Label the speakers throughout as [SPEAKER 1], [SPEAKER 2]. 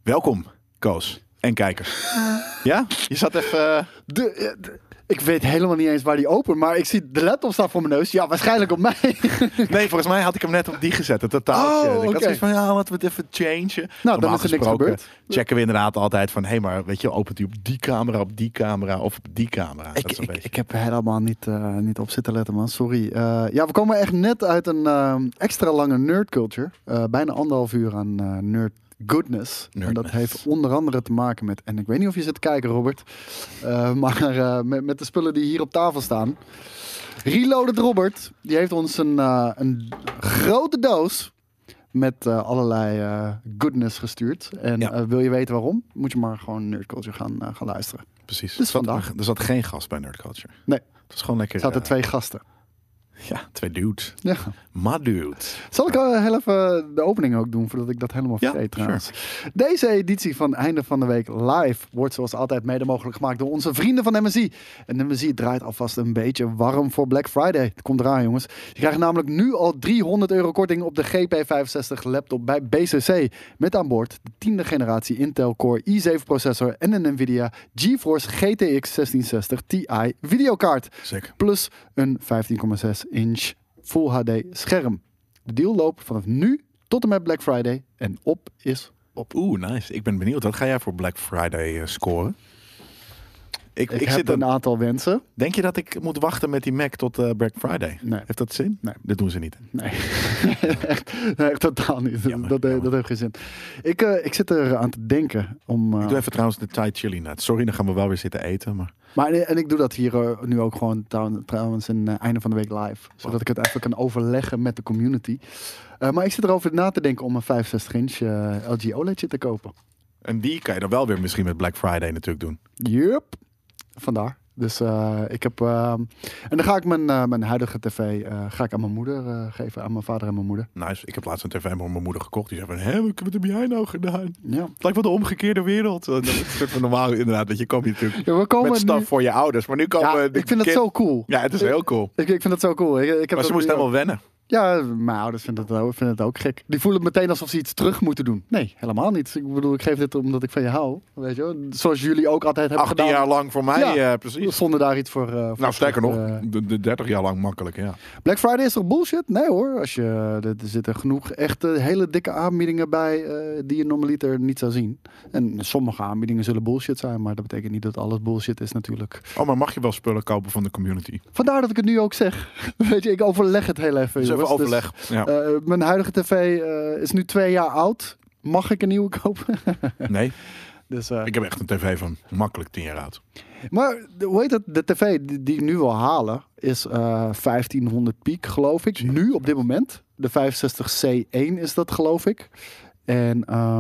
[SPEAKER 1] Welkom, Koos en kijkers. Ja? Je zat even...
[SPEAKER 2] Ik weet helemaal niet eens waar die opent, maar ik zie de laptop staan voor mijn neus. Ja, waarschijnlijk op mij.
[SPEAKER 1] Nee, volgens mij had ik hem net op die gezet, het totaaltje.
[SPEAKER 2] Oh,
[SPEAKER 1] Ik had
[SPEAKER 2] oké.
[SPEAKER 1] zoiets van, laten we het even changen.
[SPEAKER 2] Nou,
[SPEAKER 1] Normaal
[SPEAKER 2] dan is er niks
[SPEAKER 1] gesproken
[SPEAKER 2] gebeurd.
[SPEAKER 1] checken we inderdaad altijd van, maar weet je, opent hij op die camera of op die camera? Dat is een beetje...
[SPEAKER 2] Ik heb er helemaal niet op zitten letten, man. Sorry. Ja, we komen echt net uit een extra lange nerd culture. Bijna 1,5 uur aan nerd goodness. En dat heeft onder andere te maken met, en ik weet niet of je zit te kijken, Robert, maar met de spullen die hier op tafel staan. Reloaded Robert, die heeft ons een grote doos met allerlei goodness gestuurd. En wil je weten waarom? Moet je maar gewoon Nerd Culture gaan luisteren.
[SPEAKER 1] Precies.
[SPEAKER 2] Dus vandaag.
[SPEAKER 1] Er zat geen gast bij Nerd Culture.
[SPEAKER 2] Nee.
[SPEAKER 1] Het is gewoon lekker...
[SPEAKER 2] Er zaten 2 gasten.
[SPEAKER 1] Ja, 2 dudes.
[SPEAKER 2] Ja.
[SPEAKER 1] Maar dude.
[SPEAKER 2] Zal ik heel even de opening ook doen, voordat ik dat helemaal vergeet trouwens. Deze editie van Einde van de Week live wordt zoals altijd mede mogelijk gemaakt door onze vrienden van MSI. En MSI draait alvast een beetje warm voor Black Friday. Het komt eraan, jongens. Je krijgt namelijk nu al €300 korting op de GP65 laptop bij BCC. Met aan boord de 10e generatie Intel Core i7 processor en een Nvidia GeForce GTX 1660 Ti videokaart.
[SPEAKER 1] Zeker.
[SPEAKER 2] Plus een 15,6-inch Full HD scherm. De deal loopt vanaf nu tot en met Black Friday en op is op.
[SPEAKER 1] Oeh, nice. Ik ben benieuwd. Wat ga jij voor Black Friday scoren?
[SPEAKER 2] Ik heb een aantal wensen.
[SPEAKER 1] Denk je dat ik moet wachten met die Mac tot Black Friday?
[SPEAKER 2] Nee.
[SPEAKER 1] Heeft dat zin?
[SPEAKER 2] Nee.
[SPEAKER 1] Dat doen ze niet.
[SPEAKER 2] Nee, echt totaal niet.
[SPEAKER 1] Jammer,
[SPEAKER 2] Dat heeft geen zin. Ik zit er aan te denken om...
[SPEAKER 1] Ik doe even trouwens de Thai chili nut. Sorry, dan gaan we wel weer zitten eten. Maar...
[SPEAKER 2] en ik doe dat hier nu ook gewoon trouwens een Einde van de Week live. Zodat ik het even kan overleggen met de community. Maar ik zit erover na te denken om een 65-inch LG OLEDje te kopen.
[SPEAKER 1] En die kan je dan wel weer misschien met Black Friday natuurlijk doen.
[SPEAKER 2] Yup. Vandaar. Dus ik heb... en dan ga ik mijn huidige tv ga ik aan mijn moeder geven. Aan mijn vader en mijn moeder.
[SPEAKER 1] Nice. Ik heb laatst een tv voor mijn moeder gekocht. Die zei van, wat heb jij nou gedaan?
[SPEAKER 2] Ja.
[SPEAKER 1] Het lijkt wel de omgekeerde wereld. Dat is een soort van normaal inderdaad. Dat je komt natuurlijk
[SPEAKER 2] Ja, we komen
[SPEAKER 1] met staf
[SPEAKER 2] nu...
[SPEAKER 1] voor je ouders. Maar nu komen
[SPEAKER 2] ik vind het zo cool.
[SPEAKER 1] Ja, het is heel cool.
[SPEAKER 2] Ik vind het zo cool. Ik heb
[SPEAKER 1] Maar ze moest helemaal wennen.
[SPEAKER 2] Ja, mijn ouders vinden het ook gek. Die voelen meteen alsof ze iets terug moeten doen. Nee, helemaal niet. Ik bedoel, ik geef dit omdat ik van je hou. Weet je wel? Zoals jullie ook altijd hebben
[SPEAKER 1] 18
[SPEAKER 2] gedaan.
[SPEAKER 1] jaar lang voor mij, precies.
[SPEAKER 2] Zonder daar iets voor...
[SPEAKER 1] Nou, sterker nog, de 30 jaar lang makkelijk, ja.
[SPEAKER 2] Black Friday is toch bullshit? Nee hoor. Er zitten genoeg echt hele dikke aanbiedingen bij die je normaliter niet zou zien. En sommige aanbiedingen zullen bullshit zijn, maar dat betekent niet dat alles bullshit is natuurlijk.
[SPEAKER 1] Oh, maar mag je wel spullen kopen van de community?
[SPEAKER 2] Vandaar dat ik het nu ook zeg. Weet je, ik overleg het heel even.
[SPEAKER 1] Dus even
[SPEAKER 2] jongens.
[SPEAKER 1] overleg.
[SPEAKER 2] Dus,
[SPEAKER 1] ja.
[SPEAKER 2] mijn huidige tv is nu 2 jaar oud. Mag ik een nieuwe kopen?
[SPEAKER 1] Nee,
[SPEAKER 2] Dus,
[SPEAKER 1] ik heb echt een tv van makkelijk 10 jaar oud.
[SPEAKER 2] maar hoe heet het? De tv die ik nu wil halen is 1500 piek, geloof ik. Nu op dit moment. De 65C1 is dat, geloof ik. En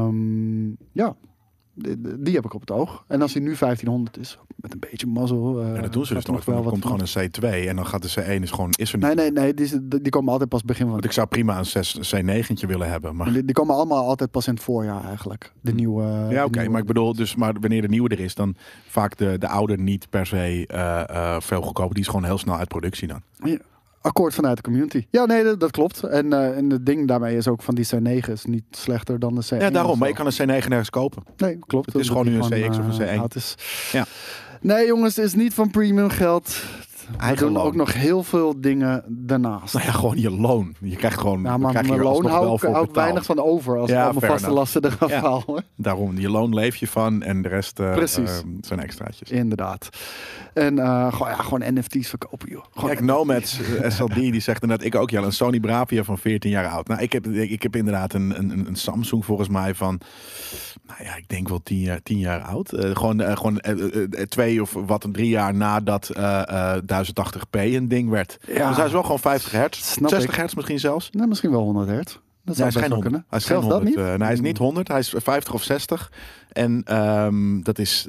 [SPEAKER 2] ja, die heb ik op het oog. En als die nu 1500 is, met een beetje mazzel.
[SPEAKER 1] Ja, dat doen ze dus nooit.
[SPEAKER 2] wel
[SPEAKER 1] Er
[SPEAKER 2] wat
[SPEAKER 1] komt gewoon een C2 en dan gaat de C1 is er niet.
[SPEAKER 2] Nee, die komen altijd pas begin van.
[SPEAKER 1] Want ik zou prima een C9'tje willen hebben. Maar...
[SPEAKER 2] Die komen allemaal altijd pas in het voorjaar eigenlijk. De nieuwe.
[SPEAKER 1] Ja, oké. Maar ik bedoel, maar wanneer de nieuwe er is, dan vaak de oude niet per se veel goedkoper. Die is gewoon heel snel uit productie dan.
[SPEAKER 2] Ja, akkoord vanuit de community. Ja, nee, dat klopt. En het ding daarmee is ook van die C9 is niet slechter dan de C1.
[SPEAKER 1] Ja, daarom. Maar ik kan een C9 nergens kopen.
[SPEAKER 2] Nee, klopt.
[SPEAKER 1] Het is gewoon nu een CX of een C1.
[SPEAKER 2] Het is...
[SPEAKER 1] Ja.
[SPEAKER 2] Nee, jongens, het is niet van premium geld. We
[SPEAKER 1] Eigen
[SPEAKER 2] doen
[SPEAKER 1] loon.
[SPEAKER 2] ook nog heel veel dingen daarnaast.
[SPEAKER 1] Nou ja, gewoon je loon. Je krijgt gewoon.
[SPEAKER 2] Ja,
[SPEAKER 1] dan
[SPEAKER 2] maar
[SPEAKER 1] krijg je
[SPEAKER 2] mijn
[SPEAKER 1] er
[SPEAKER 2] loon
[SPEAKER 1] alsnog wel
[SPEAKER 2] hou
[SPEAKER 1] voor
[SPEAKER 2] ik
[SPEAKER 1] betaald.
[SPEAKER 2] weinig van over als
[SPEAKER 1] Ja,
[SPEAKER 2] ik al mijn
[SPEAKER 1] fair
[SPEAKER 2] vaste
[SPEAKER 1] enough.
[SPEAKER 2] lasten eraf
[SPEAKER 1] Ja.
[SPEAKER 2] haal. Hoor.
[SPEAKER 1] Daarom, je loon leef je van en de rest zijn extraatjes.
[SPEAKER 2] Inderdaad. En gewoon NFT's verkopen, joh. Gewoon
[SPEAKER 1] Kijk, Nomads SLD die zegt inderdaad, ik ook, ja, een Sony Bravia van 14 jaar oud. Nou, ik heb inderdaad een Samsung volgens mij van, nou ja, ik denk wel 10 jaar oud. Gewoon 2 of wat, 3 jaar nadat 1080p een ding werd.
[SPEAKER 2] Ja.
[SPEAKER 1] Dus hij is wel gewoon 50 hertz,
[SPEAKER 2] Snap
[SPEAKER 1] 60
[SPEAKER 2] ik.
[SPEAKER 1] hertz misschien zelfs.
[SPEAKER 2] Nou, misschien wel 100 hertz. Dat
[SPEAKER 1] Nee,
[SPEAKER 2] zou
[SPEAKER 1] hij is
[SPEAKER 2] best
[SPEAKER 1] geen
[SPEAKER 2] wel
[SPEAKER 1] 100.
[SPEAKER 2] kunnen.
[SPEAKER 1] Hij is geen
[SPEAKER 2] Zelfs
[SPEAKER 1] 100.
[SPEAKER 2] dat niet?
[SPEAKER 1] Nee, hij is niet 100. Hij is 50 of 60. En dat is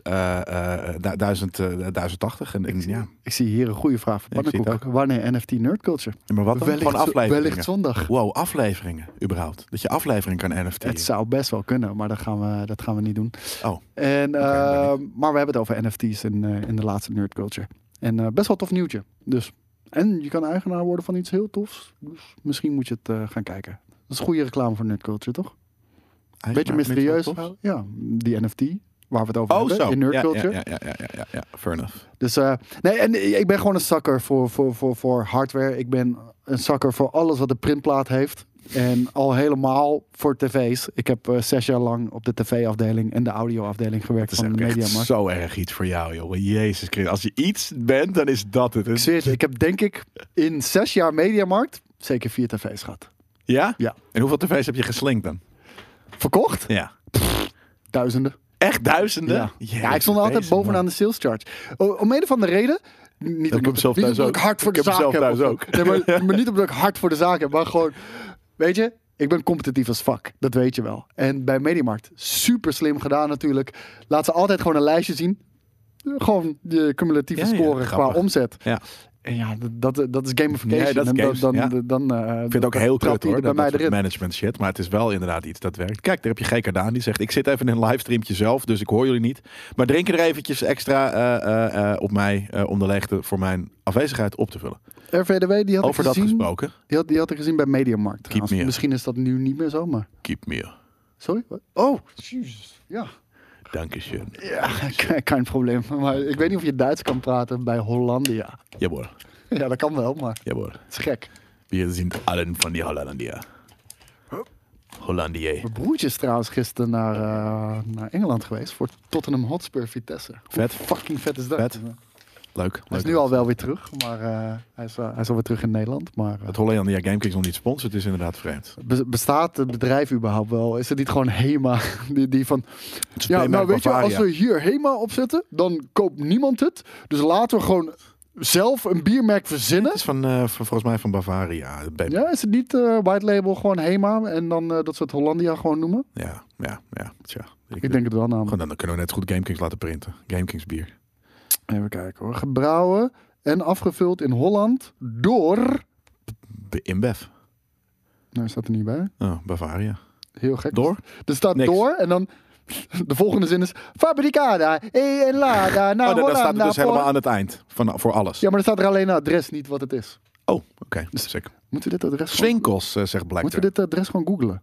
[SPEAKER 1] 1080. En ja.
[SPEAKER 2] Ik zie hier een goede vraag van
[SPEAKER 1] Ja, ik zie het
[SPEAKER 2] Pannenkoek. Wanneer NFT Nerd Culture?
[SPEAKER 1] Maar wat dan? Gewoon afleveringen.
[SPEAKER 2] Wellicht zondag.
[SPEAKER 1] Wow, afleveringen überhaupt. Dat je aflevering kan NFT.
[SPEAKER 2] Het zou best wel kunnen, maar dat gaan we niet doen.
[SPEAKER 1] Oh.
[SPEAKER 2] En,
[SPEAKER 1] Oké,
[SPEAKER 2] maar we hebben het over NFT's in de laatste Nerd Culture. En best wel tof nieuwtje. Dus, en je kan eigenaar worden van iets heel tofs. Dus misschien moet je het gaan kijken. Dat is goede reclame voor Nerd Culture, toch? Beetje mysterieus. Ja, die NFT. Waar we het over hebben.
[SPEAKER 1] Zo.
[SPEAKER 2] In nerd culture.
[SPEAKER 1] Ja. Fair enough.
[SPEAKER 2] Dus ik ben gewoon een sucker voor hardware. Ik ben een sucker voor alles wat de printplaat heeft. En al helemaal voor tv's. Ik heb 6 jaar lang op de tv-afdeling en de audio-afdeling gewerkt van de Mediamarkt.
[SPEAKER 1] Dat is zo erg iets voor jou, joh. Jezus Christus. Als je iets bent, dan is dat het.
[SPEAKER 2] Ik zweer het, ik heb denk ik in 6 jaar Mediamarkt zeker 4 tv's gehad.
[SPEAKER 1] Ja?
[SPEAKER 2] Ja.
[SPEAKER 1] En hoeveel tv's heb je geslinkt dan?
[SPEAKER 2] Verkocht?
[SPEAKER 1] Ja.
[SPEAKER 2] Duizenden.
[SPEAKER 1] Echt duizenden?
[SPEAKER 2] Ja, ja, ik stond altijd bovenaan de sales charge. Om een of de reden... Niet omdat ik hard voor de zaak heb. Nee, maar niet omdat ik hard voor de zaak heb. Maar gewoon... Weet je, ik ben competitief als fuck. Dat weet je wel. En bij Mediamarkt, super slim gedaan natuurlijk. Laat ze altijd gewoon een lijstje zien. Gewoon je cumulatieve score qua omzet.
[SPEAKER 1] Ja.
[SPEAKER 2] En ja, dat is gamification.
[SPEAKER 1] Ja, dat is games,
[SPEAKER 2] ik
[SPEAKER 1] vind het ook heel kut hoor,
[SPEAKER 2] bij mij erin.
[SPEAKER 1] Management shit. Maar het is wel inderdaad iets dat werkt. Kijk, daar heb je GK Daan die zegt... Ik zit even in een livestreamtje zelf, dus ik hoor jullie niet. Maar drink er eventjes extra op mij om de leegte voor mijn afwezigheid op te vullen.
[SPEAKER 2] RVDW, die had
[SPEAKER 1] over
[SPEAKER 2] ik gezien,
[SPEAKER 1] dat gesproken.
[SPEAKER 2] Die had ik gezien bij Mediamarkt. Misschien is dat nu niet meer zo, maar...
[SPEAKER 1] Keep me.
[SPEAKER 2] Sorry? Wat? Oh, jezus. Ja.
[SPEAKER 1] Dankeschön.
[SPEAKER 2] Ja, geen probleem. Maar ik weet niet of je Duits kan praten bij Hollandia.
[SPEAKER 1] Jawohl.
[SPEAKER 2] Ja, dat kan wel, maar
[SPEAKER 1] Jawohl.
[SPEAKER 2] Het is gek.
[SPEAKER 1] We zijn allen van die Hollandia. Hollandier.
[SPEAKER 2] Mijn broertje is trouwens gisteren naar Engeland geweest voor Tottenham Hotspur Vitesse.
[SPEAKER 1] Vet.
[SPEAKER 2] Hoe fucking vet is dat?
[SPEAKER 1] Vet. Leuk.
[SPEAKER 2] Hij is nu al wel weer terug, maar hij is alweer terug in Nederland. Maar,
[SPEAKER 1] het Hollandia GameKings nog niet sponsort is inderdaad vreemd.
[SPEAKER 2] Bestaat het bedrijf überhaupt wel? Is het niet gewoon HEMA? Die van, ja, nou weet
[SPEAKER 1] Bavaria.
[SPEAKER 2] je, als we hier HEMA opzetten, dan koopt niemand het. Dus laten we gewoon zelf een biermerk verzinnen.
[SPEAKER 1] Het is volgens mij van Bavaria.
[SPEAKER 2] Ja, is het niet white label gewoon HEMA en dan dat ze het Hollandia gewoon noemen?
[SPEAKER 1] Ja.
[SPEAKER 2] Ik denk het wel namelijk.
[SPEAKER 1] Dan kunnen we net goed GameKings laten printen. GameKings bier.
[SPEAKER 2] Even kijken hoor. Gebrouwen en afgevuld in Holland door...
[SPEAKER 1] InBev.
[SPEAKER 2] Nou, staat er niet bij.
[SPEAKER 1] Oh, Bavaria.
[SPEAKER 2] Heel gek.
[SPEAKER 1] Door?
[SPEAKER 2] Er staat
[SPEAKER 1] Niks.
[SPEAKER 2] door en dan... De volgende zin is... Fabricada en lada naar Hollanda.
[SPEAKER 1] Dat staat er dus helemaal aan het eind. Voor alles.
[SPEAKER 2] Ja, maar er staat er alleen een adres, niet wat het is.
[SPEAKER 1] Oh, oké. Zeker.
[SPEAKER 2] Moeten we dit adres...
[SPEAKER 1] Swinkels, zegt Blackter.
[SPEAKER 2] Moeten we dit adres gewoon googlen?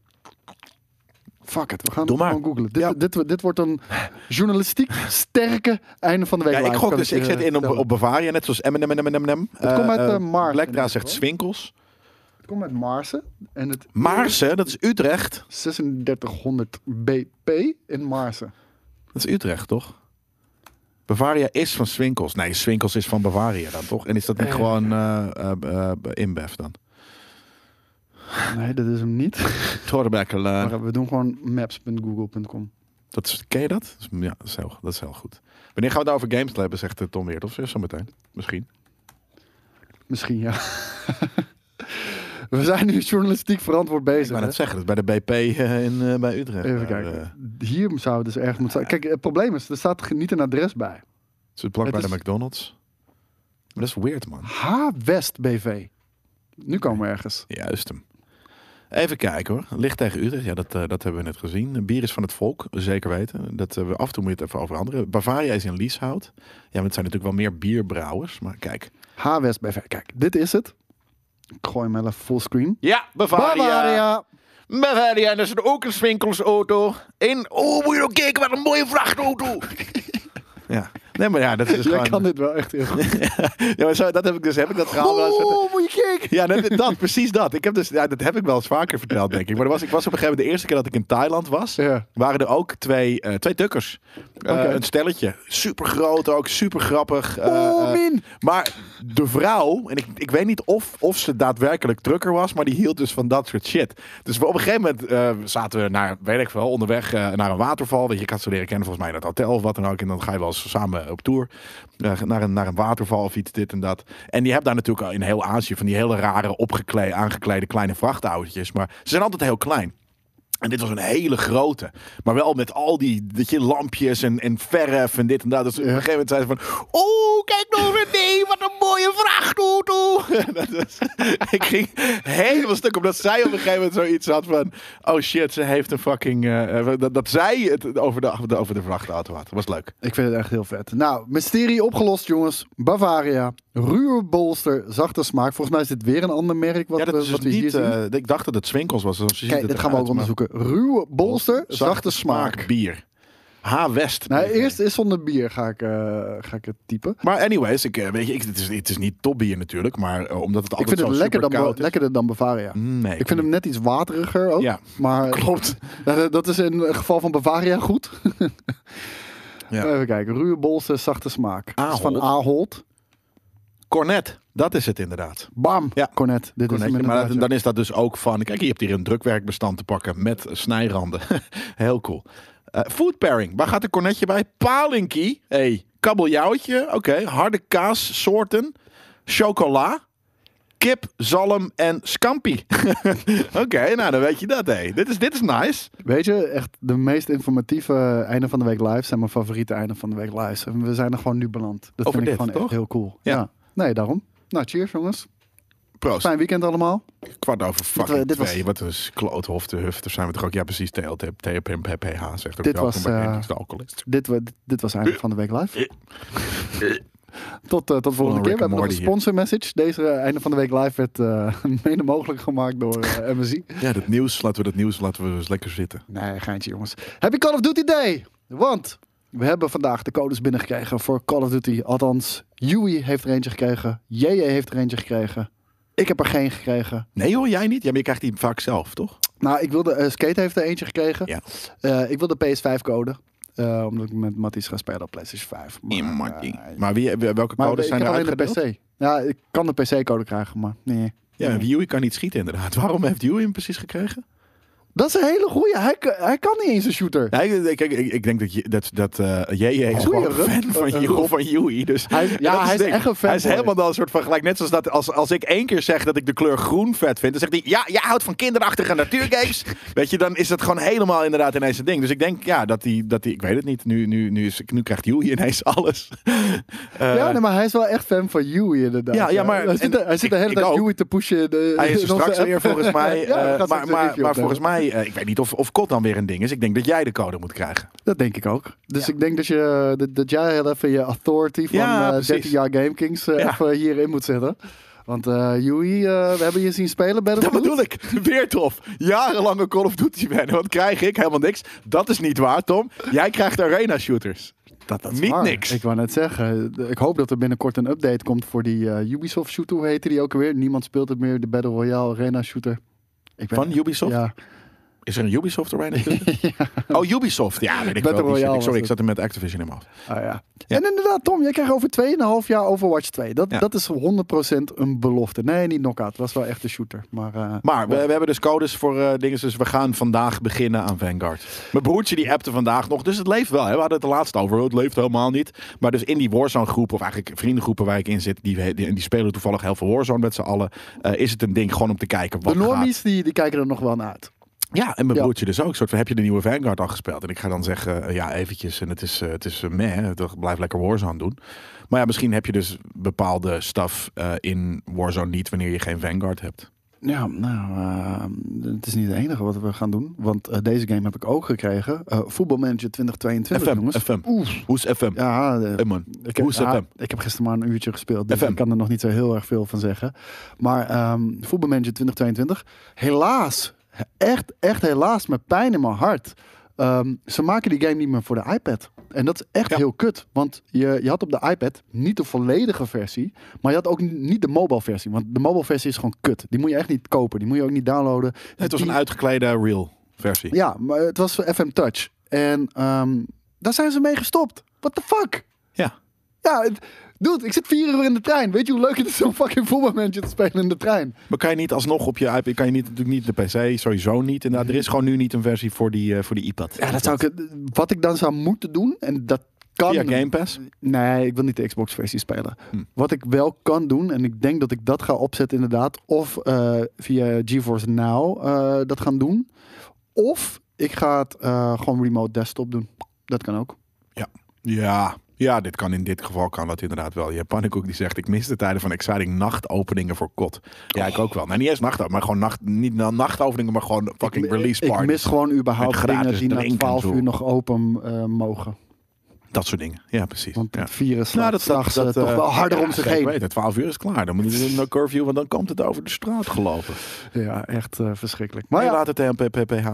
[SPEAKER 2] Fuck it, we gaan
[SPEAKER 1] Doe maar.
[SPEAKER 2] gewoon googlen. Dit wordt een journalistiek sterke einde van de week.
[SPEAKER 1] Ja, ik gok dus. Ik zet in
[SPEAKER 2] vertellen.
[SPEAKER 1] op Bavaria, net zoals M&M.
[SPEAKER 2] Het komt uit Maarsen.
[SPEAKER 1] Blacktra zegt Swinkels.
[SPEAKER 2] Het komt uit Maarsen. En het
[SPEAKER 1] Maarsen, dat is Utrecht.
[SPEAKER 2] 3600 BP in Maarsen.
[SPEAKER 1] Dat is Utrecht, toch? Bavaria is van Swinkels. Nee, Swinkels is van Bavaria dan, toch? En is dat niet gewoon InBev dan?
[SPEAKER 2] Nee, dat is hem niet. Maar we doen gewoon maps.google.com.
[SPEAKER 1] Ken je dat? Ja, dat is heel goed. Wanneer gaan we het over games hebben, zegt Tom Weert. Of zo meteen? Misschien,
[SPEAKER 2] ja. We zijn nu journalistiek verantwoord bezig.
[SPEAKER 1] Ik wou net zeggen, dat is bij de BP bij Utrecht.
[SPEAKER 2] Even kijken. Hier zou het dus ergens moeten staan. Kijk, het probleem is, er staat niet een adres bij.
[SPEAKER 1] Het is plak bij de McDonald's. Maar dat is weird, man.
[SPEAKER 2] H-West BV. Nu komen we ergens.
[SPEAKER 1] Juist hem. Even kijken hoor. Licht tegen Utrecht. Ja, dat hebben we net gezien. Bier is van het volk. Zeker weten. Dat we af en toe moet je het even over anderen. Bavaria is in Lieshout. Ja, maar het zijn natuurlijk wel meer bierbrouwers. Maar kijk.
[SPEAKER 2] H-West BV. Kijk, dit is het. Ik gooi hem even fullscreen.
[SPEAKER 1] Ja, Bavaria. Bavaria. En er zit ook een Swinkelsauto. Moet je nog kijken, wat een mooie vrachtauto. Ja. Nee, maar ja, dat is dus
[SPEAKER 2] Jij
[SPEAKER 1] gewoon...
[SPEAKER 2] kan dit wel echt heel goed.
[SPEAKER 1] Ja, maar dat heb ik dus. Heb ik dat verhaal wel eens
[SPEAKER 2] moet je kijken.
[SPEAKER 1] Ja, precies dat. Ik heb dus, dat heb ik wel eens vaker verteld, denk ik. Maar ik was op een gegeven moment de eerste keer dat ik in Thailand was. Ja. Waren er ook twee tukkers. Een stelletje. Super groot ook, super grappig. Maar de vrouw, en ik weet niet of ze daadwerkelijk trucker was, maar die hield dus van dat soort shit. Dus op een gegeven moment zaten we naar, weet ik wel, onderweg naar een waterval. Weet je, ik had ze leren kennen volgens mij in het hotel of wat dan ook. En dan ga je wel eens samen op tour naar een waterval of iets, dit en dat. En je hebt daar natuurlijk al in heel Azië van die hele rare aangeklede kleine vrachtautootjes. Maar ze zijn altijd heel klein. En dit was een hele grote. Maar wel met al die lampjes en verf en dit en dat. Dus op een gegeven moment zei ze van... Oh, kijk nou René, wat een mooie vrachtauto. Ik ging helemaal stuk omdat zij op een gegeven moment zoiets had van... Oh shit, ze heeft een fucking... dat zij het over de vrachtauto had. Dat was leuk.
[SPEAKER 2] Ik vind het echt heel vet. Nou, mysterie opgelost jongens. Bavaria. Ruwe bolster, zachte smaak. Volgens mij is dit weer een ander merk wat,
[SPEAKER 1] dat is
[SPEAKER 2] wat we
[SPEAKER 1] niet,
[SPEAKER 2] hier zien.
[SPEAKER 1] ik dacht dat het Swinkels was.
[SPEAKER 2] Kijk, dit gaan we ook onderzoeken. Ruwe bolster, zachte smaak.
[SPEAKER 1] Bier. H-West.
[SPEAKER 2] Nou, eerst is zonder bier ga ik het typen.
[SPEAKER 1] Maar anyways, het is niet topbier natuurlijk, maar omdat het altijd
[SPEAKER 2] ik vind
[SPEAKER 1] zo
[SPEAKER 2] het lekkerder dan Bavaria.
[SPEAKER 1] Nee,
[SPEAKER 2] ik vind hem net iets wateriger ook.
[SPEAKER 1] Ja,
[SPEAKER 2] maar
[SPEAKER 1] klopt.
[SPEAKER 2] Dat is in het geval van Bavaria goed.
[SPEAKER 1] Ja.
[SPEAKER 2] Even kijken. Ruwe bolster, zachte smaak.
[SPEAKER 1] Ahold.
[SPEAKER 2] Van Ahold.
[SPEAKER 1] Cornet, dat is het inderdaad.
[SPEAKER 2] Bam,
[SPEAKER 1] Ja.
[SPEAKER 2] Cornet. Dit
[SPEAKER 1] Cornetje,
[SPEAKER 2] is
[SPEAKER 1] maar dan is dat dus ook van... Kijk, je hebt hier een drukwerkbestand te pakken met snijranden. Heel cool. Food pairing. Waar gaat een cornetje bij? Palinkie. Kabeljauwtje. Oké. Harde kaassoorten. Chocola. Kip, zalm en scampi. Oké, nou dan weet je dat. Dit is nice.
[SPEAKER 2] Weet je, echt de meest informatieve einde van de week live zijn mijn favoriete einde van de week live. En we zijn er gewoon nu beland. Dat
[SPEAKER 1] Over
[SPEAKER 2] vind ik
[SPEAKER 1] dit,
[SPEAKER 2] gewoon
[SPEAKER 1] toch?
[SPEAKER 2] echt heel cool.
[SPEAKER 1] Ja.
[SPEAKER 2] Nee, daarom. Nou, cheers jongens.
[SPEAKER 1] Proost.
[SPEAKER 2] Fijn weekend allemaal.
[SPEAKER 1] 2:15.
[SPEAKER 2] Dit was-
[SPEAKER 1] Wat een kloothof te hufter zijn we toch ook. Ja, precies. TLPH zegt ook
[SPEAKER 2] Dit
[SPEAKER 1] welkom
[SPEAKER 2] was,
[SPEAKER 1] bij Hendrix de Alcoholist.
[SPEAKER 2] Dit was einde van de week live. Tot de volgende
[SPEAKER 1] Rick
[SPEAKER 2] keer. We
[SPEAKER 1] and
[SPEAKER 2] hebben nog een
[SPEAKER 1] Morty hier.
[SPEAKER 2] sponsor message. Deze einde van de week live werd mede mogelijk gemaakt door MSI.
[SPEAKER 1] Ja, laten we eens lekker zitten.
[SPEAKER 2] Nee, geintje jongens. Happy Call of Duty Day! Want we hebben vandaag de codes binnengekregen voor Call of Duty. Althans, Yui heeft er eentje gekregen. JJ heeft er eentje gekregen. Ik heb er geen gekregen.
[SPEAKER 1] Nee hoor, jij niet? Ja, maar je krijgt die vaak zelf, toch?
[SPEAKER 2] Nou, ik wilde... Skate heeft er eentje gekregen.
[SPEAKER 1] Ja.
[SPEAKER 2] Ik wilde PS5-code. Omdat ik met Matties ga spelen op PlayStation 5.
[SPEAKER 1] Maar welke
[SPEAKER 2] maar
[SPEAKER 1] codes
[SPEAKER 2] ik
[SPEAKER 1] zijn
[SPEAKER 2] heb
[SPEAKER 1] er
[SPEAKER 2] alleen de
[SPEAKER 1] uitgedeeld?
[SPEAKER 2] PC. Ja, ik kan de PC-code krijgen, maar nee.
[SPEAKER 1] Ja, Yui kan niet schieten inderdaad. Waarom heeft Yui hem precies gekregen?
[SPEAKER 2] Dat is een hele goeie. Hij kan niet eens een shooter.
[SPEAKER 1] Ja, ik denk dat JJ is
[SPEAKER 2] Goeie
[SPEAKER 1] gewoon
[SPEAKER 2] run.
[SPEAKER 1] fan van Yui. Dus
[SPEAKER 2] Hij is echt een fan.
[SPEAKER 1] Hij is helemaal dan een soort van gelijk. Net zoals dat als ik één keer zeg dat ik de kleur groen vet vind, dan zegt hij, ja, jij houdt van kinderachtige natuurgames. Weet je, dan is dat gewoon helemaal inderdaad ineens een ding. Dus ik denk, ja, dat hij ik weet het niet. Nu krijgt Yui ineens alles.
[SPEAKER 2] Ja, nee, maar hij is wel echt fan van Yui inderdaad.
[SPEAKER 1] Ja, maar
[SPEAKER 2] hij zit de hele
[SPEAKER 1] ik
[SPEAKER 2] tijd
[SPEAKER 1] ook.
[SPEAKER 2] Yui te pushen.
[SPEAKER 1] Hij is er straks weer volgens mij.
[SPEAKER 2] Ja,
[SPEAKER 1] maar volgens mij, ik weet niet of COD dan weer een ding is. Ik denk dat jij de code moet krijgen.
[SPEAKER 2] Dat denk ik ook. Dus ik denk dat jij heel even je authority van
[SPEAKER 1] Ja,
[SPEAKER 2] 13 jaar GameKings even hierin moet zetten. Want Yui, we hebben je zien spelen bij de
[SPEAKER 1] Dat bedoel ik. Weer tof. Jarenlange Call of Duty wennen. Wat krijg ik? Helemaal niks. Dat is niet waar, Tom. Jij krijgt arena shooters.
[SPEAKER 2] Dat is
[SPEAKER 1] niet
[SPEAKER 2] waar.
[SPEAKER 1] niks.
[SPEAKER 2] Ik wou net zeggen. Ik hoop dat er binnenkort een update komt voor die Ubisoft shooter. Hoe heette die ook alweer? Niemand speelt het meer. De Battle Royale arena shooter.
[SPEAKER 1] Van Ubisoft?
[SPEAKER 2] Ja.
[SPEAKER 1] Is er een Ubisoft erbij natuurlijk? Oh, Ubisoft. Ja, weet ik
[SPEAKER 2] Battle
[SPEAKER 1] wel.
[SPEAKER 2] Royale
[SPEAKER 1] Sorry,
[SPEAKER 2] was
[SPEAKER 1] ik zat er met Activision in mijn hoofd.
[SPEAKER 2] Ah, ja. En inderdaad, Tom, jij krijgt over 2,5 jaar Overwatch 2.
[SPEAKER 1] Ja.
[SPEAKER 2] Dat is 100% een belofte. Nee, niet knockout. Het was wel echt een shooter. Maar
[SPEAKER 1] we hebben dus codes voor dingen. Dus we gaan vandaag beginnen aan Vanguard. Mijn broertje die appte vandaag nog. Dus het leeft wel. Hè? We hadden het er laatst over. Het leeft helemaal niet. Maar dus in die Warzone groep, of eigenlijk vriendengroepen waar ik in zit. Die spelen toevallig heel veel Warzone met z'n allen. Is het een ding gewoon om te kijken wat
[SPEAKER 2] de normies die kijken er nog wel naar uit.
[SPEAKER 1] Ja, en mijn broertje dus ook. Soort van, heb je de nieuwe Vanguard al gespeeld? En ik ga dan zeggen, ja, eventjes. En het is meh, toch blijf lekker Warzone doen. Maar ja, misschien heb je dus bepaalde stuff in Warzone niet wanneer je geen Vanguard hebt.
[SPEAKER 2] Ja, nou, het is niet het enige wat we gaan doen. Want deze game heb ik ook gekregen. Voetbalmanager 2022,
[SPEAKER 1] FM,
[SPEAKER 2] jongens.
[SPEAKER 1] FM. Hoe is FM?
[SPEAKER 2] Ja,
[SPEAKER 1] Hey man,
[SPEAKER 2] hoe
[SPEAKER 1] is FM?
[SPEAKER 2] Ik heb gisteren maar een uurtje gespeeld. Dus
[SPEAKER 1] FM.
[SPEAKER 2] ik kan er nog niet zo heel erg veel van zeggen. Maar Voetbalmanager 2022, helaas, echt helaas, met pijn in mijn hart. Ze maken die game niet meer voor de iPad. En dat is echt heel kut. Want je had op de iPad niet de volledige versie. Maar je had ook niet de mobile versie. Want de mobile versie is gewoon kut. Die moet je echt niet kopen. Die moet je ook niet downloaden.
[SPEAKER 1] Het was een uitgeklede real versie.
[SPEAKER 2] Ja, maar het was FM Touch. En daar zijn ze mee gestopt. What the fuck?
[SPEAKER 1] Ja.
[SPEAKER 2] Ja, dude, ik zit 4 uur in de trein. Weet je hoe leuk het is om fucking voetbalmanager te spelen in de trein?
[SPEAKER 1] Maar kan je niet alsnog op je iPad, kan je natuurlijk niet de PC, sowieso niet. En er is gewoon nu niet een versie voor die iPad.
[SPEAKER 2] Ja, dat zou ik, wat ik dan zou moeten doen, en dat kan...
[SPEAKER 1] Via Game Pass?
[SPEAKER 2] Nee, ik wil niet de Xbox versie spelen. Wat ik wel kan doen, en ik denk dat ik dat ga opzetten inderdaad, of via GeForce Now dat gaan doen. Of ik ga het gewoon remote desktop doen. Dat kan ook.
[SPEAKER 1] Ja, in dit geval kan dat inderdaad wel. Je hebt Pannenkoek die zegt, ik mis de tijden van exciting nachtopeningen voor COD. Ja, ik ook wel. Nou, niet eens nachtopeningen, maar gewoon niet nachtopeningen, maar gewoon fucking release parties.
[SPEAKER 2] Ik mis gewoon überhaupt dingen die na
[SPEAKER 1] drinken
[SPEAKER 2] 12
[SPEAKER 1] en zo.
[SPEAKER 2] uur nog open mogen.
[SPEAKER 1] Dat soort dingen. Ja, precies.
[SPEAKER 2] Want het
[SPEAKER 1] ja.
[SPEAKER 2] virus slaat straks toch wel harder om zich heen.
[SPEAKER 1] Weet, 12 uur is klaar. Dan moet je een curfew, want dan komt het over de straat gelopen.
[SPEAKER 2] Ja, echt verschrikkelijk. Maar
[SPEAKER 1] laat het TMPPH.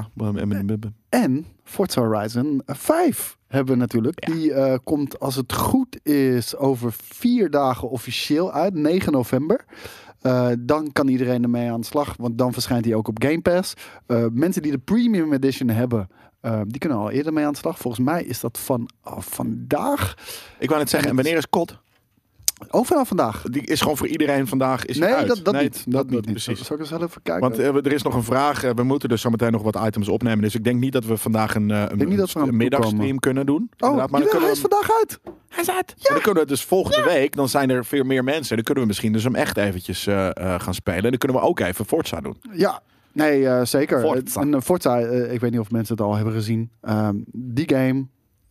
[SPEAKER 2] En Forza Horizon 5 hebben we natuurlijk. Ja. Die komt, als het goed is, over 4 dagen officieel uit. 9 november. Dan kan iedereen ermee aan de slag. Want dan verschijnt hij ook op Game Pass. Mensen die de Premium Edition hebben, die kunnen al eerder mee aan de slag. Volgens mij is dat vandaag.
[SPEAKER 1] Ik wou net zeggen, en wanneer is COD?
[SPEAKER 2] Ook vanaf vandaag.
[SPEAKER 1] Die is gewoon voor iedereen vandaag. Is
[SPEAKER 2] nee,
[SPEAKER 1] uit.
[SPEAKER 2] Dat niet. Dat niet. Precies. Zal ik eens even kijken?
[SPEAKER 1] Want er is nog een vraag. We moeten dus zo meteen nog wat items opnemen. Dus ik denk niet dat we vandaag een middagstream kunnen doen.
[SPEAKER 2] Maar hij is vandaag uit.
[SPEAKER 1] Hij is uit. Ja. Dan kunnen we dus volgende week, dan zijn er veel meer mensen. Dan kunnen we misschien dus hem echt eventjes gaan spelen. En dan kunnen we ook even Forza doen.
[SPEAKER 2] Ja. Nee, zeker.
[SPEAKER 1] Forza.
[SPEAKER 2] En Forza, ik weet niet of mensen het al hebben gezien. Die game,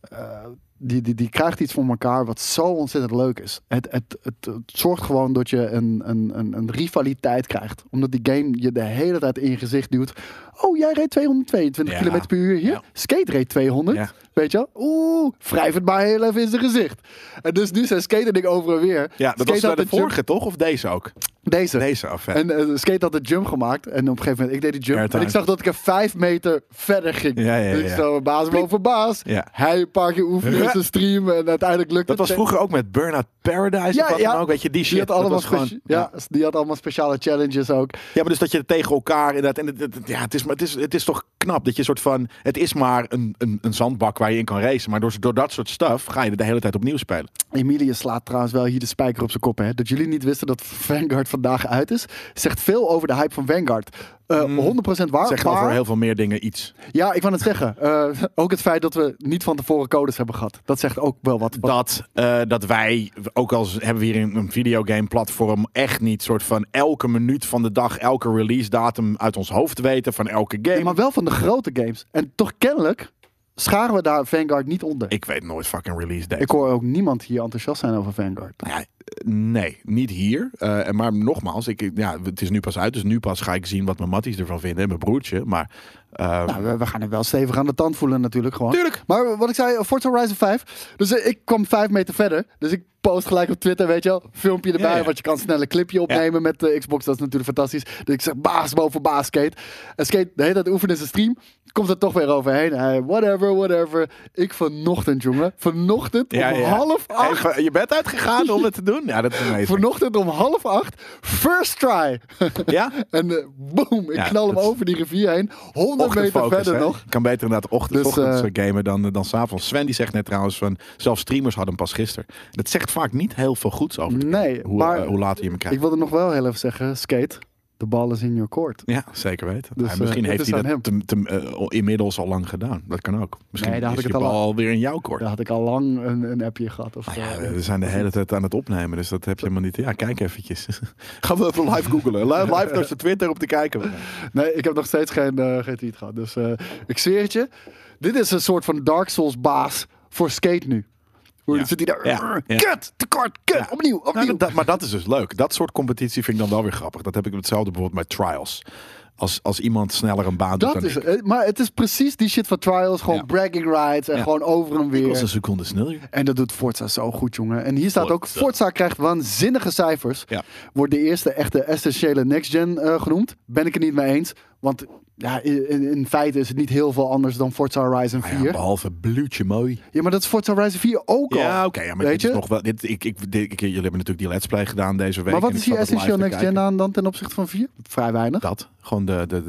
[SPEAKER 2] die krijgt iets voor elkaar wat zo ontzettend leuk is. Het zorgt gewoon dat je een rivaliteit krijgt. Omdat die game je de hele tijd in je gezicht duwt. Oh, jij reed 222 km per uur hier. Ja. Skate reed 200. Ja. Weet je? Wrijf het maar heel even in zijn gezicht. En dus nu zijn Skate en ik over en weer.
[SPEAKER 1] Ja, dat Skate was de vorige toch? Of deze ook?
[SPEAKER 2] Deze
[SPEAKER 1] af.
[SPEAKER 2] En Skate had de jump gemaakt. En op een gegeven moment, ik deed die jump. En ik zag dat ik er 5 meter verder ging.
[SPEAKER 1] Ja.
[SPEAKER 2] Ik zo, baas boven baas. Ja. Hij een paar keer oefenen in zijn stream. En uiteindelijk lukte
[SPEAKER 1] het. Dat was vroeger ook met Burnout Paradise. Of wat dan ook. Weet je, die shit.
[SPEAKER 2] Die had allemaal, die had allemaal speciale challenges ook.
[SPEAKER 1] Ja, maar dus dat je tegen elkaar inderdaad. En het is toch knap dat je soort van. Het is maar een zandbak waar je in kan racen. Maar door dat soort stuff ga je de hele tijd opnieuw spelen.
[SPEAKER 2] Emilia slaat trouwens wel hier de spijker op zijn kop. Hè? Dat jullie niet wisten dat Vanguard vandaag uit is. Zegt veel over de hype van Vanguard. 100% waar.
[SPEAKER 1] Zegt over heel veel meer dingen iets.
[SPEAKER 2] Ja, ik wou het zeggen. Ook het feit dat we niet van tevoren codes hebben gehad. Dat zegt ook wel wat.
[SPEAKER 1] Dat wij, ook al hebben we hier een videogame platform, echt niet soort van elke minuut van de dag, elke release datum uit ons hoofd weten van elke game.
[SPEAKER 2] Ja, maar wel van de grote games. En toch kennelijk scharen we daar Vanguard niet onder.
[SPEAKER 1] Ik weet nooit fucking release date.
[SPEAKER 2] Ik hoor ook niemand hier enthousiast zijn over Vanguard.
[SPEAKER 1] Ja, nee, niet hier. Maar nogmaals, het is nu pas uit. Dus nu pas ga ik zien wat mijn matties ervan vinden. En mijn broertje. Maar
[SPEAKER 2] we gaan er wel stevig aan de tand voelen natuurlijk gewoon.
[SPEAKER 1] Tuurlijk.
[SPEAKER 2] Maar wat ik zei, Forza Horizon 5. Dus ik kwam 5 meter verder. Dus ik post gelijk op Twitter, weet je wel. Filmpje erbij, want je kan snel een clipje opnemen met de Xbox. Dat is natuurlijk fantastisch. Dus ik zeg baas boven baas Skate. En Skate de hele tijd oefenen in zijn stream. Komt er toch weer overheen. Whatever. Ik vanochtend, jongen. Vanochtend om 7:30.
[SPEAKER 1] Even je bed uitgegaan om het te doen? Ja, dat is amazing.
[SPEAKER 2] Vanochtend om 7:30. First try.
[SPEAKER 1] Ja?
[SPEAKER 2] En boom, ik knal hem over die rivier heen. 100 meter verder nog.
[SPEAKER 1] Ik kan beter inderdaad ochtends gamen dan 's avonds. Sven die zegt net trouwens van, zelfs streamers hadden hem pas gisteren. Dat zegt vaak niet heel veel goeds over hoe laat je hem krijgt.
[SPEAKER 2] Ik wilde nog wel heel even zeggen, Skate, de bal is in your court.
[SPEAKER 1] Ja, zeker weten.
[SPEAKER 2] Dus,
[SPEAKER 1] misschien heeft hij dat inmiddels al lang gedaan. Dat kan ook. Misschien is de bal alweer in jouw court.
[SPEAKER 2] Daar had ik al lang een appje gehad.
[SPEAKER 1] We zijn de hele tijd aan het opnemen, dus dat heb je helemaal niet. Ja, kijk eventjes. Gaan we even live googlen. Live naar zijn Twitter om te kijken.
[SPEAKER 2] Nee, ik heb nog steeds geen tweet gehad. Dus ik zweer het je. Dit is een soort van Dark Souls baas voor Skate nu. Hoe zit hij daar? Kut, tekort, kut, opnieuw.
[SPEAKER 1] Maar dat is dus leuk. Dat soort competitie vind ik dan wel weer grappig. Dat heb ik hetzelfde bijvoorbeeld met Trials. Als iemand sneller een baan doet dan ik.
[SPEAKER 2] Maar het is precies die shit van Trials. Gewoon bragging rights en gewoon over en weer.
[SPEAKER 1] Ik was een seconde sneller.
[SPEAKER 2] En dat doet Forza zo goed, jongen. En hier staat ook, Forza krijgt waanzinnige cijfers. Ja. Wordt de eerste echte essentiële next-gen genoemd. Ben ik het niet mee eens. Want ja, in feite is het niet heel veel anders dan Forza Horizon 4. Ja,
[SPEAKER 1] behalve bloedje mooi.
[SPEAKER 2] Ja, maar dat is Forza Horizon 4 ook al.
[SPEAKER 1] Ja, oké. Maar dit is nog wel. Jullie hebben natuurlijk die Let's Play gedaan deze week.
[SPEAKER 2] Maar wat is hier essentieel next gen aan dan ten opzichte van 4? Vrij weinig.
[SPEAKER 1] Dat. Gewoon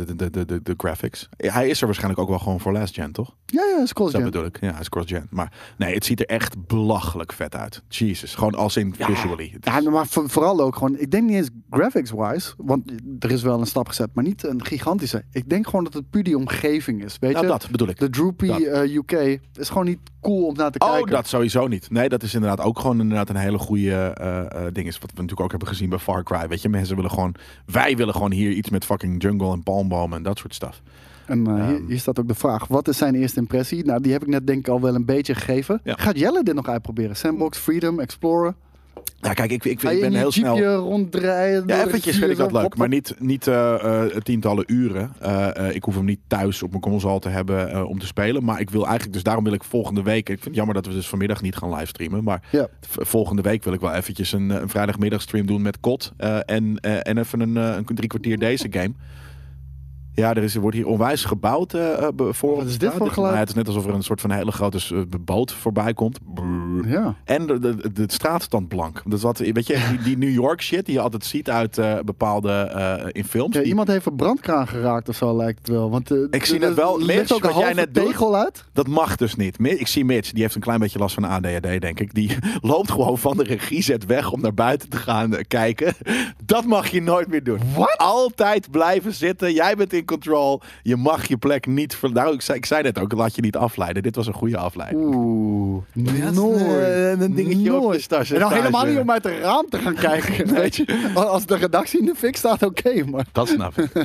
[SPEAKER 1] de graphics. Hij is er waarschijnlijk ook wel gewoon voor last gen, toch?
[SPEAKER 2] Ja, is cross-gen.
[SPEAKER 1] Dat bedoel ik. Ja, hij is cross-gen. Maar nee, het ziet er echt belachelijk vet uit. Jesus. Gewoon als in visually.
[SPEAKER 2] Ja, maar vooral ook gewoon, ik denk niet eens graphics-wise, want er is wel een stap gezet, maar niet een gigantische. Ik denk gewoon dat het puur die omgeving is. Weet je?
[SPEAKER 1] Dat bedoel ik.
[SPEAKER 2] De Droopy UK is gewoon niet cool om naar te kijken.
[SPEAKER 1] Oh, dat sowieso niet. Nee, dat is inderdaad ook gewoon een hele goede ding is. Wat we natuurlijk ook hebben gezien bij Far Cry. Weet je, mensen willen gewoon, wij willen gewoon hier iets met fucking jungle en palmbomen en dat soort stuff.
[SPEAKER 2] En hier staat ook de vraag, wat is zijn eerste impressie? Nou, die heb ik net denk ik al wel een beetje gegeven. Ja. Gaat Jelle dit nog uitproberen? Sandbox, Freedom, Explorer?
[SPEAKER 1] Ja, kijk, ik
[SPEAKER 2] Ga je
[SPEAKER 1] ben
[SPEAKER 2] in
[SPEAKER 1] heel
[SPEAKER 2] je jeepje
[SPEAKER 1] snel...
[SPEAKER 2] ronddraaien?
[SPEAKER 1] Ja, eventjes vind ik dat leuk, maar
[SPEAKER 2] niet.
[SPEAKER 1] niet tientallen uren. Ik hoef hem niet thuis op mijn console te hebben om te spelen. Maar ik wil eigenlijk, dus daarom wil ik volgende week... Ik vind het jammer dat we dus vanmiddag niet gaan livestreamen. Maar volgende week wil ik wel eventjes een vrijdagmiddagstream doen met COD. En even een 3 kwartier deze game. Ja, er wordt hier onwijs gebouwd voor.
[SPEAKER 2] Wat is dit voor geluid?
[SPEAKER 1] Het is net alsof er een soort van hele grote boot voorbij komt.
[SPEAKER 2] Ja.
[SPEAKER 1] En de straat stond blank. Dus wat, weet je, die New York shit die je altijd ziet uit bepaalde in films.
[SPEAKER 2] Ja, iemand heeft een brandkraan geraakt of zo, lijkt het wel. Want
[SPEAKER 1] ik zie het wel. Mitch,
[SPEAKER 2] ook
[SPEAKER 1] wat jij net
[SPEAKER 2] tegel
[SPEAKER 1] doet,
[SPEAKER 2] uit.
[SPEAKER 1] dat mag dus niet. Ik zie Mitch, die heeft een klein beetje last van ADHD, denk ik. Die loopt gewoon van de regiezet weg om naar buiten te gaan kijken. Dat mag je nooit meer doen.
[SPEAKER 2] Wat?
[SPEAKER 1] Altijd blijven zitten. Jij bent in control. Je mag je plek niet verlaten. Ik zei net ook, laat je niet afleiden. Dit was een goede afleiding.
[SPEAKER 2] Oeh,
[SPEAKER 1] nooit. Een dingetje op de stage.
[SPEAKER 2] En nou helemaal niet om uit het raam te gaan kijken. Weet je? Als de redactie in de fik staat, oké, maar...
[SPEAKER 1] Dat snap ik.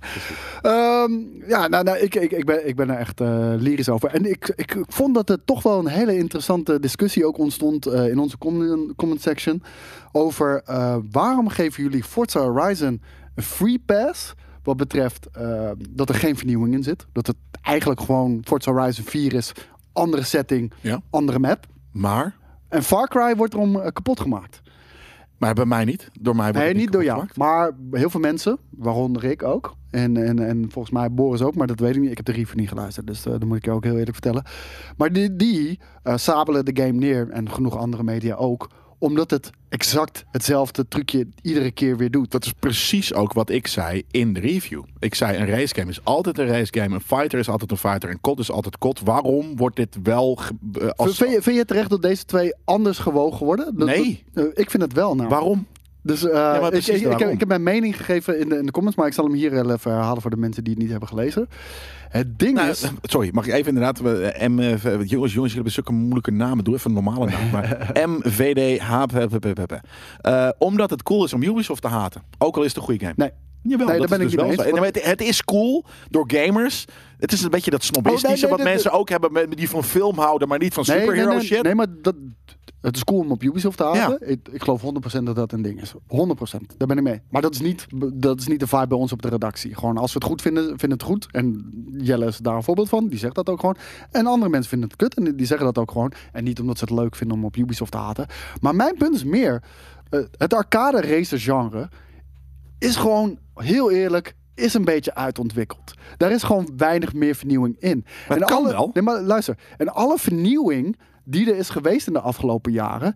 [SPEAKER 2] Ja, ik ben er echt lyrisch over. En ik vond dat er toch wel een hele interessante discussie ook ontstond in onze comment section. Over waarom geven jullie Forza Horizon een free pass... Wat betreft dat er geen vernieuwing in zit. Dat het eigenlijk gewoon Forza Horizon 4 is. Andere setting, andere map.
[SPEAKER 1] Maar?
[SPEAKER 2] En Far Cry wordt erom kapot gemaakt.
[SPEAKER 1] Maar bij mij niet. Door mij wordt
[SPEAKER 2] nee,
[SPEAKER 1] het
[SPEAKER 2] niet door jou.
[SPEAKER 1] gemaakt.
[SPEAKER 2] Maar heel veel mensen, waaronder ik ook. En volgens mij Boris ook, maar dat weet ik niet. Ik heb de review niet geluisterd, dus dat moet ik je ook heel eerlijk vertellen. Maar die sabelen de game neer en genoeg andere media ook. Omdat het exact hetzelfde trucje iedere keer weer doet.
[SPEAKER 1] Dat is precies ook wat ik zei in de review. Ik zei, een racegame is altijd een racegame. Een fighter is altijd een fighter. En COD is altijd COD. Waarom wordt dit wel...
[SPEAKER 2] Vind je terecht dat deze twee anders gewogen worden?
[SPEAKER 1] Nee.
[SPEAKER 2] Ik vind het wel. Nou.
[SPEAKER 1] Waarom?
[SPEAKER 2] Dus ik heb mijn mening gegeven in de comments, maar ik zal hem hier even herhalen voor de mensen die het niet hebben gelezen. Het ding is...
[SPEAKER 1] Sorry, mag ik even inderdaad... jongens, jullie hebben zulke moeilijke namen. Doe even een normale naam. Maar MVDH. Omdat het cool is om Ubisoft te haten. Ook al is het een goede game.
[SPEAKER 2] Nee.
[SPEAKER 1] Jawel,
[SPEAKER 2] nee, daar ben ik
[SPEAKER 1] dus
[SPEAKER 2] niet mee eens.
[SPEAKER 1] Het is cool door gamers. Het is een beetje dat snobistische wat mensen ook hebben die van film houden, maar niet van superhero shit.
[SPEAKER 2] Nee, maar het is cool om op Ubisoft te haten. Ja. Ik geloof 100% dat dat een ding is. 100%. Daar ben ik mee. Maar dat is niet de vibe bij ons op de redactie. Gewoon als we het goed vinden het goed. En Jelle is daar een voorbeeld van. Die zegt dat ook gewoon. En andere mensen vinden het kut. En die zeggen dat ook gewoon. En niet omdat ze het leuk vinden om op Ubisoft te haten. Maar mijn punt is meer. Het arcade racer genre is gewoon, heel eerlijk, is een beetje uitontwikkeld. Daar is gewoon weinig meer vernieuwing in.
[SPEAKER 1] Maar en kan wel.
[SPEAKER 2] Nee, maar luister. En alle vernieuwing die er is geweest in de afgelopen jaren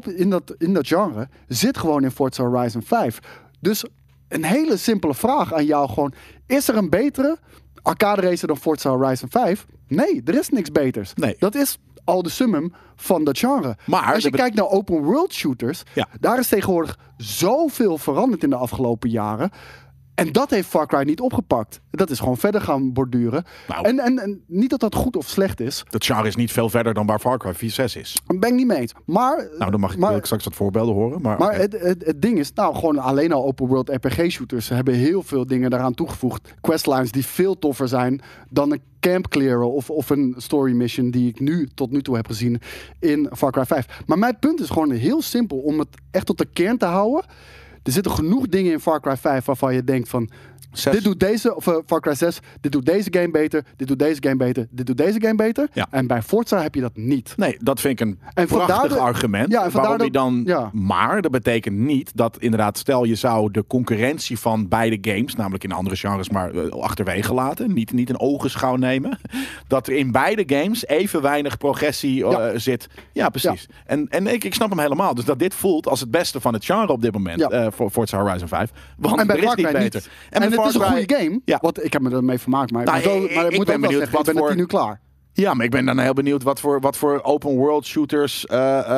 [SPEAKER 2] in dat genre zit gewoon in Forza Horizon 5. Dus een hele simpele vraag aan jou gewoon. Is er een betere arcade racer dan Forza Horizon 5? Nee, er is niks beters.
[SPEAKER 1] Nee.
[SPEAKER 2] Dat is al de summum van dat genre.
[SPEAKER 1] Maar
[SPEAKER 2] als je kijkt naar open world shooters, daar is tegenwoordig zoveel veranderd in de afgelopen jaren. En dat heeft Far Cry niet opgepakt. Dat is gewoon verder gaan borduren. Nou, en niet dat dat goed of slecht is.
[SPEAKER 1] Dat genre is niet veel verder dan waar Far Cry 6 is.
[SPEAKER 2] Daar ben ik niet mee eens. Maar,
[SPEAKER 1] nou, dan wil ik straks wat voorbeelden horen. Maar
[SPEAKER 2] okay. het ding is, nou, gewoon alleen al open world RPG-shooters hebben heel veel dingen daaraan toegevoegd. Questlines die veel toffer zijn dan een camp clearen of een story mission die ik tot nu toe heb gezien in Far Cry 5. Maar mijn punt is gewoon heel simpel om het echt tot de kern te houden. Er zitten genoeg dingen in Far Cry 5 waarvan je denkt van...
[SPEAKER 1] 6.
[SPEAKER 2] Dit doet deze, of Far Cry 6, dit doet deze game beter, dit doet deze game beter, dit doet deze game beter.
[SPEAKER 1] Ja.
[SPEAKER 2] En bij Forza heb je dat niet.
[SPEAKER 1] Nee, dat vind ik een prachtig argument.
[SPEAKER 2] Ja,
[SPEAKER 1] waarom je dan... Ja. Maar dat betekent niet dat inderdaad, stel je zou de concurrentie van beide games, namelijk in andere genres, maar achterwege laten. Niet in ogenschouw nemen. Dat er in beide games even weinig progressie zit. Ja, precies. Ja. En ik snap hem helemaal. Dus dat dit voelt als het beste van het genre op dit moment voor Forza Horizon 5. Want
[SPEAKER 2] en bij
[SPEAKER 1] er is niet beter.
[SPEAKER 2] Niet. En het is een goede game. Ja. Want ik heb me ermee vermaakt. Maar ik moet ook wel zeggen, ik ben het nu klaar.
[SPEAKER 1] Ja, maar ik ben dan heel benieuwd wat voor open world shooters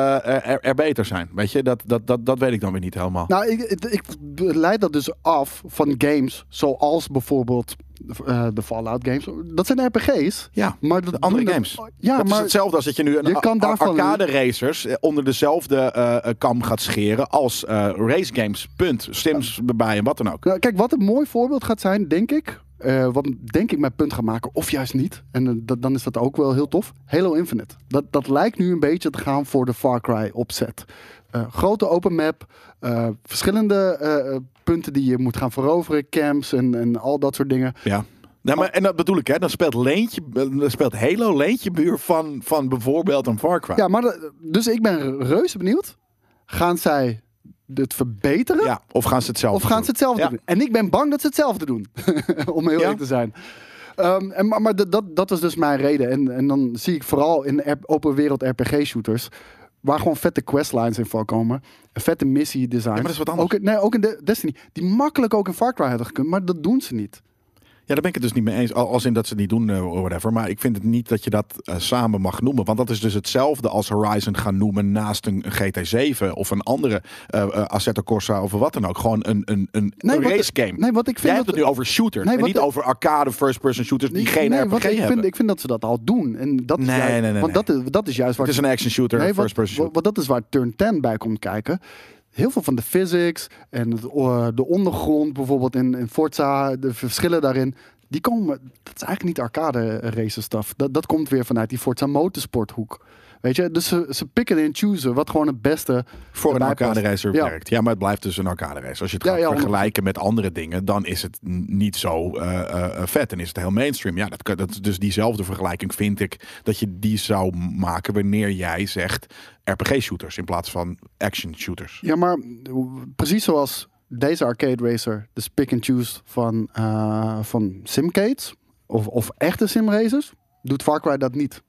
[SPEAKER 1] er beter zijn. Weet je, dat weet ik dan weer niet helemaal.
[SPEAKER 2] Nou, ik leid dat dus af van games zoals bijvoorbeeld de Fallout games. Dat zijn RPG's.
[SPEAKER 1] Ja,
[SPEAKER 2] maar
[SPEAKER 1] de andere games.
[SPEAKER 2] Ja,
[SPEAKER 1] dat is hetzelfde als dat je nu arcade racers onder dezelfde kam gaat scheren als race games. Punt. Sims erbij en wat dan ook.
[SPEAKER 2] Nou, kijk, wat een mooi voorbeeld gaat zijn, denk ik, wat denk ik mijn punt gaat maken, of juist niet. En dan is dat ook wel heel tof. Halo Infinite. Dat lijkt nu een beetje te gaan voor de Far Cry opzet. Grote open map. Verschillende punten die je moet gaan veroveren. Camps en al dat soort dingen.
[SPEAKER 1] Ja. Nou, maar, en dat bedoel ik, hè? Dan speelt Halo leentjebuur van bijvoorbeeld een Far Cry.
[SPEAKER 2] Ja, maar dus ik ben reuze benieuwd. Gaan zij het verbeteren?
[SPEAKER 1] Ja, of gaan ze hetzelfde
[SPEAKER 2] doen? En ik ben bang dat ze hetzelfde doen. Om heel eerlijk te zijn. Maar dat was dus mijn reden. En dan zie ik vooral in open wereld RPG-shooters... waar gewoon vette questlines in voorkomen. Een vette missie-design.
[SPEAKER 1] Ja, maar dat is wat anders.
[SPEAKER 2] Ook in Destiny. Die makkelijk ook in Far Cry hadden gekund. Maar dat doen ze niet.
[SPEAKER 1] Ja, daar ben ik het dus niet mee eens. Als in dat ze het niet doen, whatever. Maar ik vind het niet dat je dat samen mag noemen. Want dat is dus hetzelfde als Horizon gaan noemen naast een GT7 of een andere Assetto Corsa of wat dan ook. Gewoon een race game.
[SPEAKER 2] Nee, wat ik vind
[SPEAKER 1] Jij hebt het nu over shooters en niet over arcade first-person shooters die geen RPG hebben.
[SPEAKER 2] Ik vind dat ze dat al doen. En dat is want dat is juist waar...
[SPEAKER 1] Het is een action shooter, first-person shooter.
[SPEAKER 2] Want dat is waar Turn 10 bij komt kijken. Heel veel van de physics en de ondergrond, bijvoorbeeld in Forza, de verschillen daarin, die komen, dat is eigenlijk niet arcade race stuff. Dat komt weer vanuit die Forza Motorsport hoek. Weet je, dus ze pikken en choosen wat gewoon het beste
[SPEAKER 1] voor een arcade racer werkt. Ja, maar het blijft dus een arcade racer. Als je het gaat vergelijken met andere dingen, dan is het niet zo vet en is het heel mainstream. Ja, dus diezelfde vergelijking vind ik dat je die zou maken wanneer jij zegt RPG-shooters in plaats van action-shooters.
[SPEAKER 2] Ja, maar precies zoals deze arcade racer, de pick and choose van simcades of echte simracers, doet Far Cry dat niet.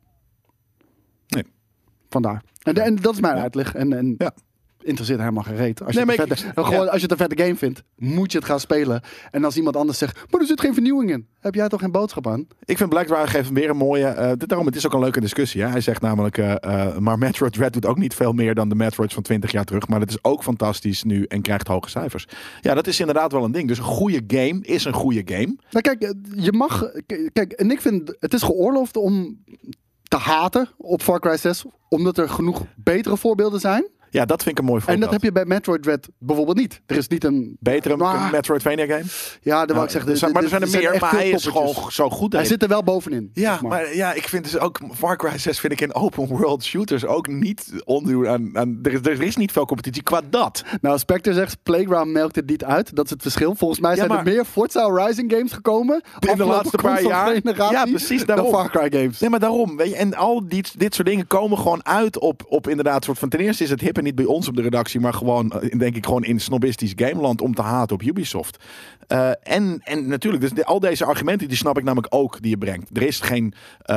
[SPEAKER 1] Nee.
[SPEAKER 2] Vandaar. En dat is mijn uitleg. En interesseert helemaal geen reet. Als je het een vette game vindt, moet je het gaan spelen. En als iemand anders zegt, maar er zit geen vernieuwing in. Heb jij toch geen boodschap aan?
[SPEAKER 1] Ik vind Blackdriver geeft weer een mooie... daarom, het is ook een leuke discussie. Hè? Hij zegt namelijk, maar Metroid Dread doet ook niet veel meer dan de Metroids van 20 jaar terug. Maar het is ook fantastisch nu en krijgt hoge cijfers. Ja, dat is inderdaad wel een ding. Dus een goede game is een goede game.
[SPEAKER 2] Nou kijk, je mag... Kijk, en ik vind, het is geoorloofd om te haten op Far Cry 6, omdat er genoeg betere voorbeelden zijn.
[SPEAKER 1] Ja, dat vind ik een mooi voorbeeld.
[SPEAKER 2] En dat heb je bij Metroid Dread bijvoorbeeld niet. Er is niet een...
[SPEAKER 1] Betere Metroidvania game?
[SPEAKER 2] Ja, dat wil ik zeggen.
[SPEAKER 1] Maar er zijn er meer, maar hij is gewoon zo goed.
[SPEAKER 2] Hij zit er wel bovenin.
[SPEAKER 1] Ja, zeg maar ik vind dus ook... Far Cry 6 vind ik in open world shooters ook niet onduur aan... Er is niet veel competitie qua dat.
[SPEAKER 2] Nou, Spectre zegt, Playground melkt het niet uit. Dat is het verschil. Volgens mij zijn er meer Forza Horizon games gekomen
[SPEAKER 1] in de laatste paar jaar.
[SPEAKER 2] Ja, precies. Daarom. Dan Far Cry games.
[SPEAKER 1] Nee, maar daarom. Weet je, en al dit soort dingen komen gewoon uit op inderdaad soort van... Ten eerste is het hip en niet bij ons op de redactie, maar gewoon, denk ik, gewoon in snobistisch gameland om te haten op Ubisoft. En natuurlijk, dus al deze argumenten, die snap ik namelijk ook die je brengt. Er is geen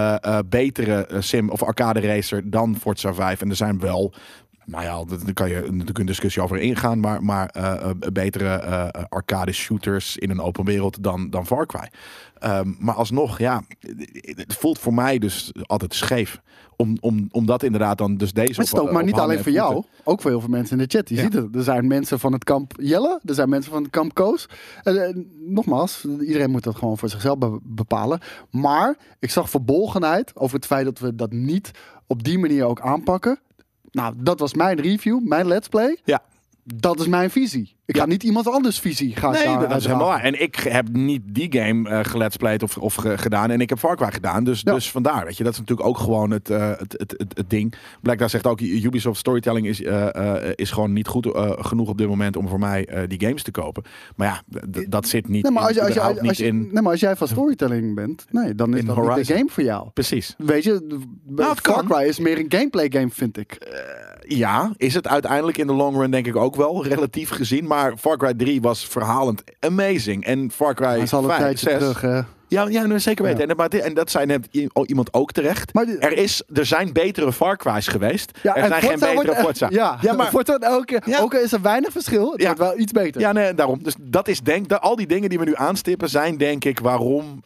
[SPEAKER 1] betere sim of arcade racer dan Forza 5. En er zijn wel, nou ja, daar kan je natuurlijk een discussie over ingaan, maar betere arcade shooters in een open wereld dan Far Cry. Maar alsnog, ja, het voelt voor mij dus altijd scheef. Omdat inderdaad dan dus deze...
[SPEAKER 2] Het is ook maar niet alleen voor jou. Ook voor heel veel mensen in de chat. Je ziet het. Er zijn mensen van het kamp Jelle. Er zijn mensen van het kamp Koos. Nogmaals, iedereen moet dat gewoon voor zichzelf bepalen. Maar ik zag verbolgenheid over het feit dat we dat niet op die manier ook aanpakken. Nou, dat was mijn review, mijn let's play.
[SPEAKER 1] Ja.
[SPEAKER 2] Dat is mijn visie. Ik ga niet iemand anders visie gaan.
[SPEAKER 1] Nee, dat is helemaal waar. En ik heb niet die game geletsplayed of gedaan. En ik heb Far Cry gedaan. Dus vandaar, weet je. Dat is natuurlijk ook gewoon het ding. Blijkbaar zegt ook, Ubisoft storytelling is gewoon niet goed genoeg op dit moment om voor mij die games te kopen. Maar ja, dat zit niet, in.
[SPEAKER 2] Nee, maar als jij van storytelling bent, dan is dat niet de game voor jou.
[SPEAKER 1] Precies.
[SPEAKER 2] Weet je, Far Cry is meer een gameplay game, vind ik.
[SPEAKER 1] Ja, is het uiteindelijk in de long run denk ik ook wel, relatief gezien. Maar Far Cry 3 was verhalend amazing. En Far Cry 5, 6... terug, hè? Ja, zeker weten. Ja. En dat zei net iemand ook terecht. Maar er zijn betere Far Cry's geweest. Ja, er zijn geen betere Forza.
[SPEAKER 2] Maar Forza ook is er weinig verschil. Het wordt wel iets beter.
[SPEAKER 1] Ja, nee, daarom. Dus dat is al die dingen die we nu aanstippen zijn denk ik waarom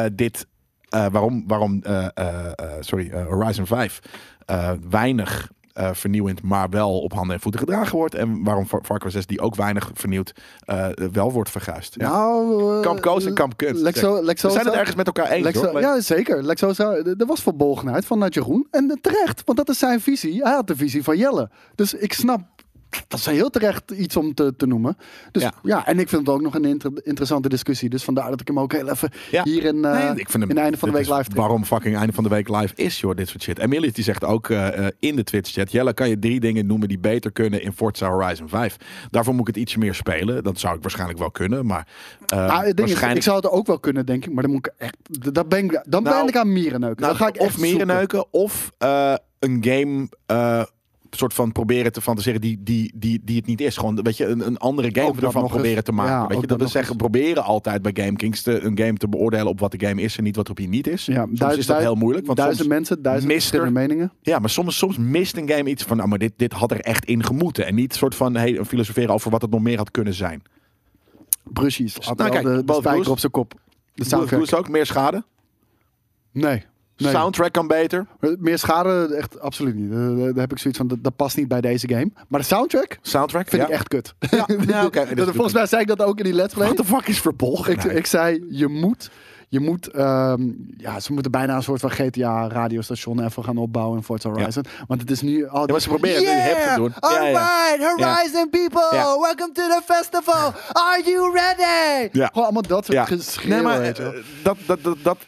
[SPEAKER 1] Horizon 5 weinig vernieuwend, maar wel op handen en voeten gedragen wordt. En waarom Far Cry 6, die ook weinig vernieuwd, wel wordt verguisd. Ja.
[SPEAKER 2] Nou,
[SPEAKER 1] Kamp Koos en Kamp Kunst. We zijn het ergens met elkaar eens. Hoor.
[SPEAKER 2] Ja, zeker. Er was verbolgenheid van Jeroen. En terecht, want dat is zijn visie. Hij had de visie van Jelle. Dus ik snap dat is heel terecht iets om te noemen. Dus ja, en ik vind het ook nog een interessante discussie. Dus vandaar dat ik hem ook heel even hier in Einde van de Week live trek.
[SPEAKER 1] Waarom fucking Einde van de Week live is, joh, dit soort shit. Emilius die zegt ook in de Twitch-chat, Jelle, kan je 3 dingen noemen die beter kunnen in Forza Horizon 5? Daarvoor moet ik het ietsje meer spelen. Dat zou ik waarschijnlijk wel kunnen, maar waarschijnlijk...
[SPEAKER 2] ik zou het ook wel kunnen, denk ik, maar dan moet ik echt... Dan ben ik aan mierenneuken. Dan ga ik
[SPEAKER 1] of mierenneuken, of een game... soort van proberen te fantaseren die het niet is. Gewoon, weet je, een andere game ervan proberen te maken. Ja, weet je, dat we zeggen, proberen altijd bij GameKings een game te beoordelen op wat de game is en niet wat op je niet is. Ja, soms is dat heel moeilijk. Want
[SPEAKER 2] 1000 mensen, 1000 verschillende meningen.
[SPEAKER 1] Ja, maar soms mist een game iets van, nou, maar dit had er echt in gemoeten. En niet soort van filosoferen over wat het nog meer had kunnen zijn.
[SPEAKER 2] Precies. De spijker op zijn kop.
[SPEAKER 1] De soundtrack. Is ook meer schade?
[SPEAKER 2] Nee.
[SPEAKER 1] Soundtrack kan beter.
[SPEAKER 2] Meer schade, echt absoluut niet. Daar heb ik zoiets van, dat past niet bij deze game. Maar de soundtrack vind ik echt kut. Ja, okay. Volgens mij zei ik dat ook in die Let's Play.
[SPEAKER 1] What the fuck is verbolgen?
[SPEAKER 2] Ik zei, je moet ze moeten bijna een soort van GTA radiostation even gaan opbouwen in Forza Horizon. Ja. Want het is nu al...
[SPEAKER 1] maar ze proberen het nu hip te doen.
[SPEAKER 2] Alright, Horizon people, welcome to the festival. Are you ready? Ja. Gewoon allemaal dat soort geschreeuw.
[SPEAKER 1] Nee, maar dat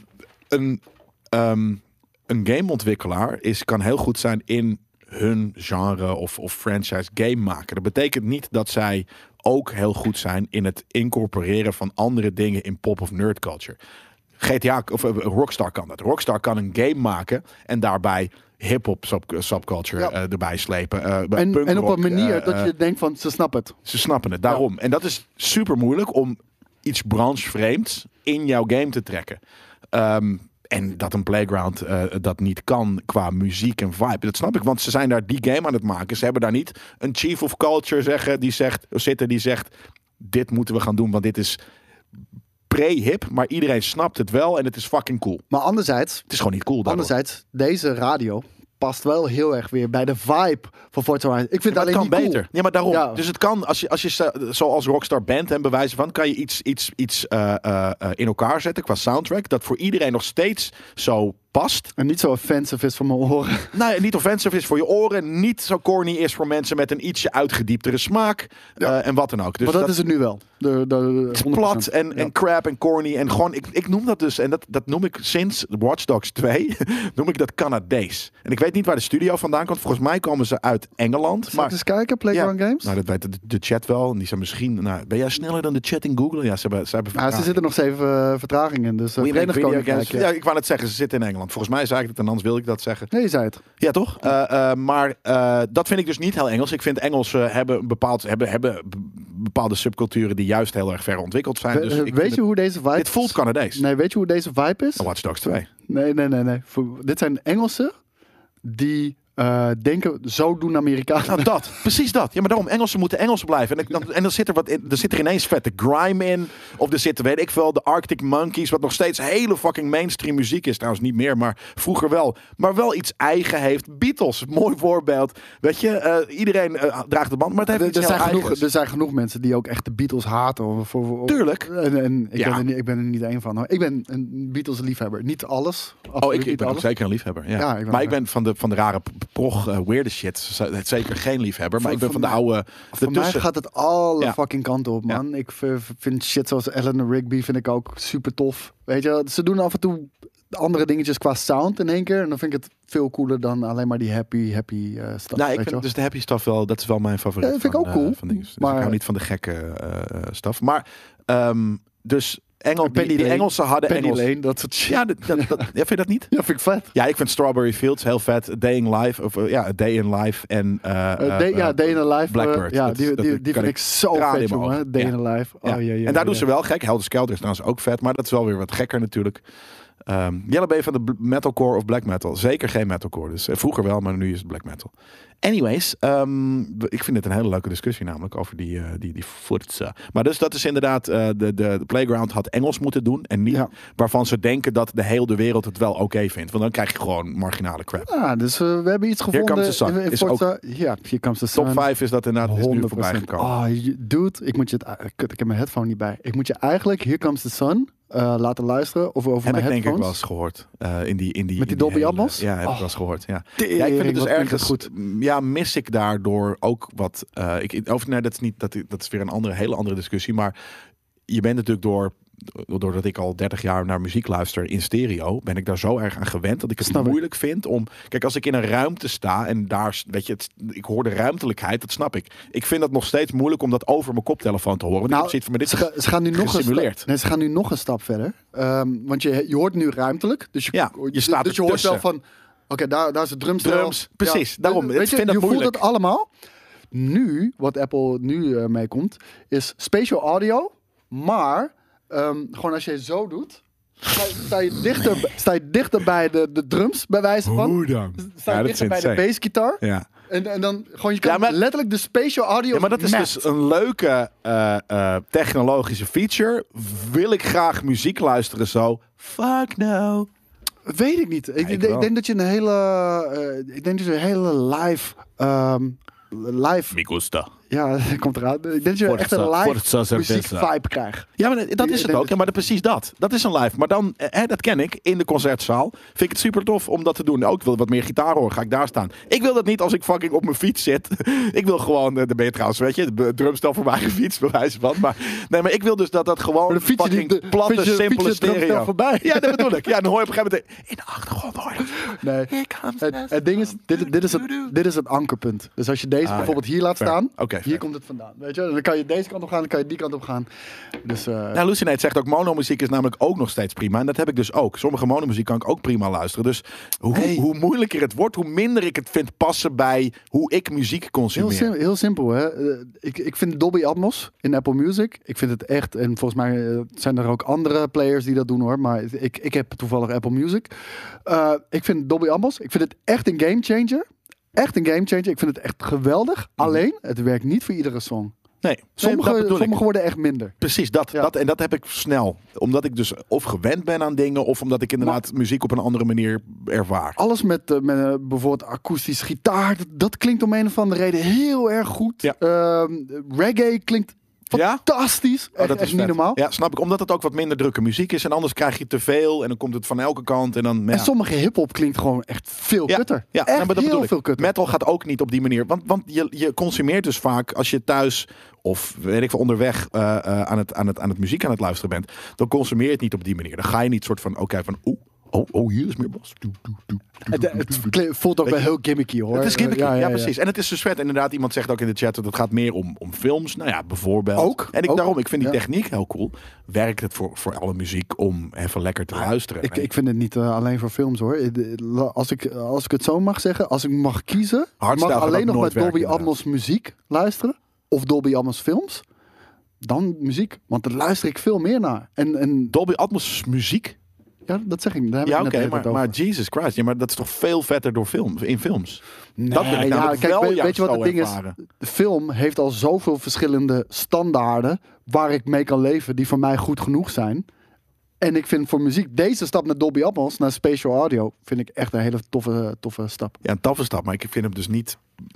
[SPEAKER 1] een gameontwikkelaar kan heel goed zijn in hun genre of franchise game maken. Dat betekent niet dat zij ook heel goed zijn in het incorporeren van andere dingen in pop of nerd culture. GTA of Rockstar kan dat. Rockstar kan een game maken en daarbij hip-hop subculture erbij slepen.
[SPEAKER 2] En op een manier dat je denkt van, ze snappen het.
[SPEAKER 1] Ze snappen het, daarom. Ja. En dat is super moeilijk om iets branchevreemds in jouw game te trekken. En dat een Playground dat niet kan qua muziek en vibe. Dat snap ik, want ze zijn daar die game aan het maken. Ze hebben daar niet een chief of culture die zegt, dit moeten we gaan doen, want dit is pre-hip, maar iedereen snapt het wel en het is fucking cool.
[SPEAKER 2] Maar anderzijds...
[SPEAKER 1] Het is gewoon niet cool daardoor.
[SPEAKER 2] Anderzijds, deze radio past wel heel erg weer bij de vibe van Forza Horizon. Ik vind dat alleen niet
[SPEAKER 1] beter.
[SPEAKER 2] Cool.
[SPEAKER 1] Ja, maar daarom. Ja. Dus het kan, als je zoals Rockstar bent en bewijzen van, kan je iets in elkaar zetten qua soundtrack, dat voor iedereen nog steeds zo past.
[SPEAKER 2] En niet zo offensive is voor mijn oren.
[SPEAKER 1] Nee, niet offensive is voor je oren. Niet zo corny is voor mensen met een ietsje uitgedieptere smaak. En wat dan ook. Dus
[SPEAKER 2] maar dat is het nu wel.
[SPEAKER 1] Het is plat en crap en corny. En gewoon, ik noem dat dus. En dat noem ik sinds Watch Dogs 2. noem ik dat Canadees. En ik weet niet waar de studio vandaan komt. Volgens mij komen ze uit Engeland.
[SPEAKER 2] Zal ik eens kijken? Playground Games?
[SPEAKER 1] Nou, dat weet de chat wel. En die zijn misschien... Nou, ben jij sneller dan de chat in Google? Ja, ze hebben
[SPEAKER 2] ze zitten nog 7 vertraging in. Dus Verenigd Koninkrijk.
[SPEAKER 1] Ja, ik wou net zeggen. Ze zitten in Engeland. Volgens mij zei ik het en anders wil ik dat zeggen.
[SPEAKER 2] Nee, je zei het.
[SPEAKER 1] Ja, toch? Maar dat vind ik dus niet heel Engels. Ik vind Engelsen hebben bepaalde subculturen die juist heel erg ver ontwikkeld zijn. Dus
[SPEAKER 2] weet je hoe deze vibe is?
[SPEAKER 1] Dit voelt Canadees.
[SPEAKER 2] Nee, weet je hoe deze vibe is?
[SPEAKER 1] Watch Dogs 2.
[SPEAKER 2] Nee. Dit zijn Engelsen die denken, zo doen Amerikanen.
[SPEAKER 1] Nou, precies dat. Ja, maar daarom, Engelsen moeten Engels blijven. En dan zit er er zit er ineens vette grime in. Of er zitten, weet ik veel, de Arctic Monkeys, wat nog steeds hele fucking mainstream muziek is. Trouwens niet meer, maar vroeger wel. Maar wel iets eigen heeft. Beatles, mooi voorbeeld. Weet je, iedereen draagt de band, maar het heeft
[SPEAKER 2] er zijn genoeg mensen die ook echt de Beatles haten.
[SPEAKER 1] Tuurlijk.
[SPEAKER 2] En ik ben er niet één van. Hoor. Ik ben een Beatles liefhebber. Niet alles.
[SPEAKER 1] Ik ben ook zeker een liefhebber. Ja. Maar ik ben van de rare weirde shit. Zeker geen liefhebber, maar ik ben van de oude...
[SPEAKER 2] Voor mij gaat het alle fucking kanten op, man. Ja. Ik vind shit zoals Eleanor Rigby vind ik ook super tof. Weet je, ze doen af en toe andere dingetjes qua sound in één keer. En dan vind ik het veel cooler dan alleen maar die happy stuff.
[SPEAKER 1] Nou, ik vind dus de happy stuff wel, dat is wel mijn favoriet.
[SPEAKER 2] Dat vind ik ook cool.
[SPEAKER 1] Dus maar ik hou niet van de gekke stuff. Maar, dus... Die Engelsen hadden
[SPEAKER 2] Penny
[SPEAKER 1] Engels.
[SPEAKER 2] Lane, dat soort shit.
[SPEAKER 1] Ja, vind je dat niet?
[SPEAKER 2] Ja, vind ik vet.
[SPEAKER 1] Ja, ik vind Strawberry Fields heel vet. Day in Life. Of Day in Life. En
[SPEAKER 2] Day in Life.
[SPEAKER 1] Blackbird.
[SPEAKER 2] Die vind ik zo vet, jongen. Day in Life.
[SPEAKER 1] En daar doen ze wel gek. Helter Skelter is trouwens ook vet. Maar dat is wel weer wat gekker natuurlijk. Jelle, ben je van de metalcore of black metal? Zeker geen metalcore. Dus vroeger wel, maar nu is het black metal. Anyways, ik vind het een hele leuke discussie namelijk over die Forza. Maar dus dat is inderdaad, de Playground had Engels moeten doen. En niet waarvan ze denken dat de hele wereld het wel oké vindt. Want dan krijg je gewoon marginale crap.
[SPEAKER 2] Ja, dus we hebben iets gevonden.
[SPEAKER 1] Here Comes the Sun.
[SPEAKER 2] In Forza. Ja, Here Comes the Sun.
[SPEAKER 1] Top 5 is dat inderdaad is nu voorbij gekomen.
[SPEAKER 2] Dude, ik heb mijn headphone niet bij. Ik moet je eigenlijk Here Comes the Sun laten luisteren. Of over
[SPEAKER 1] heb
[SPEAKER 2] mijn
[SPEAKER 1] ik
[SPEAKER 2] headphones.
[SPEAKER 1] denk ik wel eens gehoord. Met
[SPEAKER 2] die Dolby Atmos?
[SPEAKER 1] Ja, heb ik wel eens gehoord. Ja.
[SPEAKER 2] Tering,
[SPEAKER 1] Ja, ik vind het dus
[SPEAKER 2] wat klinkt
[SPEAKER 1] ergens
[SPEAKER 2] dat goed.
[SPEAKER 1] Ja, mis ik daardoor ook wat. Dat is weer een hele andere discussie. Maar je bent natuurlijk doordat ik al 30 jaar naar muziek luister in stereo, ben ik daar zo erg aan gewend dat ik het
[SPEAKER 2] Snap ik.
[SPEAKER 1] moeilijk vind om. Kijk, als ik in een ruimte sta en daar, weet je, ik hoor de ruimtelijkheid, dat snap ik. Ik vind het nog steeds moeilijk om dat over mijn koptelefoon te horen. Want ik heb zoiets van, maar dit is
[SPEAKER 2] ze gaan nu nog
[SPEAKER 1] gesimuleerd.
[SPEAKER 2] ze gaan nu nog een stap verder. Want je hoort nu ruimtelijk. Dus
[SPEAKER 1] je staat
[SPEAKER 2] dus je hoort wel
[SPEAKER 1] ertussen.
[SPEAKER 2] van, oké, daar is het drumstel.
[SPEAKER 1] Drums, precies. Daarom,
[SPEAKER 2] Weet
[SPEAKER 1] ik
[SPEAKER 2] je,
[SPEAKER 1] vind dat
[SPEAKER 2] je voelt
[SPEAKER 1] moeilijk.
[SPEAKER 2] het allemaal. Nu, wat Apple nu mee komt, is spatial audio. Maar, gewoon als je het zo doet, sta je dichter bij de drums, bij wijze van.
[SPEAKER 1] Hoe dan?
[SPEAKER 2] Sta je dichter bij de bassgitaar.
[SPEAKER 1] Ja.
[SPEAKER 2] En dan gewoon, je kan letterlijk de spatial audio.
[SPEAKER 1] Ja, maar dat is dus een leuke technologische feature. Wil ik graag muziek luisteren zo? Fuck no.
[SPEAKER 2] Weet ik niet. Ik denk dat je een hele live.
[SPEAKER 1] Mi gusta.
[SPEAKER 2] Ja, komt eruit. Ik denk dat je echt een live muziek vibe krijgt.
[SPEAKER 1] Ja, maar dat is het ook. Ja, maar precies dat. Dat is een live. Maar dan, dat ken ik, in de concertzaal. Vind ik het super tof om dat te doen. Ook, ik wil wat meer gitaar horen, ga ik daar staan. Ik wil dat niet als ik fucking op mijn fiets zit. Ik wil gewoon, daar ben je trouwens, weet je, de drumstel voor mijn fiets, bij wijze van. Maar ik wil dus dat gewoon fucking platte, simpele stereo.
[SPEAKER 2] Voorbij.
[SPEAKER 1] Ja, dat bedoel ik. Ja, dan hoor je op een gegeven moment in de achtergrond hoor je.
[SPEAKER 2] Nee. Het ding is, dit is het ankerpunt. Dus als je deze bijvoorbeeld hier laat staan, hier komt het vandaan. Weet je? Dan kan je deze kant op gaan, dan kan je die kant op gaan. Dus,
[SPEAKER 1] nou, Lucinate zegt ook, monomuziek is namelijk ook nog steeds prima. En dat heb ik dus ook. Sommige monomuziek kan ik ook prima luisteren. Dus hoe moeilijker het wordt, hoe minder ik het vind passen bij hoe ik muziek consumeer.
[SPEAKER 2] Heel simpel, hè. Ik vind Dolby Atmos in Apple Music. Ik vind het echt, en volgens mij zijn er ook andere players die dat doen hoor. Maar ik heb toevallig Apple Music. Ik vind Dolby Atmos, ik vind het echt een gamechanger. Echt een gamechanger. Ik vind het echt geweldig. Alleen, het werkt niet voor iedere song.
[SPEAKER 1] Nee,
[SPEAKER 2] sommige worden echt minder.
[SPEAKER 1] Precies, en dat heb ik snel. Omdat ik dus of gewend ben aan dingen, of omdat ik inderdaad muziek op een andere manier ervaar.
[SPEAKER 2] Alles met bijvoorbeeld akoestisch gitaar, dat klinkt om een of andere reden heel erg goed. Ja. Reggae klinkt fantastisch. Dat is niet normaal.
[SPEAKER 1] Ja, snap ik. Omdat het ook wat minder drukke muziek is. En anders krijg je te veel. En dan komt het van elke kant. En
[SPEAKER 2] sommige hiphop klinkt gewoon echt veel kutter.
[SPEAKER 1] Ja,
[SPEAKER 2] echt
[SPEAKER 1] maar dat
[SPEAKER 2] heel veel kutter.
[SPEAKER 1] Metal gaat ook niet op die manier. Want je consumeert dus vaak als je thuis of weet ik veel onderweg aan het muziek aan het luisteren bent. Dan consumeer je het niet op die manier. Dan ga je niet soort van hier is meer bas.
[SPEAKER 2] Het voelt ook wel heel gimmicky hoor.
[SPEAKER 1] Het is gimmicky, ja, precies. En het is dus vet. Inderdaad, iemand zegt ook in de chat dat het gaat meer om films. Nou ja, bijvoorbeeld.
[SPEAKER 2] Ook.
[SPEAKER 1] En ik vind die techniek heel cool. Werkt het voor alle muziek om even lekker te luisteren?
[SPEAKER 2] Ik vind het niet alleen voor films hoor. Als ik het zo mag zeggen, als ik mag kiezen, mag alleen nog met Dolby Atmos muziek luisteren. Of Dolby Atmos films. Dan muziek. Want daar luister ik veel meer naar. En
[SPEAKER 1] Dolby Atmos muziek?
[SPEAKER 2] Ja, dat zeg ik. Daar heb ik net
[SPEAKER 1] maar Jesus Christ. Ja, maar dat is toch veel vetter door in films?
[SPEAKER 2] Nee,
[SPEAKER 1] dat wil ik namelijk wel
[SPEAKER 2] weet je wat het ding
[SPEAKER 1] ervaren.
[SPEAKER 2] is? De film heeft al zoveel verschillende standaarden waar ik mee kan leven, die voor mij goed genoeg zijn. En ik vind voor muziek, deze stap naar Dolby Atmos, naar spatial audio, vind ik echt een hele toffe stap.
[SPEAKER 1] Ja, een toffe stap, maar ik vind hem dus niet.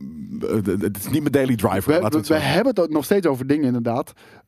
[SPEAKER 1] Het is niet mijn daily driver.
[SPEAKER 2] We hebben het nog steeds over dingen inderdaad.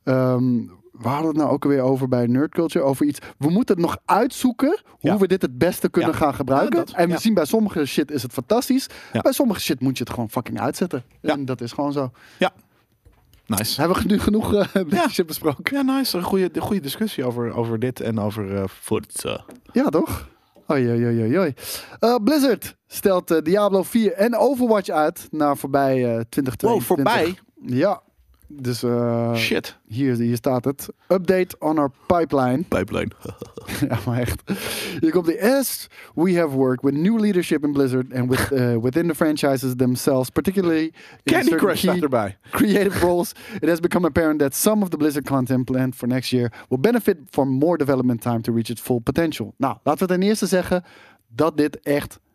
[SPEAKER 2] We hadden het nou ook alweer over bij Nerd Culture, over iets. We moeten het nog uitzoeken hoe we dit het beste kunnen gaan gebruiken. En we zien bij sommige shit is het fantastisch. Ja. Bij sommige shit moet je het gewoon fucking uitzetten. En dat is gewoon zo.
[SPEAKER 1] Ja. Nice.
[SPEAKER 2] Hebben we nu genoeg shit besproken?
[SPEAKER 1] Ja, nice. Een goede discussie over dit en over Forza.
[SPEAKER 2] Ja, toch? Oei. Blizzard stelt Diablo 4 en Overwatch uit naar voorbij 2022.
[SPEAKER 1] Wow, voorbij?
[SPEAKER 2] Ja. Dus
[SPEAKER 1] shit.
[SPEAKER 2] Hier staat het. Update on our pipeline. Ja, maar echt. Hier komt de as we have worked with new leadership in Blizzard and within the franchises themselves, particularly
[SPEAKER 1] Candy Crush staat erbij.
[SPEAKER 2] Creative roles, it has become apparent that some of the Blizzard content planned for next year will benefit from more development time to reach its full potential. Nou, laten we ten eerste zeggen dat dit echt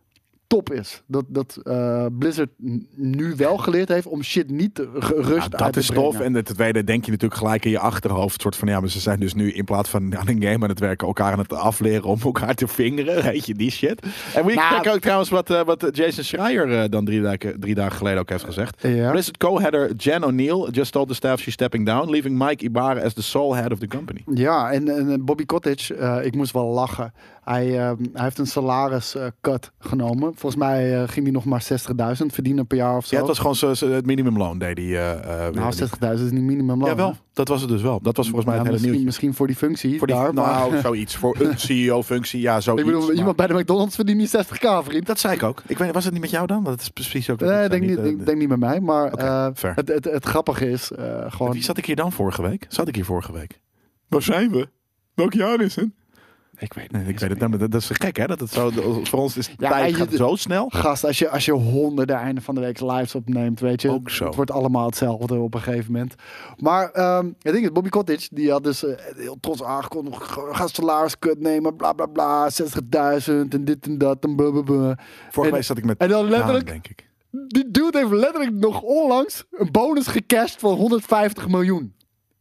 [SPEAKER 2] top is. Dat Blizzard nu wel geleerd heeft om shit niet rust uit te brengen.
[SPEAKER 1] Dat is tof. En ten tweede denk je natuurlijk gelijk in je achterhoofd. Soort van, ja, maar ze zijn dus nu in plaats van aan een game aan het werken, elkaar aan het afleren om elkaar te vingeren. Weet je, die shit. En moet je kijken ook trouwens wat Jason Schreier dan drie dagen geleden ook heeft gezegd.
[SPEAKER 2] Ja.
[SPEAKER 1] Blizzard co-header Jen O'Neill just told the staff she's stepping down, leaving Mike Ibarra as the sole head of the company.
[SPEAKER 2] Ja, en Bobby Kotick, ik moest wel lachen. Hij heeft een salariscut genomen. Volgens mij ging hij nog maar 60.000 verdienen per jaar of zo.
[SPEAKER 1] Ja, het was gewoon het minimumloon deed hij.
[SPEAKER 2] Nou, 60.000 is niet minimumloon.
[SPEAKER 1] Jawel, dat was het dus wel. Dat was volgens mij het hele nieuws.
[SPEAKER 2] Misschien voor die functie
[SPEAKER 1] voor die,
[SPEAKER 2] daar.
[SPEAKER 1] Nou,
[SPEAKER 2] maar...
[SPEAKER 1] zoiets. Voor een CEO-functie, ja, zoiets.
[SPEAKER 2] Ik bedoel, iemand bij de McDonald's verdient niet 60k, vriend.
[SPEAKER 1] Dat zei ik ook. Ik weet, was het niet met jou dan? Want het is precies ook...
[SPEAKER 2] Nee, denk niet met mij. Maar
[SPEAKER 1] fair.
[SPEAKER 2] Het grappige is gewoon...
[SPEAKER 1] Wie zat ik hier dan vorige week? Vorige week? Waar zijn we? Welk jaar is het? Ik weet het niet. Dat is gek, hè? Dat het zo, voor ons is tijd gaat zo snel.
[SPEAKER 2] Gast, als je honderden einde van de week lives opneemt, weet je.
[SPEAKER 1] Ook zo.
[SPEAKER 2] Het wordt allemaal hetzelfde op een gegeven moment. Maar het ding is, Bobby Kotick, die had dus heel trots aangekondigd. Ga salariscut nemen, bla bla bla, 60.000 en dit en dat en blablabla.
[SPEAKER 1] Vorige week zat ik met...
[SPEAKER 2] En dan letterlijk...
[SPEAKER 1] denk ik.
[SPEAKER 2] Die dude heeft letterlijk nog onlangs een bonus gecashed van 150 miljoen.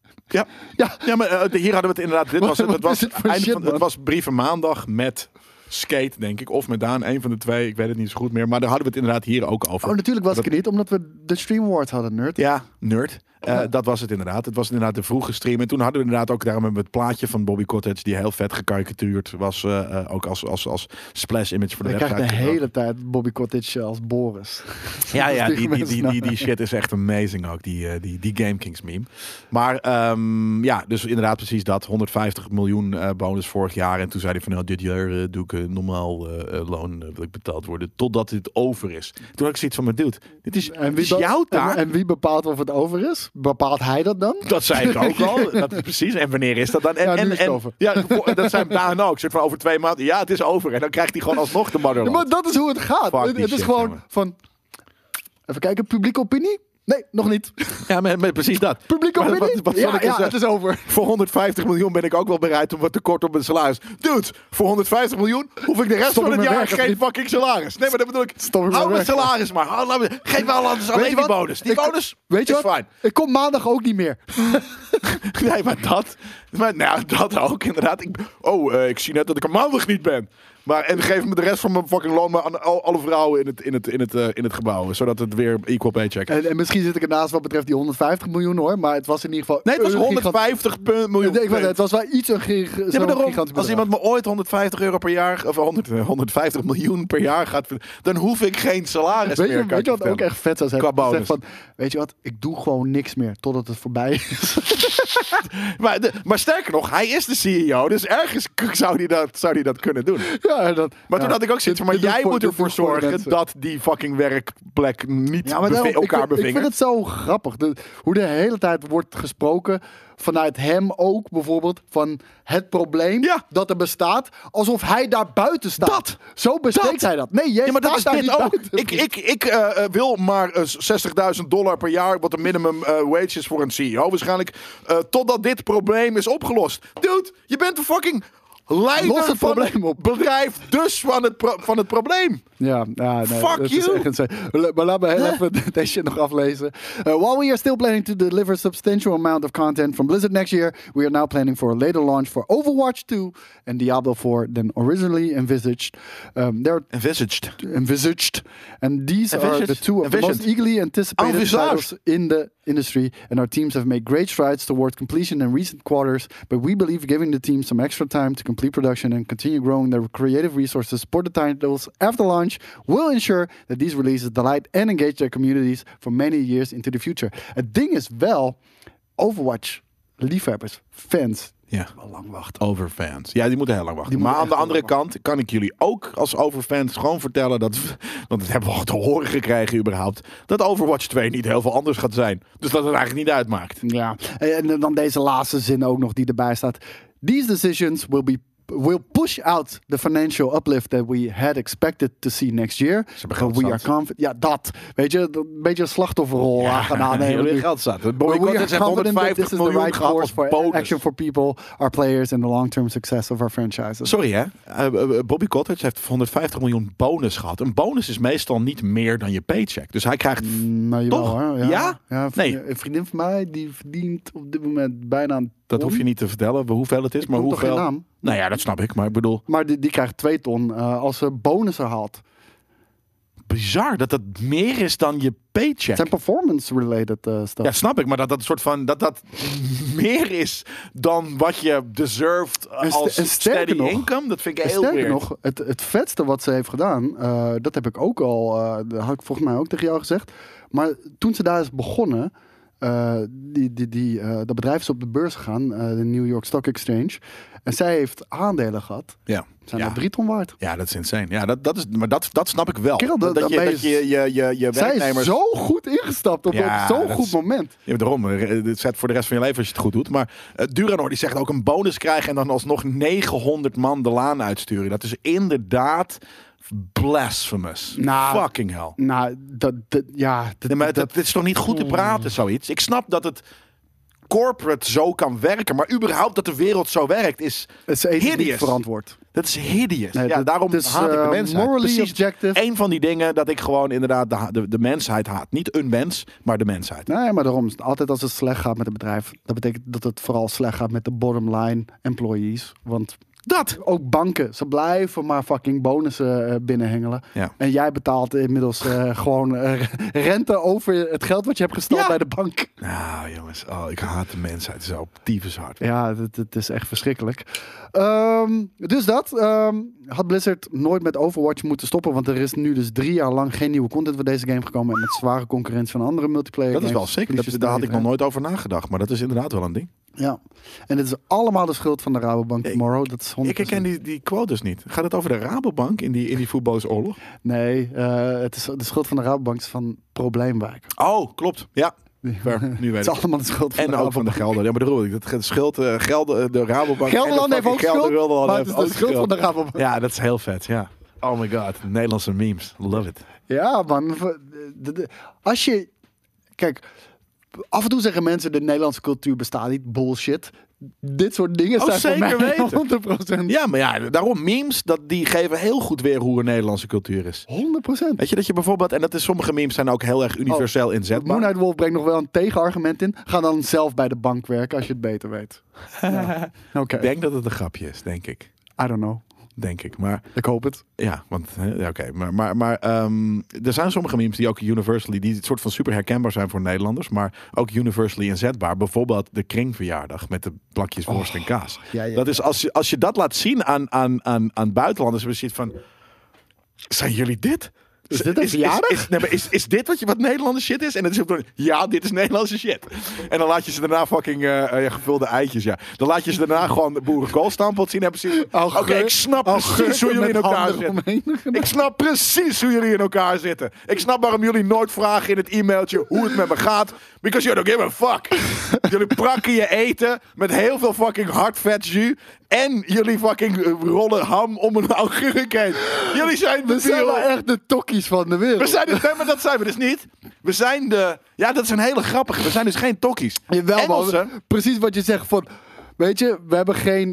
[SPEAKER 1] Ja, maar hier hadden we het inderdaad. Het was brieven maandag met Skate, denk ik. Of met Daan, een van de twee. Ik weet het niet zo goed meer. Maar daar hadden we het inderdaad hier ook over.
[SPEAKER 2] Oh, natuurlijk was ik er niet, omdat we de Stream Awards hadden, nerd.
[SPEAKER 1] Ja, nerd. Dat was het inderdaad. Het was inderdaad de vroege stream. En toen hadden we inderdaad ook daarom het plaatje van Bobby Kotick, die heel vet gekarikatuurd was. Ook als splash image voor de website.
[SPEAKER 2] Ik krijg de hele tijd Bobby Kotick als Boris.
[SPEAKER 1] Ja, die shit is echt amazing ook. Die Game Kings meme. Maar dus inderdaad precies dat. 150 miljoen bonus vorig jaar. En toen zei hij van, dit jaar doe ik een normaal loon wil ik betaald worden. Totdat dit over is. Toen had ik zoiets van, maar dude, dit is jouw taak.
[SPEAKER 2] En wie bepaalt of het over is? Bepaalt hij dat dan?
[SPEAKER 1] Dat zei ik ook al. Precies. En wanneer is dat dan? Dat zijn Daan ook. Soort van over 2 maanden. Ja, het is over. En dan krijgt hij gewoon alsnog de motherland.
[SPEAKER 2] Maar dat is hoe het gaat. Het is gewoon van... Even kijken, publieke opinie? Nee, nog niet.
[SPEAKER 1] Ja, maar precies dat.
[SPEAKER 2] Publieke opinie? Het is over.
[SPEAKER 1] Voor 150 miljoen ben ik ook wel bereid om wat tekort op mijn salaris. Dude, voor 150 miljoen hoef ik de rest van het jaar geen fucking salaris. Nee, maar dat bedoel ik. Hou mijn salaris maar. Geef wel anders alleen die bonus. Die bonus
[SPEAKER 2] weet je
[SPEAKER 1] is
[SPEAKER 2] wat?
[SPEAKER 1] Fijn.
[SPEAKER 2] Ik kom maandag ook niet meer.
[SPEAKER 1] Nee, maar dat ook inderdaad. Ik zie net dat ik er maandag niet ben. En geef me de rest van mijn fucking loon aan alle vrouwen in het gebouw. Zodat het weer equal paycheck is.
[SPEAKER 2] En misschien zit ik ernaast wat betreft die 150 miljoen hoor. Maar het was in ieder geval...
[SPEAKER 1] Nee, het was 150 miljoen.
[SPEAKER 2] Het was wel iets een gigantisch bedrag.
[SPEAKER 1] Als iemand me ooit 150 euro per jaar... Of 150 miljoen per jaar gaat... Dan hoef ik geen salaris meer.
[SPEAKER 2] Weet je wat ook echt vet zou zijn?
[SPEAKER 1] Qua bonus.
[SPEAKER 2] Van, weet je wat? Ik doe gewoon niks meer totdat het voorbij is.
[SPEAKER 1] maar sterker nog, hij is de CEO. Dus ergens zou hij dat kunnen doen.
[SPEAKER 2] Ja,
[SPEAKER 1] maar toen had ik ook zoiets van... Maar jij moet ervoor zorgen dat die fucking werkplek niet elkaar bevingen.
[SPEAKER 2] Ik vind het zo grappig. Hoe de hele tijd wordt gesproken... vanuit hem ook bijvoorbeeld van het probleem dat er bestaat, alsof hij daar buiten staat. Zo bespreekt hij dat. Nee, jij
[SPEAKER 1] maar dat is
[SPEAKER 2] daar
[SPEAKER 1] dit
[SPEAKER 2] niet
[SPEAKER 1] ook.
[SPEAKER 2] Buiten.
[SPEAKER 1] Ik wil maar $60.000 per jaar, wat de minimum wage is voor een CEO waarschijnlijk, totdat dit probleem is opgelost. Dude, je bent een fucking leider van probleem op. Bedrijf, dus van het probleem.
[SPEAKER 2] Ja, nee,
[SPEAKER 1] fuck you.
[SPEAKER 2] Is echt maar laat me heel even deze nog aflezen. While we are still planning to deliver a substantial amount of content from Blizzard next year, we are now planning for a later launch for Overwatch 2 and Diablo 4 than originally envisaged. Envisaged. And these are the two of the most eagerly anticipated titles in the industry, and our teams have made great strides towards completion in recent quarters, but we believe giving the team some extra time to complete production and continue growing their creative resources to support the titles after launch will ensure that these releases delight and engage their communities for many years into the future. Het ding is wel, Overwatch liefhebbers, fans, wel lang wachten.
[SPEAKER 1] Overfans. Ja, die moeten heel lang wachten. Maar aan de andere kant kan ik jullie ook als Overfans gewoon vertellen dat, want dat hebben we al te horen gekregen überhaupt, dat Overwatch 2 niet heel veel anders gaat zijn. Dus dat het eigenlijk niet uitmaakt.
[SPEAKER 2] Ja, en dan deze laatste zin ook nog die erbij staat. These decisions will be will push out the financial uplift that we had expected to see next year. But we are confident. Ja, dat. Weet je, een beetje een slachtofferrol gaan aannemen.
[SPEAKER 1] Ja, geld staat.
[SPEAKER 2] We are confident that this is the right course for action for people, our players and the long-term success of our franchises.
[SPEAKER 1] Sorry hè, Bobby Kotick heeft 150 miljoen bonus gehad. Een bonus is meestal niet meer dan je paycheck. Dus hij krijgt...
[SPEAKER 2] Nou,
[SPEAKER 1] toch?
[SPEAKER 2] Hoor.
[SPEAKER 1] Ja?
[SPEAKER 2] Nee. Een vriendin van mij, die verdient op dit moment bijna een ton.
[SPEAKER 1] Dat hoef je niet te vertellen hoeveel het is. Maar hoeveel...
[SPEAKER 2] toch geen naam?
[SPEAKER 1] Nou ja, dat snap ik. Maar ik bedoel...
[SPEAKER 2] Maar die krijgt 2 ton als ze bonussen haalt.
[SPEAKER 1] Bizar dat dat meer is dan je paycheck.
[SPEAKER 2] Het zijn performance-related stuff.
[SPEAKER 1] Ja, snap ik. Maar dat een soort van... Dat meer is dan wat je deserved als steady income. Dat vind ik heel weird.
[SPEAKER 2] Sterker nog, het vetste wat ze heeft gedaan... dat heb ik ook al... dat had ik volgens mij ook tegen jou gezegd. Maar toen ze daar is begonnen... dat bedrijf is op de beurs gegaan, de New York Stock Exchange. En zij heeft aandelen gehad.
[SPEAKER 1] Ja.
[SPEAKER 2] Zijn er 3 ton waard.
[SPEAKER 1] Ja, dat is insane. Ja, dat snap ik wel.
[SPEAKER 2] Kerel,
[SPEAKER 1] dat je
[SPEAKER 2] zij
[SPEAKER 1] werknemers...
[SPEAKER 2] is zo goed ingestapt op zo'n goed moment.
[SPEAKER 1] Ja, daarom. Het zet voor de rest van je leven als je het goed doet. Maar Duranor die zegt ook een bonus krijgen en dan alsnog 900 man de laan uitsturen. Dat is inderdaad... blasphemous. Fucking hell.
[SPEAKER 2] Nou,
[SPEAKER 1] dat is toch niet goed te praten, zoiets? Ik snap dat het corporate zo kan werken, maar überhaupt dat de wereld zo werkt is hideous.
[SPEAKER 2] Niet verantwoord.
[SPEAKER 1] Dat is hideous.
[SPEAKER 2] Nee,
[SPEAKER 1] ja, daarom haat ik de mensheid.
[SPEAKER 2] Morally objective.
[SPEAKER 1] Een van die dingen dat ik gewoon inderdaad de mensheid haat. Niet een mens, maar de mensheid.
[SPEAKER 2] Nee, maar daarom. Altijd als het slecht gaat met een bedrijf, dat betekent dat het vooral slecht gaat met de bottom line employees. Want ook banken, ze blijven maar fucking bonussen binnenhengelen.
[SPEAKER 1] Ja.
[SPEAKER 2] En jij betaalt inmiddels gewoon rente over het geld wat je hebt gestald bij de bank.
[SPEAKER 1] Nou jongens, ik haat de mensheid zo tyfus hard.
[SPEAKER 2] Ja, het is echt verschrikkelijk. Dus had Blizzard nooit met Overwatch moeten stoppen, want er is nu dus 3 jaar lang geen nieuwe content voor deze game gekomen en met zware concurrentie van andere multiplayer
[SPEAKER 1] games.
[SPEAKER 2] Dat is
[SPEAKER 1] wel sick. Daar had ik nog nooit over nagedacht, maar dat is inderdaad wel een ding.
[SPEAKER 2] Ja, en het is allemaal de schuld van de Rabobank Tomorrow. Dat is 100%.
[SPEAKER 1] Ik herken die quotes niet. Gaat het over de Rabobank in die voetballersoorlog?
[SPEAKER 2] Nee, het is de schuld van de Rabobank is van probleemwijk.
[SPEAKER 1] Oh, klopt. Ja. Ver, nu weet
[SPEAKER 2] het is allemaal de schuld van
[SPEAKER 1] en
[SPEAKER 2] de
[SPEAKER 1] ook van de Gelder. Ja, maar bedoel ik. Dat schuld de Rabobank.
[SPEAKER 2] Gelderland heeft ook schuld, maar het is de schuld van de Rabobank.
[SPEAKER 1] Ja, dat is heel vet. Ja. Oh my god. Nederlandse memes. Love it.
[SPEAKER 2] Ja, man. Als je... Kijk... Af en toe zeggen mensen de Nederlandse cultuur bestaat niet. Bullshit. Dit soort dingen zijn
[SPEAKER 1] zeker
[SPEAKER 2] voor mij 100%.
[SPEAKER 1] Ja, maar ja, daarom memes, die geven heel goed weer hoe een Nederlandse cultuur is.
[SPEAKER 2] 100%.
[SPEAKER 1] Weet je dat je bijvoorbeeld, en dat is sommige memes zijn ook heel erg universeel inzetbaar.
[SPEAKER 2] Moonlight Wolf brengt nog wel een tegenargument in. Ga dan zelf bij de bank werken als je het beter weet. Ja. Okay.
[SPEAKER 1] Ik denk dat het een grapje is, denk ik.
[SPEAKER 2] I don't know.
[SPEAKER 1] Denk ik, maar...
[SPEAKER 2] Ik hoop het.
[SPEAKER 1] Ja, want... Oké. Maar er zijn sommige memes die ook universally... die het soort van super herkenbaar zijn voor Nederlanders... maar ook universally inzetbaar. Bijvoorbeeld de kringverjaardag met de plakjes worst en kaas.
[SPEAKER 2] Ja.
[SPEAKER 1] Dat is als je dat laat zien aan buitenlanders... dan zit van... Zijn jullie dit?
[SPEAKER 2] Is dit een verjaardag?
[SPEAKER 1] Is dit wat Nederlandse shit is? En dan is het dan, ja, dit is Nederlandse shit. En dan laat je ze daarna fucking gevulde eitjes, ja. Dan laat je ze daarna gewoon de boerenkoolstampot zien. Oké, ik snap precies hoe jullie in elkaar zitten. Ik snap precies hoe jullie in elkaar zitten. Ik snap waarom jullie nooit vragen in het e-mailtje hoe het met me gaat. Because you don't give a fuck. Jullie prakken je eten met heel veel fucking hardvet jus. En jullie fucking rollen ham om een augurk heen. Jullie zijn
[SPEAKER 2] we zijn wel echt de tokkies van de wereld.
[SPEAKER 1] We zijn maar dat zijn we dus niet. We zijn de... Ja, dat is een hele grappige. We zijn dus geen tokkies.
[SPEAKER 2] Jawel, man. Precies wat je zegt van... Weet je, we hebben geen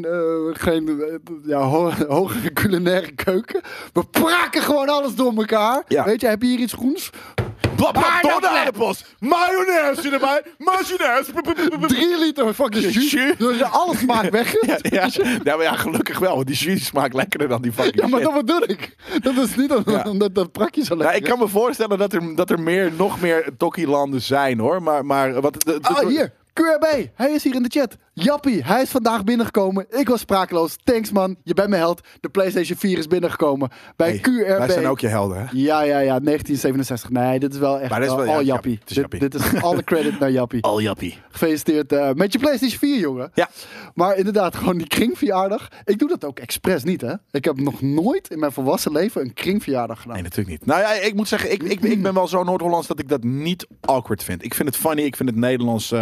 [SPEAKER 2] hogere culinaire keuken. We prakken gewoon alles door elkaar. Ja. Weet je, heb je hier iets groens?
[SPEAKER 1] Door de aardappels. Mayonaise erbij. Mayonaise.
[SPEAKER 2] 3 liter fucking jus. Dus alles smaakt weg.
[SPEAKER 1] Maar ja, gelukkig wel. Want die jus smaakt lekkerder dan die fucking
[SPEAKER 2] Ja, maar dat bedoel ik. Dat is niet omdat dat prakje zo lekker is.
[SPEAKER 1] Ik kan me voorstellen dat er nog meer tokkielanden zijn, hoor. Maar wat...
[SPEAKER 2] Hier. QRB, hij is hier in de chat. Jappie, hij is vandaag binnengekomen. Ik was sprakeloos. Thanks man, je bent mijn held. De PlayStation 4 is binnengekomen bij QRB.
[SPEAKER 1] Wij zijn ook je helden, hè?
[SPEAKER 2] Ja, 1967. Nee, dit is wel echt al Jappie. Dit is alle credit naar Jappie.
[SPEAKER 1] Al Jappie.
[SPEAKER 2] Gefeliciteerd met je PlayStation 4, jongen.
[SPEAKER 1] Ja.
[SPEAKER 2] Maar inderdaad, gewoon die kringverjaardag. Ik doe dat ook expres niet, hè? Ik heb nog nooit in mijn volwassen leven een kringverjaardag gedaan.
[SPEAKER 1] Nee, natuurlijk niet. Nou ja, ik moet zeggen, ik ben wel zo Noord-Hollands dat ik dat niet awkward vind. Ik vind het funny, ik vind het Nederlands... het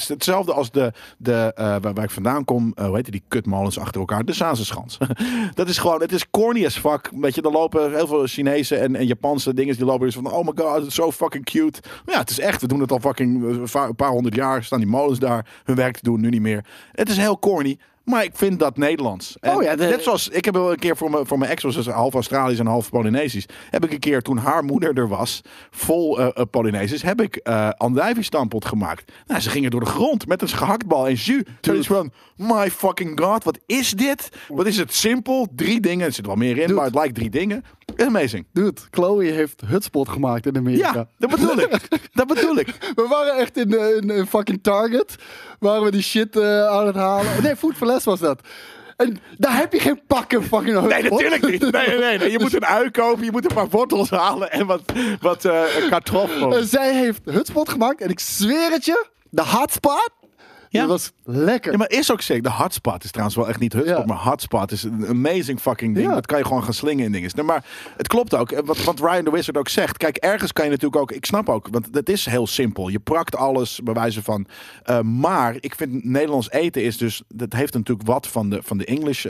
[SPEAKER 1] is hetzelfde als waar ik vandaan kom. Hoe heet die kutmolens achter elkaar? De Zaanse-schans. Dat is gewoon, het is corny as fuck. Weet je, er lopen heel veel Chinese en Japanse dingen die lopen dus van, oh my god, het is zo fucking cute. Maar ja, het is echt. We doen het al fucking een paar honderd jaar. Staan die molens daar hun werk te doen, nu niet meer. Het is heel corny. Maar ik vind dat Nederlands. Net zoals, ik heb wel een keer voor mijn ex, was dus half Australisch en half Polynesisch. Heb ik een keer, toen haar moeder er was, vol Polynesisch, heb ik andijvie-stampot gemaakt. Nou, ze gingen door de grond met een gehaktbal en jus. Toen is van, my fucking god, wat is dit? Wat is het simpel? 3 dingen, er zit wel meer in, maar het lijkt 3 dingen. Amazing.
[SPEAKER 2] Dude, Chloe heeft Hutspot gemaakt in Amerika.
[SPEAKER 1] Ja, dat bedoel ik.
[SPEAKER 2] We waren echt in fucking Target. Waren we die shit aan het halen. Nee, Food for Less was dat. En daar heb je geen pakken fucking Hutspot.
[SPEAKER 1] Nee, natuurlijk niet. Nee. Je moet een ui kopen, je moet een paar wortels halen en wat kartoffel.
[SPEAKER 2] En zij heeft Hutspot gemaakt en ik zweer het je, de hotspot. Ja. Dat was lekker.
[SPEAKER 1] Ja, maar is ook zeker. De hotspot is trouwens wel echt niet hutspot, maar hotspot is een amazing fucking ding. Ja. Dat kan je gewoon gaan slingen in dingen. Nee, maar het klopt ook. Wat Ryan the Wizard ook zegt. Kijk, ergens kan je natuurlijk ook. Ik snap ook, want het is heel simpel. Je prakt alles bij wijze van. Maar ik vind Nederlands eten is dus. Dat heeft natuurlijk wat van de English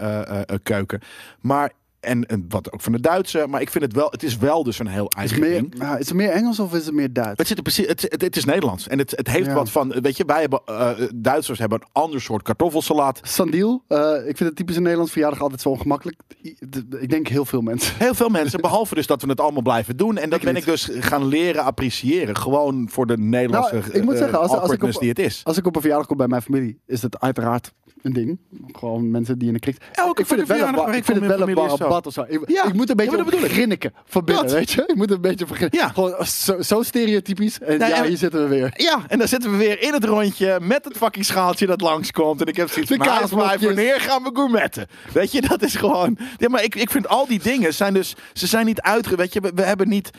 [SPEAKER 1] keuken. Maar. En wat ook van de Duitse. Maar ik vind het wel. Het is wel dus een heel eigen ding.
[SPEAKER 2] Is het meer Engels of is het meer Duits?
[SPEAKER 1] Het is Nederlands. En het heeft wat van. Weet je, wij hebben. Duitsers hebben een ander soort kartoffelsalaat.
[SPEAKER 2] Sandiel. Ik vind het typisch in Nederlands verjaardag altijd zo ongemakkelijk. Ik denk heel veel mensen.
[SPEAKER 1] Heel veel mensen. Behalve dus dat we het allemaal blijven doen. En dat ben ik dus gaan leren appreciëren. Gewoon voor de Nederlandse
[SPEAKER 2] ik moet zeggen,
[SPEAKER 1] awkwardness die het is.
[SPEAKER 2] Als ik op een verjaardag kom bij mijn familie, is het uiteraard een ding. Gewoon mensen die in de krik.
[SPEAKER 1] Ik vind het wel een
[SPEAKER 2] bad of zo. Ik moet een beetje grinniken van binnen, weet je? Ik moet een beetje vergrinniken.
[SPEAKER 1] Ja.
[SPEAKER 2] Gewoon zo stereotypisch. En hier zitten we weer.
[SPEAKER 1] Ja, en dan zitten we weer in het rondje met het fucking schaaltje dat langskomt. En ik heb zoiets van, wanneer gaan we gourmetten? Weet je, dat is gewoon... Ja, maar ik vind al die dingen zijn dus... Ze zijn niet weet je, we hebben niet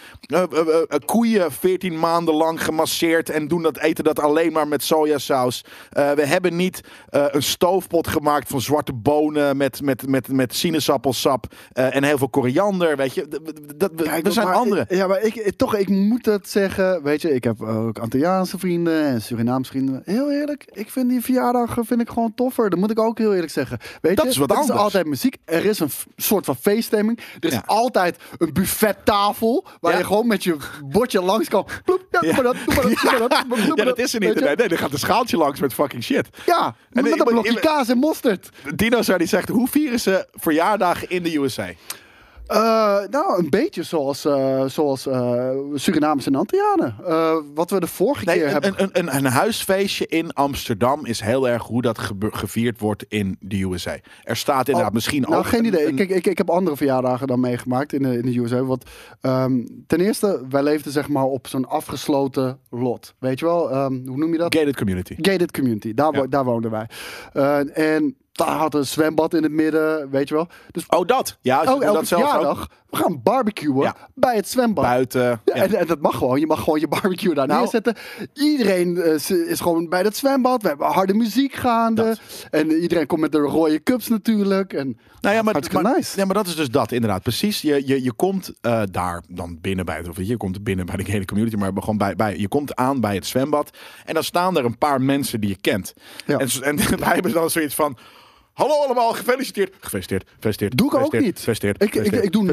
[SPEAKER 1] koeien 14 maanden lang gemasseerd en eten dat alleen maar met sojasaus. We hebben niet een stoofpot gemaakt van zwarte bonen met sinaasappelsap en heel veel koriander, weet je. We zijn anderen.
[SPEAKER 2] Ja, maar ik moet het zeggen, weet je, ik heb ook Antilliaanse vrienden en Surinaamse vrienden. Heel eerlijk, ik vind die verjaardag gewoon toffer. Dat moet ik ook heel eerlijk zeggen. Weet
[SPEAKER 1] dat
[SPEAKER 2] je,
[SPEAKER 1] is wat anders.
[SPEAKER 2] Er is altijd muziek. Er is een soort van feeststemming. Er is altijd een buffettafel waar je gewoon met je bordje langs kan. Doe maar dat.
[SPEAKER 1] Dat is er niet. Nee, er gaat een schaaltje langs met fucking shit.
[SPEAKER 2] Ja, met een blokje kaas en mosterd.
[SPEAKER 1] Dinosaur die zegt, hoe vieren ze verjaardagen in de USA?
[SPEAKER 2] Nou, een beetje zoals Surinamers en Antillianen. Wat we de vorige keer hebben...
[SPEAKER 1] Een huisfeestje in Amsterdam is heel erg hoe dat gevierd wordt in de USA. Er staat inderdaad misschien ook...
[SPEAKER 2] Nou, geen idee. Ik heb andere verjaardagen dan meegemaakt in de USA. Want ten eerste, wij leefden zeg maar op zo'n afgesloten lot. Weet je wel? Hoe noem je dat?
[SPEAKER 1] Gated community.
[SPEAKER 2] Gated community. Daar woonden wij. En... Daar had een zwembad in het midden, weet je wel. Dus
[SPEAKER 1] dat. Ja,
[SPEAKER 2] elke verjaardag, we gaan barbecuen bij het zwembad.
[SPEAKER 1] Buiten.
[SPEAKER 2] Ja. En dat mag gewoon. Je mag gewoon je barbecue daar neerzetten. Iedereen is gewoon bij het zwembad. We hebben harde muziek gaande. En iedereen komt met de rode cups natuurlijk. En nice.
[SPEAKER 1] Ja, maar dat is dus dat, inderdaad. Precies. Je komt daar dan binnen bij het... Of je komt binnen bij de hele community. Maar gewoon je komt aan bij het zwembad. En dan staan er een paar mensen die je kent. Ja. En wij hebben dan zoiets van... Hallo allemaal, gefeliciteerd. Gefeliciteerd.
[SPEAKER 2] Doe ik ook niet. Ik doe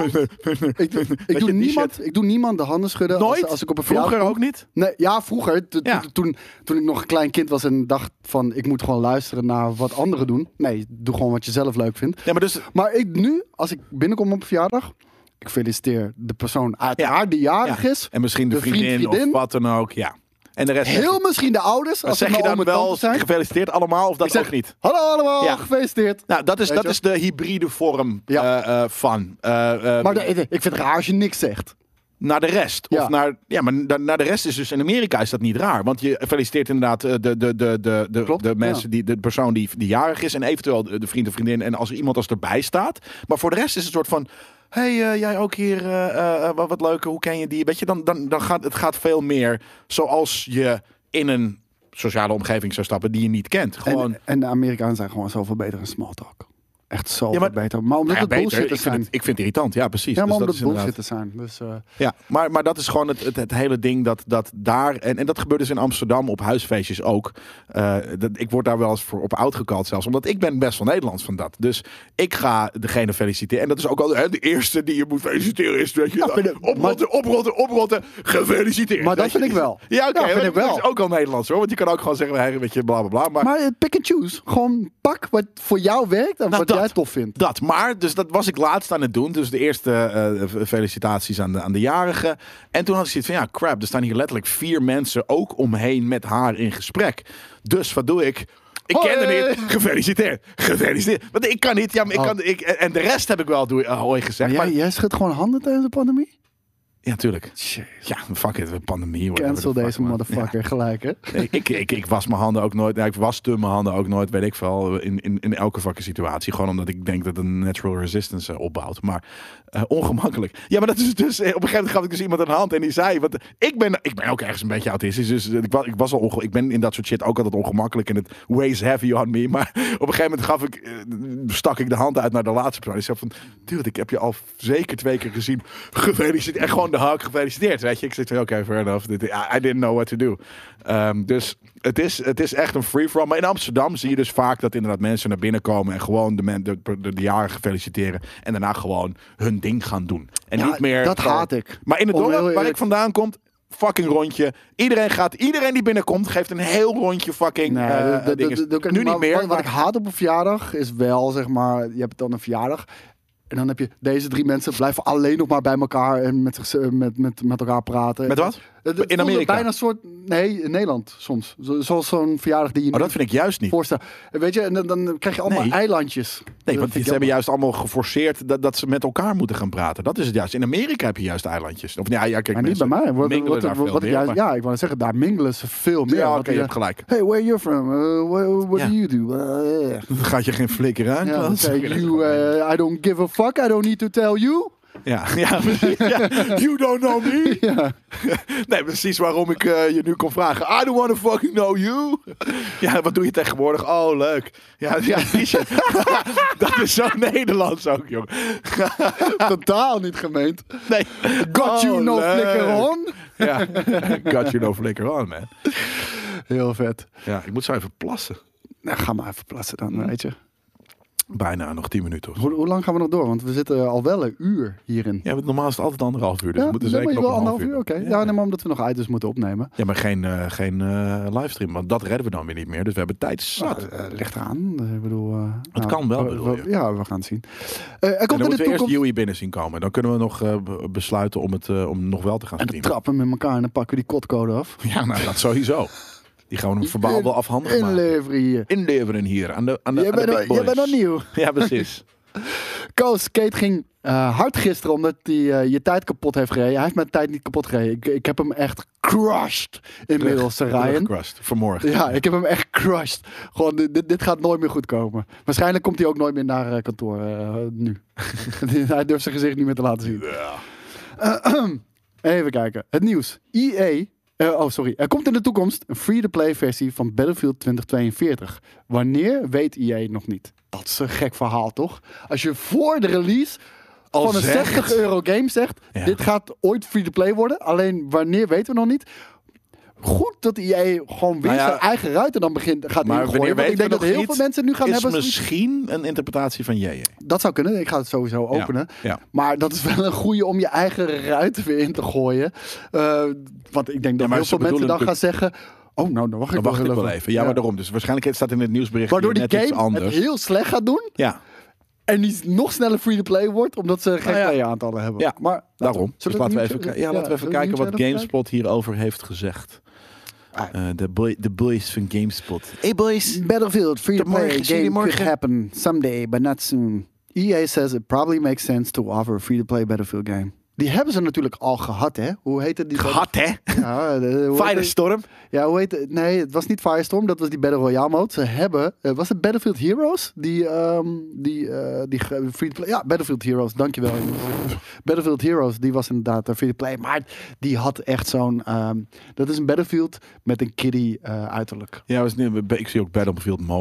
[SPEAKER 2] niemand. Ik doe niemand de handen schudden.
[SPEAKER 1] Nooit?
[SPEAKER 2] Als ik op een verjaardag
[SPEAKER 1] vroeger ook niet?
[SPEAKER 2] Nee, ja, vroeger. Toen ik nog een klein kind was en dacht van... Ik moet gewoon luisteren naar wat anderen doen. Nee, doe gewoon wat je zelf leuk vindt.
[SPEAKER 1] Ja,
[SPEAKER 2] maar nu, als ik binnenkom op een verjaardag... Ik feliciteer de persoon uiteraard die jarig is.
[SPEAKER 1] En misschien de vriendin of wat dan ook, ja. En de rest
[SPEAKER 2] misschien de ouders.
[SPEAKER 1] Als zeg je dan wel gefeliciteerd allemaal of dat ook niet?
[SPEAKER 2] Hallo allemaal, gefeliciteerd.
[SPEAKER 1] Nou, dat is de hybride vorm van.
[SPEAKER 2] Maar ik vind het raar als je niks zegt.
[SPEAKER 1] Naar de rest.
[SPEAKER 2] Ja.
[SPEAKER 1] Of naar de rest is dus in Amerika is dat niet raar. Want je feliciteert inderdaad de mensen, de persoon die jarig is. En eventueel de vriend of vriendin. En als er iemand erbij staat. Maar voor de rest is het een soort van... Hey, jij ook hier, wat leuk, hoe ken je die? Weet je, dan gaat veel meer zoals je in een sociale omgeving zou stappen die je niet kent. Gewoon...
[SPEAKER 2] En de Amerikanen zijn gewoon zoveel beter in small talk. echt zo beter. Maar omdat het bullshit is.
[SPEAKER 1] Ik vind het irritant, ja precies.
[SPEAKER 2] Ja, maar
[SPEAKER 1] dus
[SPEAKER 2] omdat het bullshit te zijn. Dus,
[SPEAKER 1] ja, maar dat is gewoon het hele ding dat daar... En dat gebeurt dus in Amsterdam op huisfeestjes ook. Ik word daar wel eens voor op uitgekald zelfs. Omdat ik ben best wel Nederlands van dat. Dus ik ga degene feliciteren. En dat is ook al de eerste die je moet feliciteren is. Weet je, oprotten, gefeliciteerd.
[SPEAKER 2] Maar dat vind ik wel.
[SPEAKER 1] Ja, oké.
[SPEAKER 2] vind ik wel.
[SPEAKER 1] Dat is ook al Nederlands hoor. Want je kan ook gewoon zeggen, hey, weet je, bla bla bla.
[SPEAKER 2] Maar pick and choose. Gewoon pak wat voor jou werkt en wat jij tof vindt.
[SPEAKER 1] Dus dat was ik laatst aan het doen. Dus de eerste felicitaties aan de jarige. En toen had ik zoiets van, ja crap, er staan hier letterlijk 4 mensen ook omheen met haar in gesprek. Dus wat doe ik? Ik ken er niet. Gefeliciteerd. Want ik kan niet. Ja, maar en de rest heb ik wel hoi gezegd.
[SPEAKER 2] Maar jij schudt gewoon handen tijdens de pandemie?
[SPEAKER 1] Ja, tuurlijk.
[SPEAKER 2] Jeez.
[SPEAKER 1] Ja, fuck it, pandemie.
[SPEAKER 2] Cancel deze motherfucker gelijk, hè?
[SPEAKER 1] Nee, ik was mijn handen ook nooit. Ik waste mijn handen ook nooit, weet ik veel. In elke fucking situatie. Gewoon omdat ik denk dat een natural resistance opbouwt. Maar ongemakkelijk. Ja, maar dat is dus... Op een gegeven moment gaf ik dus iemand een hand en die zei... Want ik ben ook ergens een beetje autistisch. Dus ik ben in dat soort shit ook altijd ongemakkelijk. En het weighs heavy on me. Maar op een gegeven moment stak ik de hand uit naar de laatste persoon. Ik zei van... Dude, ik heb je al zeker 2 keer gezien. Gefeliciteerd. En gewoon de hak gefeliciteerd, weet je. Ik zei, oké, fair enough. I didn't know what to do. Dus het is echt een free-for-all. Maar in Amsterdam zie je dus vaak dat inderdaad mensen naar binnen komen en gewoon de jarigen feliciteren. En daarna gewoon hun ding gaan doen. En niet meer...
[SPEAKER 2] Dat haat ik.
[SPEAKER 1] Maar in het dorp waar ik vandaan kom, fucking rondje. Iedereen die binnenkomt, geeft een heel rondje fucking nu niet meer.
[SPEAKER 2] Wat ik haat op een verjaardag is wel, zeg maar, je hebt dan een verjaardag. En dan heb je deze 3 mensen blijven alleen nog maar bij elkaar en met elkaar praten.
[SPEAKER 1] Met wat? In Amerika?
[SPEAKER 2] Bijna een soort... Nee, in Nederland soms. Zoals zo'n verjaardag die je
[SPEAKER 1] dat vind ik juist niet.
[SPEAKER 2] Voorstelt. Weet je, en dan krijg je allemaal eilandjes.
[SPEAKER 1] Nee, want ze hebben juist allemaal geforceerd dat ze met elkaar moeten gaan praten. Dat is het juist. In Amerika heb je juist eilandjes. Of, ja, kijk,
[SPEAKER 2] maar niet bij mij. Ja, ik wou zeggen, daar mingelen ze veel meer.
[SPEAKER 1] Ja, oké, je hebt gelijk.
[SPEAKER 2] Hey, where are you from? What do you do?
[SPEAKER 1] Dan gaat je geen flikker aan.
[SPEAKER 2] I don't give a fuck. I don't need to tell you.
[SPEAKER 1] Ja. You don't know me. Ja. Nee, precies waarom ik je nu kon vragen. I don't want to fucking know you. Ja, wat doe je tegenwoordig? Oh, leuk. Ja, dat is zo Nederlands ook, jongen.
[SPEAKER 2] Totaal niet gemeend.
[SPEAKER 1] Nee.
[SPEAKER 2] Got you no flicker on.
[SPEAKER 1] Ja, got you no flicker on, man.
[SPEAKER 2] Heel vet.
[SPEAKER 1] Ja, ik moet zo even plassen.
[SPEAKER 2] Nou, ga maar even plassen dan, weet je.
[SPEAKER 1] Bijna, nog 10 minuten.
[SPEAKER 2] Hoe lang gaan we nog door? Want we zitten al wel een uur hierin.
[SPEAKER 1] Ja, normaal is het altijd 1,5 uur. Dus we moeten zeker nog 1,5 uur.
[SPEAKER 2] Oké. Ja, nee, maar omdat we nog items moeten opnemen.
[SPEAKER 1] Ja, maar geen livestream. Want dat redden we dan weer niet meer. Dus we hebben tijd zat.
[SPEAKER 2] Ligt eraan. Ik bedoel...
[SPEAKER 1] het kan wel, bedoel je?
[SPEAKER 2] Ja, we gaan het zien.
[SPEAKER 1] Dan moeten we eerst Yui binnen zien komen. Dan kunnen we nog besluiten om nog wel te gaan streamen.
[SPEAKER 2] En dan trappen met elkaar en dan pakken we die kodcode af.
[SPEAKER 1] Ja, nou, dat sowieso. Die gaan we hem verbaal wel afhandig maken. Inleveren hier. Aan de big boys.
[SPEAKER 2] Je bent nog nieuw.
[SPEAKER 1] Ja, precies.
[SPEAKER 2] Koos, Kate ging hard gisteren omdat hij je tijd kapot heeft gereden. Hij heeft mijn tijd niet kapot gereden. Ik heb hem echt crushed inmiddels, Ryan.
[SPEAKER 1] Crushed, vanmorgen.
[SPEAKER 2] Ja, ik heb hem echt crushed. Gewoon, dit gaat nooit meer goed komen. Waarschijnlijk komt hij ook nooit meer naar kantoor nu. Hij durft zijn gezicht niet meer te laten zien.
[SPEAKER 1] Ja.
[SPEAKER 2] Even kijken. Het nieuws. EA... Er komt in de toekomst een free-to-play versie van Battlefield 2042. Wanneer, weet EA nog niet. Dat is een gek verhaal, toch? Als je voor de release van een €60 game zegt... Ja. Dit gaat ooit free-to-play worden. Alleen wanneer, weten we nog niet. Goed dat EA gewoon weer zijn eigen ruiten dan gaat ingooien. Want ik denk dat heel veel mensen nu gaan hebben...
[SPEAKER 1] Is misschien een interpretatie van JJ.
[SPEAKER 2] Dat zou kunnen. Ik ga het sowieso openen. Ja. Maar dat is wel een goede om je eigen ruiten weer in te gooien. Want ik denk dat heel veel mensen dan gaan zeggen... Oh, nou, dan wacht ik
[SPEAKER 1] wel even. Ja, maar daarom. Dus waarschijnlijk staat in het nieuwsbericht
[SPEAKER 2] waardoor die
[SPEAKER 1] net
[SPEAKER 2] game
[SPEAKER 1] iets anders.
[SPEAKER 2] Het heel slecht gaat doen.
[SPEAKER 1] Ja.
[SPEAKER 2] En die nog sneller free-to-play wordt, omdat ze geen play-aantallen hebben.
[SPEAKER 1] Ja, maar daarom. Dus laten we even kijken wat GameSpot hierover heeft gezegd. De boys van GameSpot. Hey boys.
[SPEAKER 2] Battlefield free-to-play game could happen someday, but not soon. EA says it probably makes sense to offer a free-to-play Battlefield game. Die hebben ze natuurlijk al gehad, hè? Hoe heette die?
[SPEAKER 1] Gehad, hè?
[SPEAKER 2] Ja,
[SPEAKER 1] Firestorm?
[SPEAKER 2] Ja, hoe heet het? Nee, het was niet Firestorm. Dat was die Battle Royale mode. Ze hebben... was het Battlefield Heroes? Die free-to-play... Ja, Battlefield Heroes. Dankjewel. Battlefield Heroes, die was inderdaad free-to-play. Maar die had echt zo'n... dat is een Battlefield met een kiddie uiterlijk.
[SPEAKER 1] Ja, ik zie ook Battlefield Mobile.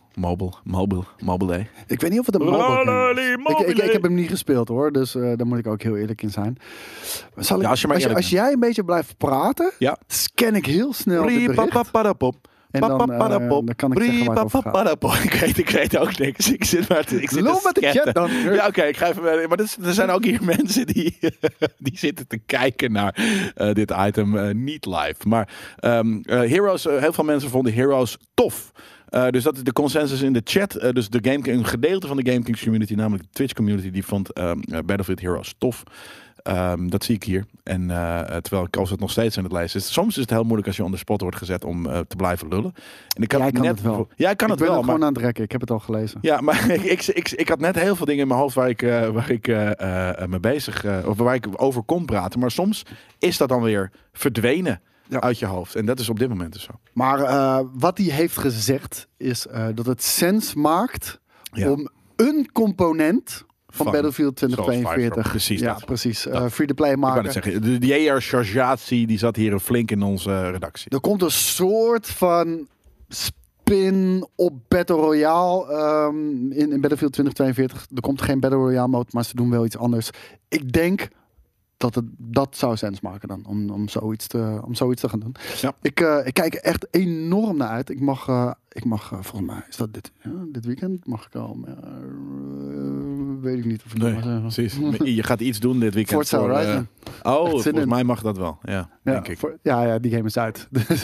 [SPEAKER 1] Mobile.
[SPEAKER 2] Ik weet niet of het een mobile game is. Ik heb hem niet gespeeld hoor, dus daar moet ik ook heel eerlijk in zijn. Als jij een beetje blijft praten, scan ik heel snel dit bericht. En dan kan ik zeggen waar het over gaat.
[SPEAKER 1] Ik weet ook niks. Ik zit met
[SPEAKER 2] de chat dan.
[SPEAKER 1] Ja, oké, ik ga even verder. Maar er zijn ook hier mensen die zitten te kijken naar dit item niet live. Maar Heroes, heel veel mensen vonden Heroes tof. Dus dat is de consensus in de chat. Dus een gedeelte van de GameKings community, namelijk de Twitch community, die vond Battlefield Heroes tof. Dat zie ik hier. En terwijl ik het nog steeds aan het lezen is. Soms is het heel moeilijk als je on the spot wordt gezet om te blijven lullen. En
[SPEAKER 2] Jij kan het wel.
[SPEAKER 1] Ja, ik kan het wel. Ik
[SPEAKER 2] ben gewoon aan het rekken. Ik heb het al gelezen.
[SPEAKER 1] Ja, maar ik had net heel veel dingen in mijn hoofd waar ik mee bezig, of waar ik over kon praten. Maar soms is dat dan weer verdwenen uit je hoofd. En dat is op dit moment dus zo.
[SPEAKER 2] Maar wat hij heeft gezegd is dat het sens maakt om een component van Battlefield 2042.
[SPEAKER 1] Precies dat.
[SPEAKER 2] Precies. Free-to-play maken.
[SPEAKER 1] Ik kan het zeggen. De JR-chargatie die zat hier flink in onze redactie.
[SPEAKER 2] Er komt een soort van spin op Battle Royale in Battlefield 2042. Er komt geen Battle Royale mode, maar ze doen wel iets anders. Ik denk dat zou sens maken dan, om zoiets te gaan doen. Ja. Ik kijk er echt enorm naar uit. Ik mag volgens mij, is dat dit weekend? Mag ik al? Weet ik niet of ik
[SPEAKER 1] mag zeggen. Precies. Je gaat iets doen dit weekend.
[SPEAKER 2] Forza Horizon.
[SPEAKER 1] Volgens mij mag dat wel. Ja, denk ik.
[SPEAKER 2] Die game is uit.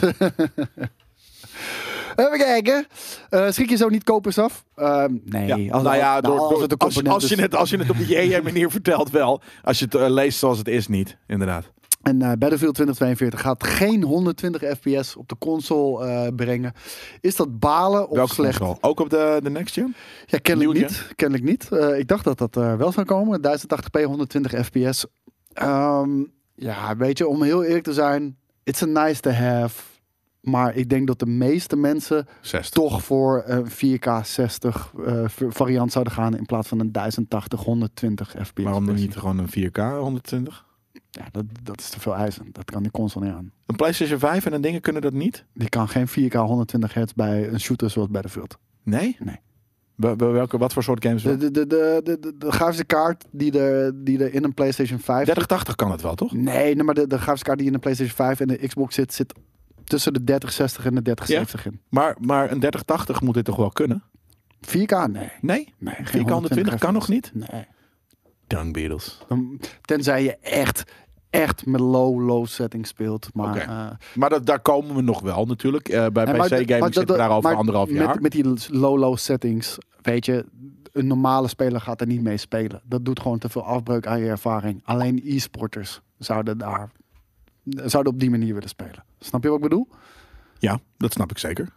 [SPEAKER 2] Even kijken. Schrik je zo niet kopers af? Nee.
[SPEAKER 1] Als je het op de JR-manier vertelt wel. Als je het leest zoals het is niet. Inderdaad.
[SPEAKER 2] En Battlefield 2042 gaat geen 120 fps op de console brengen. Is dat balen of
[SPEAKER 1] welke
[SPEAKER 2] slecht?
[SPEAKER 1] Console? Ook op de next gen?
[SPEAKER 2] Ja, kennelijk niet. Ik dacht dat wel zou komen. 1080p 120 fps. Ja, weet je, om heel eerlijk te zijn. It's a nice to have. Maar ik denk dat de meeste mensen
[SPEAKER 1] 60.
[SPEAKER 2] toch voor een 4K 60 variant zouden gaan in plaats van een 1080 120 fps.
[SPEAKER 1] Waarom dan niet gewoon een 4K 120?
[SPEAKER 2] Ja, dat is te veel eisen. Dat kan die console niet aan.
[SPEAKER 1] Een PlayStation 5 en een dingen kunnen dat niet?
[SPEAKER 2] Die kan geen 4K 120 hertz bij een shooter zoals Battlefield.
[SPEAKER 1] Nee?
[SPEAKER 2] Nee.
[SPEAKER 1] Wat voor soort games?
[SPEAKER 2] De grafische kaart die er in een PlayStation 5
[SPEAKER 1] 3080 kan het wel, toch?
[SPEAKER 2] Nee, maar de grafische kaart die in een PlayStation 5 en de Xbox zit tussen de 3060 en de 3070 in.
[SPEAKER 1] Maar een 3080 moet dit toch wel kunnen?
[SPEAKER 2] 4K? Nee.
[SPEAKER 1] Nee? 4K 120 kan nog niet?
[SPEAKER 2] Nee.
[SPEAKER 1] Dung Beatles.
[SPEAKER 2] Tenzij je echt met low setting speelt. Maar,
[SPEAKER 1] maar daar komen we nog wel natuurlijk. Bij PC-games zitten we daar over 1,5 jaar.
[SPEAKER 2] Met die low settings, weet je, een normale speler gaat er niet mee spelen. Dat doet gewoon te veel afbreuk aan je ervaring. Alleen e-sporters zouden op die manier willen spelen. Snap je wat ik bedoel?
[SPEAKER 1] Ja, dat snap ik zeker.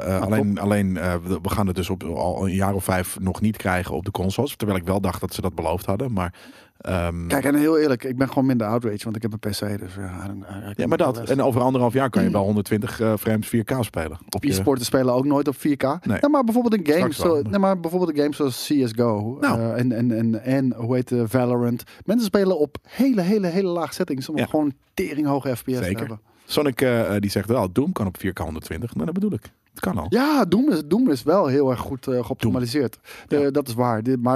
[SPEAKER 1] We gaan het dus al een jaar of 5 nog niet krijgen op de consoles. Terwijl ik wel dacht dat ze dat beloofd hadden. Maar,
[SPEAKER 2] kijk, en heel eerlijk, ik ben gewoon minder outrage, want ik heb een PC. Dus,
[SPEAKER 1] maar dat. En over 1,5 jaar kan je wel 120 frames 4K spelen.
[SPEAKER 2] E-sporten spelen ook nooit op 4K.
[SPEAKER 1] Nee.
[SPEAKER 2] Maar bijvoorbeeld een game zoals CSGO. En hoe heet Valorant. Mensen spelen op hele laag settings om gewoon teringhoge FPS te hebben.
[SPEAKER 1] Sonic die zegt wel, Doom kan op 4K 120. Nou, dat bedoel ik. Het kan al.
[SPEAKER 2] Ja, Doom is wel heel erg goed geoptimaliseerd. Dat is waar. Maar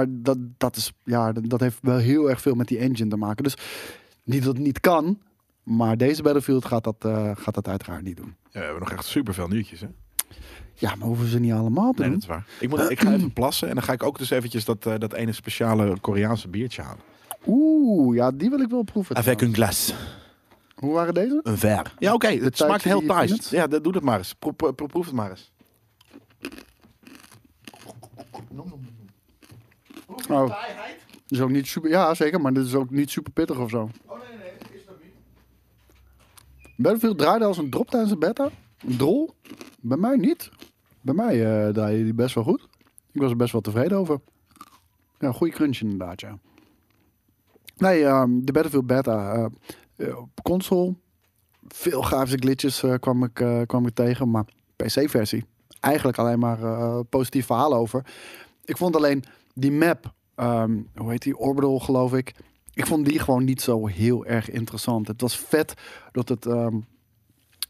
[SPEAKER 2] dat heeft wel heel erg veel met die engine te maken. Dus niet dat het niet kan, maar deze Battlefield gaat dat uiteraard niet doen.
[SPEAKER 1] Ja, we hebben nog echt superveel nieuwtjes, hè?
[SPEAKER 2] Ja, maar hoeven ze niet allemaal te doen?
[SPEAKER 1] Nee, dat is waar. Ik ga even plassen en dan ga ik ook dus eventjes dat ene speciale Koreaanse biertje halen.
[SPEAKER 2] Oeh, ja, die wil ik wel proeven.
[SPEAKER 1] Avec un glace.
[SPEAKER 2] Hoe waren deze?
[SPEAKER 1] Een ver. Ja, oké. Het smaakt heel Thais. Ja, doe het maar eens. Proef het maar eens.
[SPEAKER 2] Oh. Is ook niet super. Ja, zeker, maar dit is ook niet super pittig of zo.
[SPEAKER 1] Oh nee, is dat niet.
[SPEAKER 2] Battlefield draaide als een drop tijdens de beta. Een drol. Bij mij niet. Bij mij draaide die best wel goed. Ik was er best wel tevreden over. Ja, goede crunch inderdaad, ja. Nee, de Battlefield beta op console. Veel grafische glitches kwam ik tegen, maar PC-versie. Eigenlijk alleen maar positief verhaal over. Ik vond alleen die map, hoe heet die, Orbital geloof ik. Ik vond die gewoon niet zo heel erg interessant. Het was vet dat het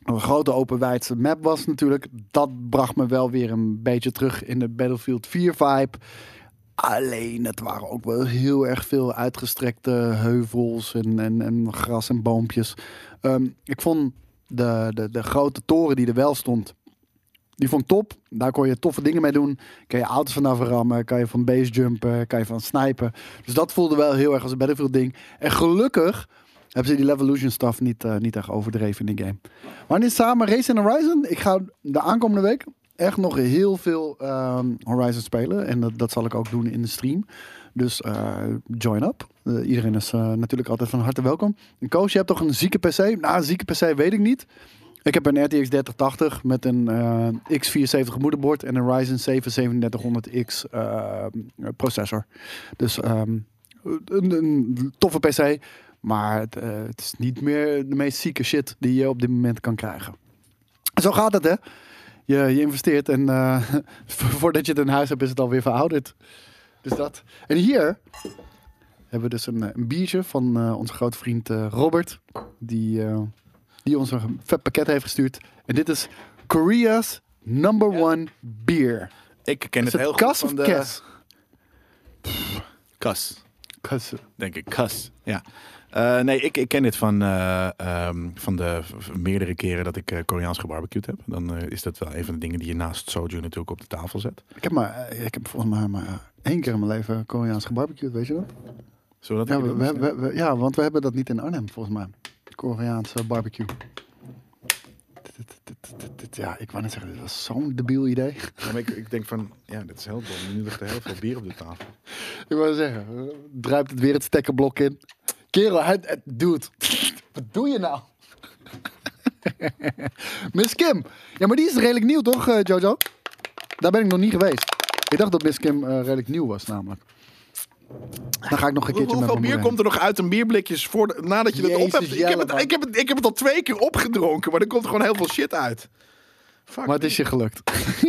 [SPEAKER 2] een grote openwijdse map was natuurlijk. Dat bracht me wel weer een beetje terug in de Battlefield 4 vibe. Alleen, het waren ook wel heel erg veel uitgestrekte heuvels en gras en boompjes. Ik vond de grote toren die er wel stond, die vond ik top. Daar kon je toffe dingen mee doen. Kan je auto's vanaf rammen, kan je van base jumpen, kan je van snipen. Dus dat voelde wel heel erg als een Battlefield ding. En gelukkig hebben ze die Levolution stuff niet echt overdreven in die game. Wanneer samen Race in Horizon? Ik ga de aankomende week echt nog heel veel Horizon spelen. En dat zal ik ook doen in de stream. Dus join up. Iedereen is natuurlijk altijd van harte welkom. En Koos, je hebt toch een zieke PC? Nou, een zieke PC weet ik niet. Ik heb een RTX 3080 met een X470 moederbord en een Ryzen 7 3700X processor. Dus een toffe PC. Maar het is niet meer de meest zieke shit die je op dit moment kan krijgen. Zo gaat het, hè? Je investeert en voordat je het in huis hebt is het alweer verouderd. Dus dat. En hier hebben we dus een biertje van onze grote vriend Robert. Die ons een vet pakket heeft gestuurd. En dit is Korea's number one beer.
[SPEAKER 1] Ik ken
[SPEAKER 2] Is
[SPEAKER 1] het heel goed
[SPEAKER 2] Kas
[SPEAKER 1] van
[SPEAKER 2] of
[SPEAKER 1] de...
[SPEAKER 2] Kes?
[SPEAKER 1] Kas,
[SPEAKER 2] Kas.
[SPEAKER 1] denk ik. Kas, ja. Nee, ik ken dit van de meerdere keren dat ik Koreaans gebarbecued heb. Dan is dat wel een van de dingen die je naast soju natuurlijk op de tafel zet.
[SPEAKER 2] Ik heb volgens mij maar 1 keer in mijn leven Koreaans gebarbecued, weet je dat?
[SPEAKER 1] Zullen we dat
[SPEAKER 2] Ja,
[SPEAKER 1] doen?
[SPEAKER 2] ja, want we hebben dat niet in Arnhem, volgens mij. Koreaanse barbecue. Ja, ik wou net zeggen, dit was zo'n debiel idee.
[SPEAKER 1] Ja, maar ik denk van, ja, dat is heel dom. Nu ligt er heel veel bier op de tafel.
[SPEAKER 2] Ik wou zeggen, druipt het weer het stekkerblok in. Kerel, dude, wat doe je nou? Miss Kim. Ja, maar die is redelijk nieuw, toch, Jojo? Daar ben ik nog niet geweest. Ik dacht dat Miss Kim redelijk nieuw was, namelijk. Dan ga ik nog een keertje met
[SPEAKER 1] Hoeveel bier komt er nog uit een bierblikjes nadat je het op hebt? Ik heb het al 2 keer opgedronken, maar er komt gewoon heel veel shit uit. Fuck
[SPEAKER 2] maar het is je gelukt.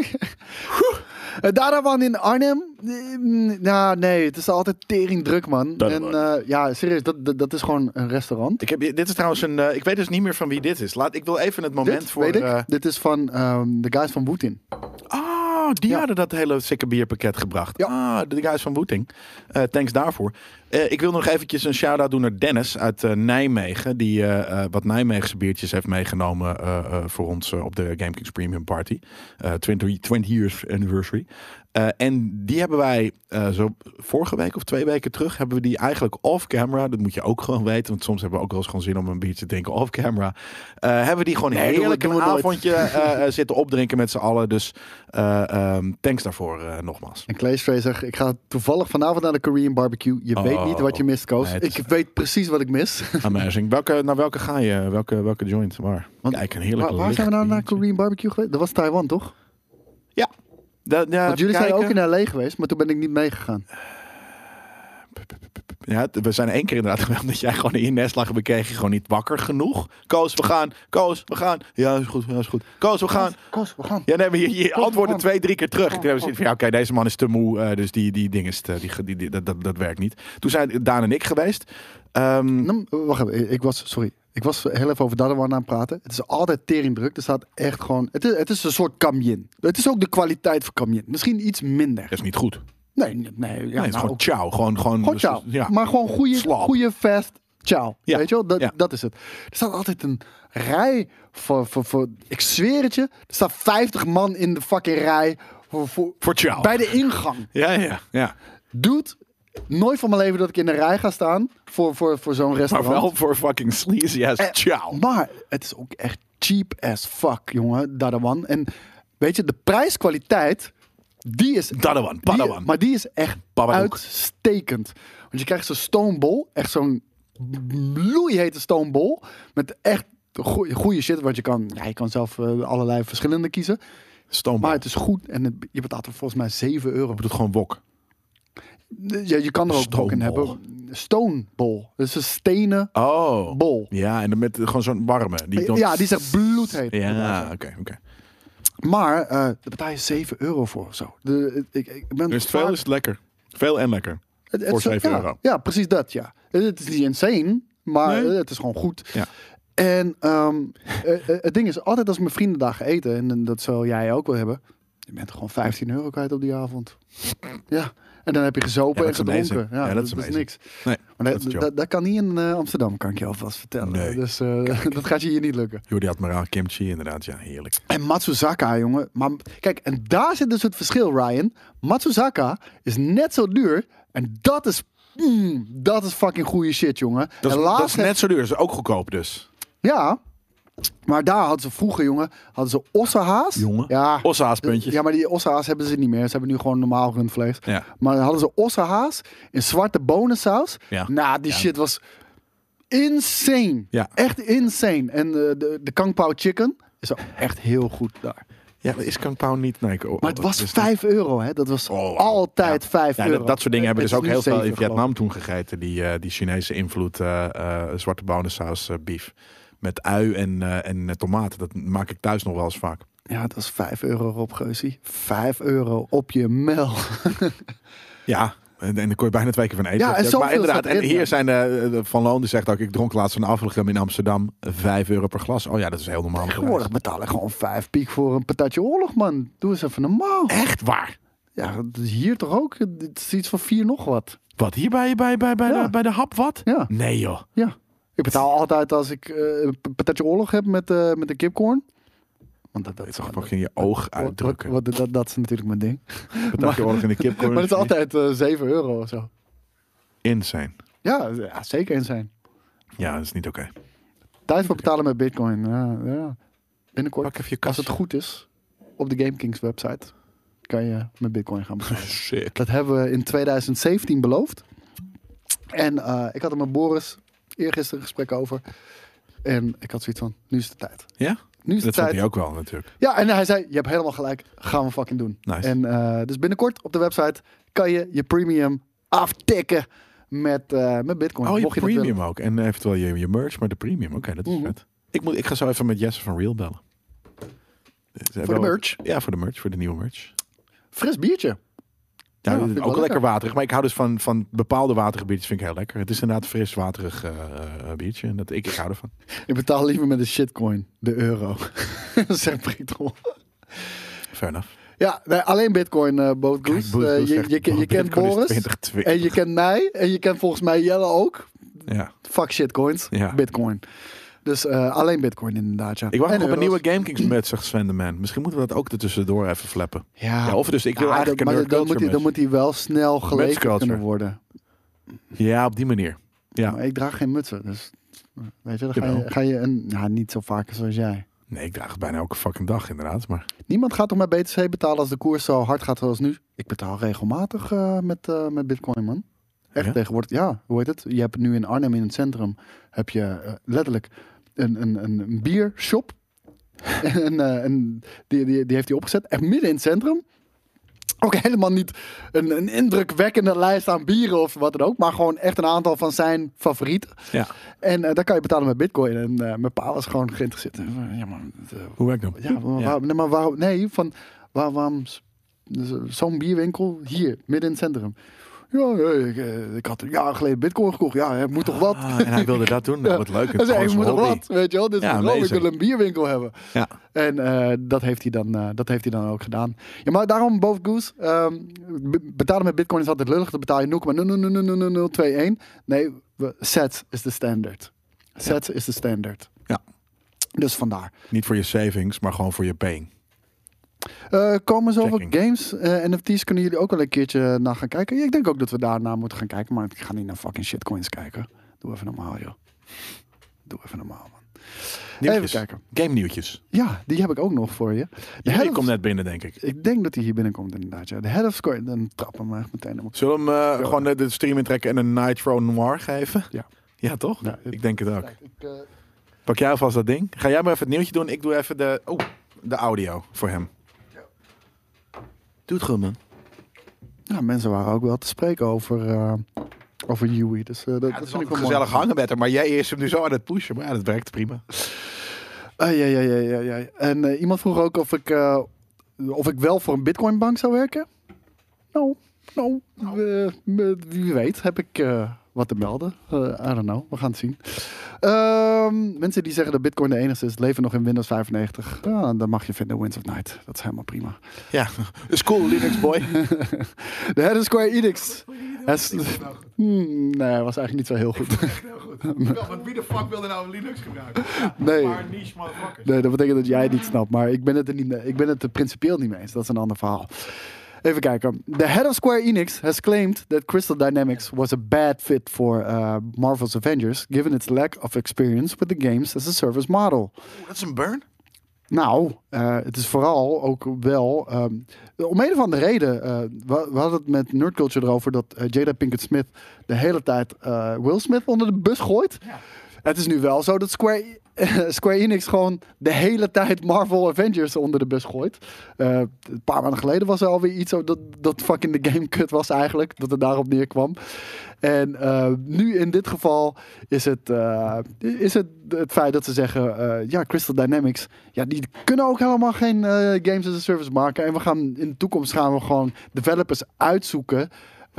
[SPEAKER 2] Dadawan in Arnhem? Nou, nee, het is altijd tering druk, man. En ja, serieus, dat is gewoon een restaurant.
[SPEAKER 1] Dit is trouwens ik weet dus niet meer van wie dit is. Ik wil even het moment
[SPEAKER 2] Dit,
[SPEAKER 1] voor...
[SPEAKER 2] weet ik. Dit is van de guys van Woetin.
[SPEAKER 1] Die hadden dat hele sikke bierpakket gebracht.
[SPEAKER 2] Ja.
[SPEAKER 1] De guys van Woeting. Thanks daarvoor. Ik wil nog eventjes een shout-out doen naar Dennis uit Nijmegen. Die wat Nijmeegse biertjes heeft meegenomen voor ons op de GameKings Premium Party. 20 years anniversary. En die hebben wij zo vorige week of 2 weken terug hebben we die eigenlijk off-camera. Dat moet je ook gewoon weten. Want soms hebben we ook wel eens gewoon zin om een biertje te drinken off-camera. Hebben we die gewoon heerlijk een avondje zitten opdrinken met z'n allen. Dus thanks daarvoor nogmaals.
[SPEAKER 2] En Claes zegt, ik ga toevallig vanavond naar de Korean barbecue. Je weet niet wat je mist, Koos.
[SPEAKER 1] Nee,
[SPEAKER 2] ik weet precies wat ik mis.
[SPEAKER 1] Amazing. Naar welke ga je? Welke joint? Waar? Kijk, een heerlijk
[SPEAKER 2] Waar zijn we nou naar Korean barbecue geweest? Dat was Taiwan, toch?
[SPEAKER 1] Ja.
[SPEAKER 2] Want jullie zijn ook in LA geweest, maar toen ben ik niet meegegaan.
[SPEAKER 1] Ja, we zijn 1 keer inderdaad geweest dat jij gewoon in je nest lag en we kregen je gewoon niet wakker genoeg. Koos, we gaan. Koos, we gaan. Ja, is goed. Ja, is goed. Koos, we gaan.
[SPEAKER 2] Koos, we gaan.
[SPEAKER 1] Ja, nee, maar je antwoordde 2, 3 keer terug.
[SPEAKER 2] Oh,
[SPEAKER 1] Toen hebben we zoiets van, ja, oké, deze man is te moe. Dus die ding is dat werkt niet. Toen zijn Daan en ik geweest.
[SPEAKER 2] Wacht even, ik was heel even over Dadawan aan het praten. Het is altijd teringdruk. Er staat echt gewoon... Het is een soort Cam-Yin. Het is ook de kwaliteit van Cam-Yin. Misschien iets minder.
[SPEAKER 1] Dat is niet goed.
[SPEAKER 2] Nee. Ja,
[SPEAKER 1] Nee, het is gewoon ciao. Gewoon
[SPEAKER 2] ciao.
[SPEAKER 1] Ja.
[SPEAKER 2] Maar gewoon goede fast ciao.
[SPEAKER 1] Ja.
[SPEAKER 2] Weet je wel? Dat is het. Er staat altijd een rij voor... Ik zweer het je. Er staan 50 man in de fucking rij. Voor
[SPEAKER 1] ciao.
[SPEAKER 2] Bij de ingang.
[SPEAKER 1] Ja.
[SPEAKER 2] Dude, nooit van mijn leven dat ik in de rij ga staan voor zo'n restaurant.
[SPEAKER 1] Maar wel voor fucking sleazy ass ciao.
[SPEAKER 2] Maar het is ook echt cheap as fuck, jongen, Dadawan. En weet je, de prijskwaliteit, die is...
[SPEAKER 1] Padawan.
[SPEAKER 2] Maar die is echt
[SPEAKER 1] Babadook.
[SPEAKER 2] uitstekend. Want je krijgt zo'n stoombol, echt zo'n bloeihete stoombol, met echt goede shit, want je kan zelf allerlei verschillende kiezen.
[SPEAKER 1] Stoombol.
[SPEAKER 2] Maar het is goed en je betaalt er volgens mij €7.
[SPEAKER 1] Ik bedoel gewoon wok.
[SPEAKER 2] Ja, je kan er ook wok in hebben. Stonebol. Dat is een stenen bol.
[SPEAKER 1] Ja, en dan met gewoon zo'n warme. Die
[SPEAKER 2] is echt bloedheet.
[SPEAKER 1] Ja, oké.
[SPEAKER 2] Maar daar betaal je €7 voor of zo. Ik ben
[SPEAKER 1] Dus veel is het lekker. Veel en lekker. Voor €7.
[SPEAKER 2] Ja, precies dat, ja. Het is niet insane, maar
[SPEAKER 1] Nee.
[SPEAKER 2] het is gewoon goed.
[SPEAKER 1] Ja.
[SPEAKER 2] En het ding is, altijd als ik mijn vrienden daar ga eten, en dat zal jij ook wel hebben, je bent gewoon €15 kwijt op die avond. Ja. En dan heb je gezopen en gedronken. Ja, dat is niks.
[SPEAKER 1] Nee,
[SPEAKER 2] maar dat kan niet in Amsterdam, kan ik je alvast vertellen. Nee. Dus dat gaat je hier niet lukken.
[SPEAKER 1] Jordi Admiraal kimchi, inderdaad. Ja, heerlijk.
[SPEAKER 2] En Matsuzaka, jongen. Maar kijk, en daar zit dus het verschil, Ryan. Matsuzaka is net zo duur. En dat is fucking goede shit, jongen.
[SPEAKER 1] Dat is net zo duur. Dat is ook goedkoop dus.
[SPEAKER 2] Ja. Maar daar hadden ze vroeger, jongen, ossehaas.
[SPEAKER 1] Jongen,
[SPEAKER 2] ja,
[SPEAKER 1] ossehaaspuntjes.
[SPEAKER 2] Ja, maar die ossehaas hebben ze niet meer. Ze hebben nu gewoon normaal rundvlees.
[SPEAKER 1] Ja.
[SPEAKER 2] Maar dan hadden ze ossehaas in zwarte bonensaus.
[SPEAKER 1] Ja.
[SPEAKER 2] Nou, die shit was insane.
[SPEAKER 1] Ja.
[SPEAKER 2] Echt insane. En de Kung Pao chicken is ook echt heel goed daar.
[SPEAKER 1] Ja, maar is Kung Pao niet... Nee,
[SPEAKER 2] maar het was €5, hè. Dat was altijd €5.
[SPEAKER 1] Ja, dat soort dingen hebben dus ook heel veel in Vietnam
[SPEAKER 2] ik.
[SPEAKER 1] toen gegeten. Die Chinese invloed, zwarte bonensaus beef. Met ui en tomaten. Dat maak ik thuis nog wel eens vaak.
[SPEAKER 2] Ja, dat is €5 op, Geusie. €5 op je mel.
[SPEAKER 1] Ja, en dan kon je bijna 2 keer van eten.
[SPEAKER 2] Ja, en
[SPEAKER 1] maar inderdaad, en hier
[SPEAKER 2] ja.
[SPEAKER 1] zijn Van Loon die zegt ook, ik dronk laatst een Affelgem in Amsterdam. €5 per glas. Oh ja, dat is heel normaal.
[SPEAKER 2] Tegenwoordig betaal ik gewoon 5 piek voor een patatje oorlog, man. Doe eens even normaal.
[SPEAKER 1] Echt waar?
[SPEAKER 2] Ja, dat is hier toch ook? Het is iets van 4 nog wat.
[SPEAKER 1] Wat, hier bij de hap wat?
[SPEAKER 2] Ja.
[SPEAKER 1] Nee joh.
[SPEAKER 2] Ja. Ik betaal altijd als ik een patatje oorlog heb met de kipcorn. Want dat is
[SPEAKER 1] toch fucking je oog uitdrukken.
[SPEAKER 2] Dat is natuurlijk mijn ding.
[SPEAKER 1] Patatje oorlog in de kipcorn.
[SPEAKER 2] Maar het is altijd €7 of zo.
[SPEAKER 1] Insane.
[SPEAKER 2] Ja, zeker insane.
[SPEAKER 1] Ja, dat is niet oké.
[SPEAKER 2] Tijd voor betalen met Bitcoin. Ja. Binnenkort,
[SPEAKER 1] Pak even je
[SPEAKER 2] als
[SPEAKER 1] kas.
[SPEAKER 2] het goed is, op de GameKings website kan je met Bitcoin gaan betalen.
[SPEAKER 1] Sick.
[SPEAKER 2] Dat hebben we in 2017 beloofd. En ik had er met Boris eergisteren een gesprek over. En ik had zoiets van, nu is de tijd.
[SPEAKER 1] Ja?
[SPEAKER 2] Nu is de
[SPEAKER 1] Dat
[SPEAKER 2] tijd.
[SPEAKER 1] vond hij ook wel natuurlijk.
[SPEAKER 2] Ja, en hij zei, je hebt helemaal gelijk. Gaan we fucking doen.
[SPEAKER 1] Nice.
[SPEAKER 2] En dus binnenkort op de website kan je premium aftikken met Bitcoin.
[SPEAKER 1] Oh, je
[SPEAKER 2] Mocht dat
[SPEAKER 1] premium
[SPEAKER 2] willen.
[SPEAKER 1] ook. En eventueel je merch, maar de premium. Oké, dat is vet. Ik ga zo even met Jesse van Real bellen.
[SPEAKER 2] Voor de merch?
[SPEAKER 1] Ja, voor de merch. Voor de nieuwe merch.
[SPEAKER 2] Fris biertje.
[SPEAKER 1] Ja,
[SPEAKER 2] vind ik
[SPEAKER 1] ook
[SPEAKER 2] wel
[SPEAKER 1] lekker waterig. Maar ik hou dus van bepaalde waterige biertjes. Vind ik heel lekker. Het is inderdaad een fris, waterig biertje. En ik hou ervan.
[SPEAKER 2] Ik betaal liever met een shitcoin. De euro. Zegt Brietol.
[SPEAKER 1] Fair enough.
[SPEAKER 2] Ja, nee, alleen Bitcoin, Bootgoes. Je kent Boris.
[SPEAKER 1] 2020.
[SPEAKER 2] En je kent mij. En je kent volgens mij Jelle ook.
[SPEAKER 1] Ja.
[SPEAKER 2] Fuck shitcoins.
[SPEAKER 1] Ja.
[SPEAKER 2] Bitcoin. Dus alleen Bitcoin inderdaad, ja.
[SPEAKER 1] Ik wacht
[SPEAKER 2] en
[SPEAKER 1] nog op een
[SPEAKER 2] euro's.
[SPEAKER 1] nieuwe GameKings met, zegt Sven de Man. Misschien moeten we dat ook ertussendoor even flappen.
[SPEAKER 2] Ja,
[SPEAKER 1] Of dus ik wil eigenlijk een nerd culture
[SPEAKER 2] dan moet hij wel snel geleverd
[SPEAKER 1] culture.
[SPEAKER 2] kunnen worden.
[SPEAKER 1] Ja, op die manier. Ja.
[SPEAKER 2] Maar ik draag geen mutsen, dus weet je, dan
[SPEAKER 1] Jawel.
[SPEAKER 2] ga je niet zo vaak zoals jij.
[SPEAKER 1] Nee, ik draag het bijna elke fucking dag inderdaad. Maar
[SPEAKER 2] Niemand gaat toch met BTC betalen als de koers zo hard gaat zoals nu? Ik betaal regelmatig met Bitcoin, man. Echt
[SPEAKER 1] Ja?
[SPEAKER 2] tegenwoordig. Ja, hoe heet het? Je hebt nu in Arnhem in het centrum heb je letterlijk een biershop. en die heeft hij opgezet. Echt midden in het centrum. Ook helemaal niet een indrukwekkende lijst aan bieren of wat dan ook. Maar gewoon echt een aantal van zijn favorieten.
[SPEAKER 1] ja,
[SPEAKER 2] En daar kan je betalen met Bitcoin. En mijn pa was gewoon geïnteresseerd. Ja, maar,
[SPEAKER 1] hoe werkt dat?
[SPEAKER 2] ja, maar waarom? Nee, waarom zo'n bierwinkel hier, midden in het centrum? Ja, ik had een jaar geleden Bitcoin gekocht. Ja, het moet toch wat?
[SPEAKER 1] En hij wilde dat doen? Nou, wat leuk.
[SPEAKER 2] Hij zei, ik moet toch wat? Weet je wel? Dit is
[SPEAKER 1] Ja,
[SPEAKER 2] gewoon, ik
[SPEAKER 1] amazing.
[SPEAKER 2] wil een bierwinkel hebben.
[SPEAKER 1] Ja.
[SPEAKER 2] En dat heeft hij dan ook gedaan. Ja, maar daarom, boven Goose, betalen met Bitcoin is altijd lullig. Dan betaal je 0,0000021. Nee, Sats is de standaard. Sats is de standaard.
[SPEAKER 1] Ja.
[SPEAKER 2] Dus vandaar.
[SPEAKER 1] Niet voor je savings, maar gewoon voor je paying.
[SPEAKER 2] Komen zoveel
[SPEAKER 1] Checking.
[SPEAKER 2] games, NFT's, kunnen jullie ook wel een keertje naar gaan kijken? Ik denk ook dat we daarna moeten gaan kijken, maar ik ga niet naar fucking shitcoins kijken. Doe even normaal, joh. Doe even normaal, man.
[SPEAKER 1] Nieuwtjes.
[SPEAKER 2] Even kijken.
[SPEAKER 1] Game nieuwtjes.
[SPEAKER 2] Ja, die heb ik ook nog voor je.
[SPEAKER 1] Die
[SPEAKER 2] head of-
[SPEAKER 1] komt net binnen, denk ik.
[SPEAKER 2] Ik denk dat hij hier binnenkomt, inderdaad. Ja. De Head of Score, dan trappen we echt meteen op.
[SPEAKER 1] Zullen we hem gewoon de stream intrekken en een Nitro Noir geven?
[SPEAKER 2] Ja.
[SPEAKER 1] Ja, toch?
[SPEAKER 2] Ja,
[SPEAKER 1] ik denk het ook.
[SPEAKER 2] Kijk,
[SPEAKER 1] Pak jij alvast dat ding? Ga jij maar even het nieuwtje doen. Ik doe even de audio voor hem. Doe het goed, man.
[SPEAKER 2] ja, mensen waren ook wel te spreken over Yui. Dus dat
[SPEAKER 1] Het
[SPEAKER 2] vind
[SPEAKER 1] is
[SPEAKER 2] ik
[SPEAKER 1] wel
[SPEAKER 2] wel
[SPEAKER 1] gezellig
[SPEAKER 2] mooi.
[SPEAKER 1] hangen met hem, maar jij is hem nu zo aan het pushen. Maar ja, dat werkt prima.
[SPEAKER 2] Ja. En iemand vroeg ook of ik wel voor een Bitcoinbank zou werken. Nou, wie weet heb ik wat te melden. I don't know, we gaan het zien. Mensen die zeggen dat Bitcoin de enige is, leven nog in Windows 95. Ja, dan mag je vinden Winds of Night. Dat is helemaal prima.
[SPEAKER 1] Ja, is cool, Linux boy.
[SPEAKER 2] De head of Square Enix. Nee, was eigenlijk niet zo heel goed.
[SPEAKER 1] Want wie de fuck wilde nou Linux gebruiken?
[SPEAKER 2] Nee.
[SPEAKER 1] Een paar niche motherfuckers.
[SPEAKER 2] Nee, dat betekent dat jij het niet snapt. Maar ik ben het er principieel niet mee eens. Dat is een ander verhaal. Even kijken. The head of Square Enix has claimed that Crystal Dynamics was a bad fit for Marvel's Avengers, given its lack of experience with the games as a service model.
[SPEAKER 1] Dat is een burn?
[SPEAKER 2] Nou, het is vooral ook wel... om een of andere reden... we hadden het met Nerd Culture erover dat Jada Pinkett Smith de hele tijd Will Smith onder de bus gooit. Ja. Het is nu wel zo dat Square Enix gewoon de hele tijd Marvel Avengers onder de bus gooit. Een paar maanden geleden was er alweer iets dat fucking de game kut was eigenlijk. Dat het daarop neerkwam. En nu in dit geval is het feit dat ze zeggen... Crystal Dynamics... Ja, die kunnen ook helemaal geen games as a service maken. En in de toekomst gaan we gewoon developers uitzoeken...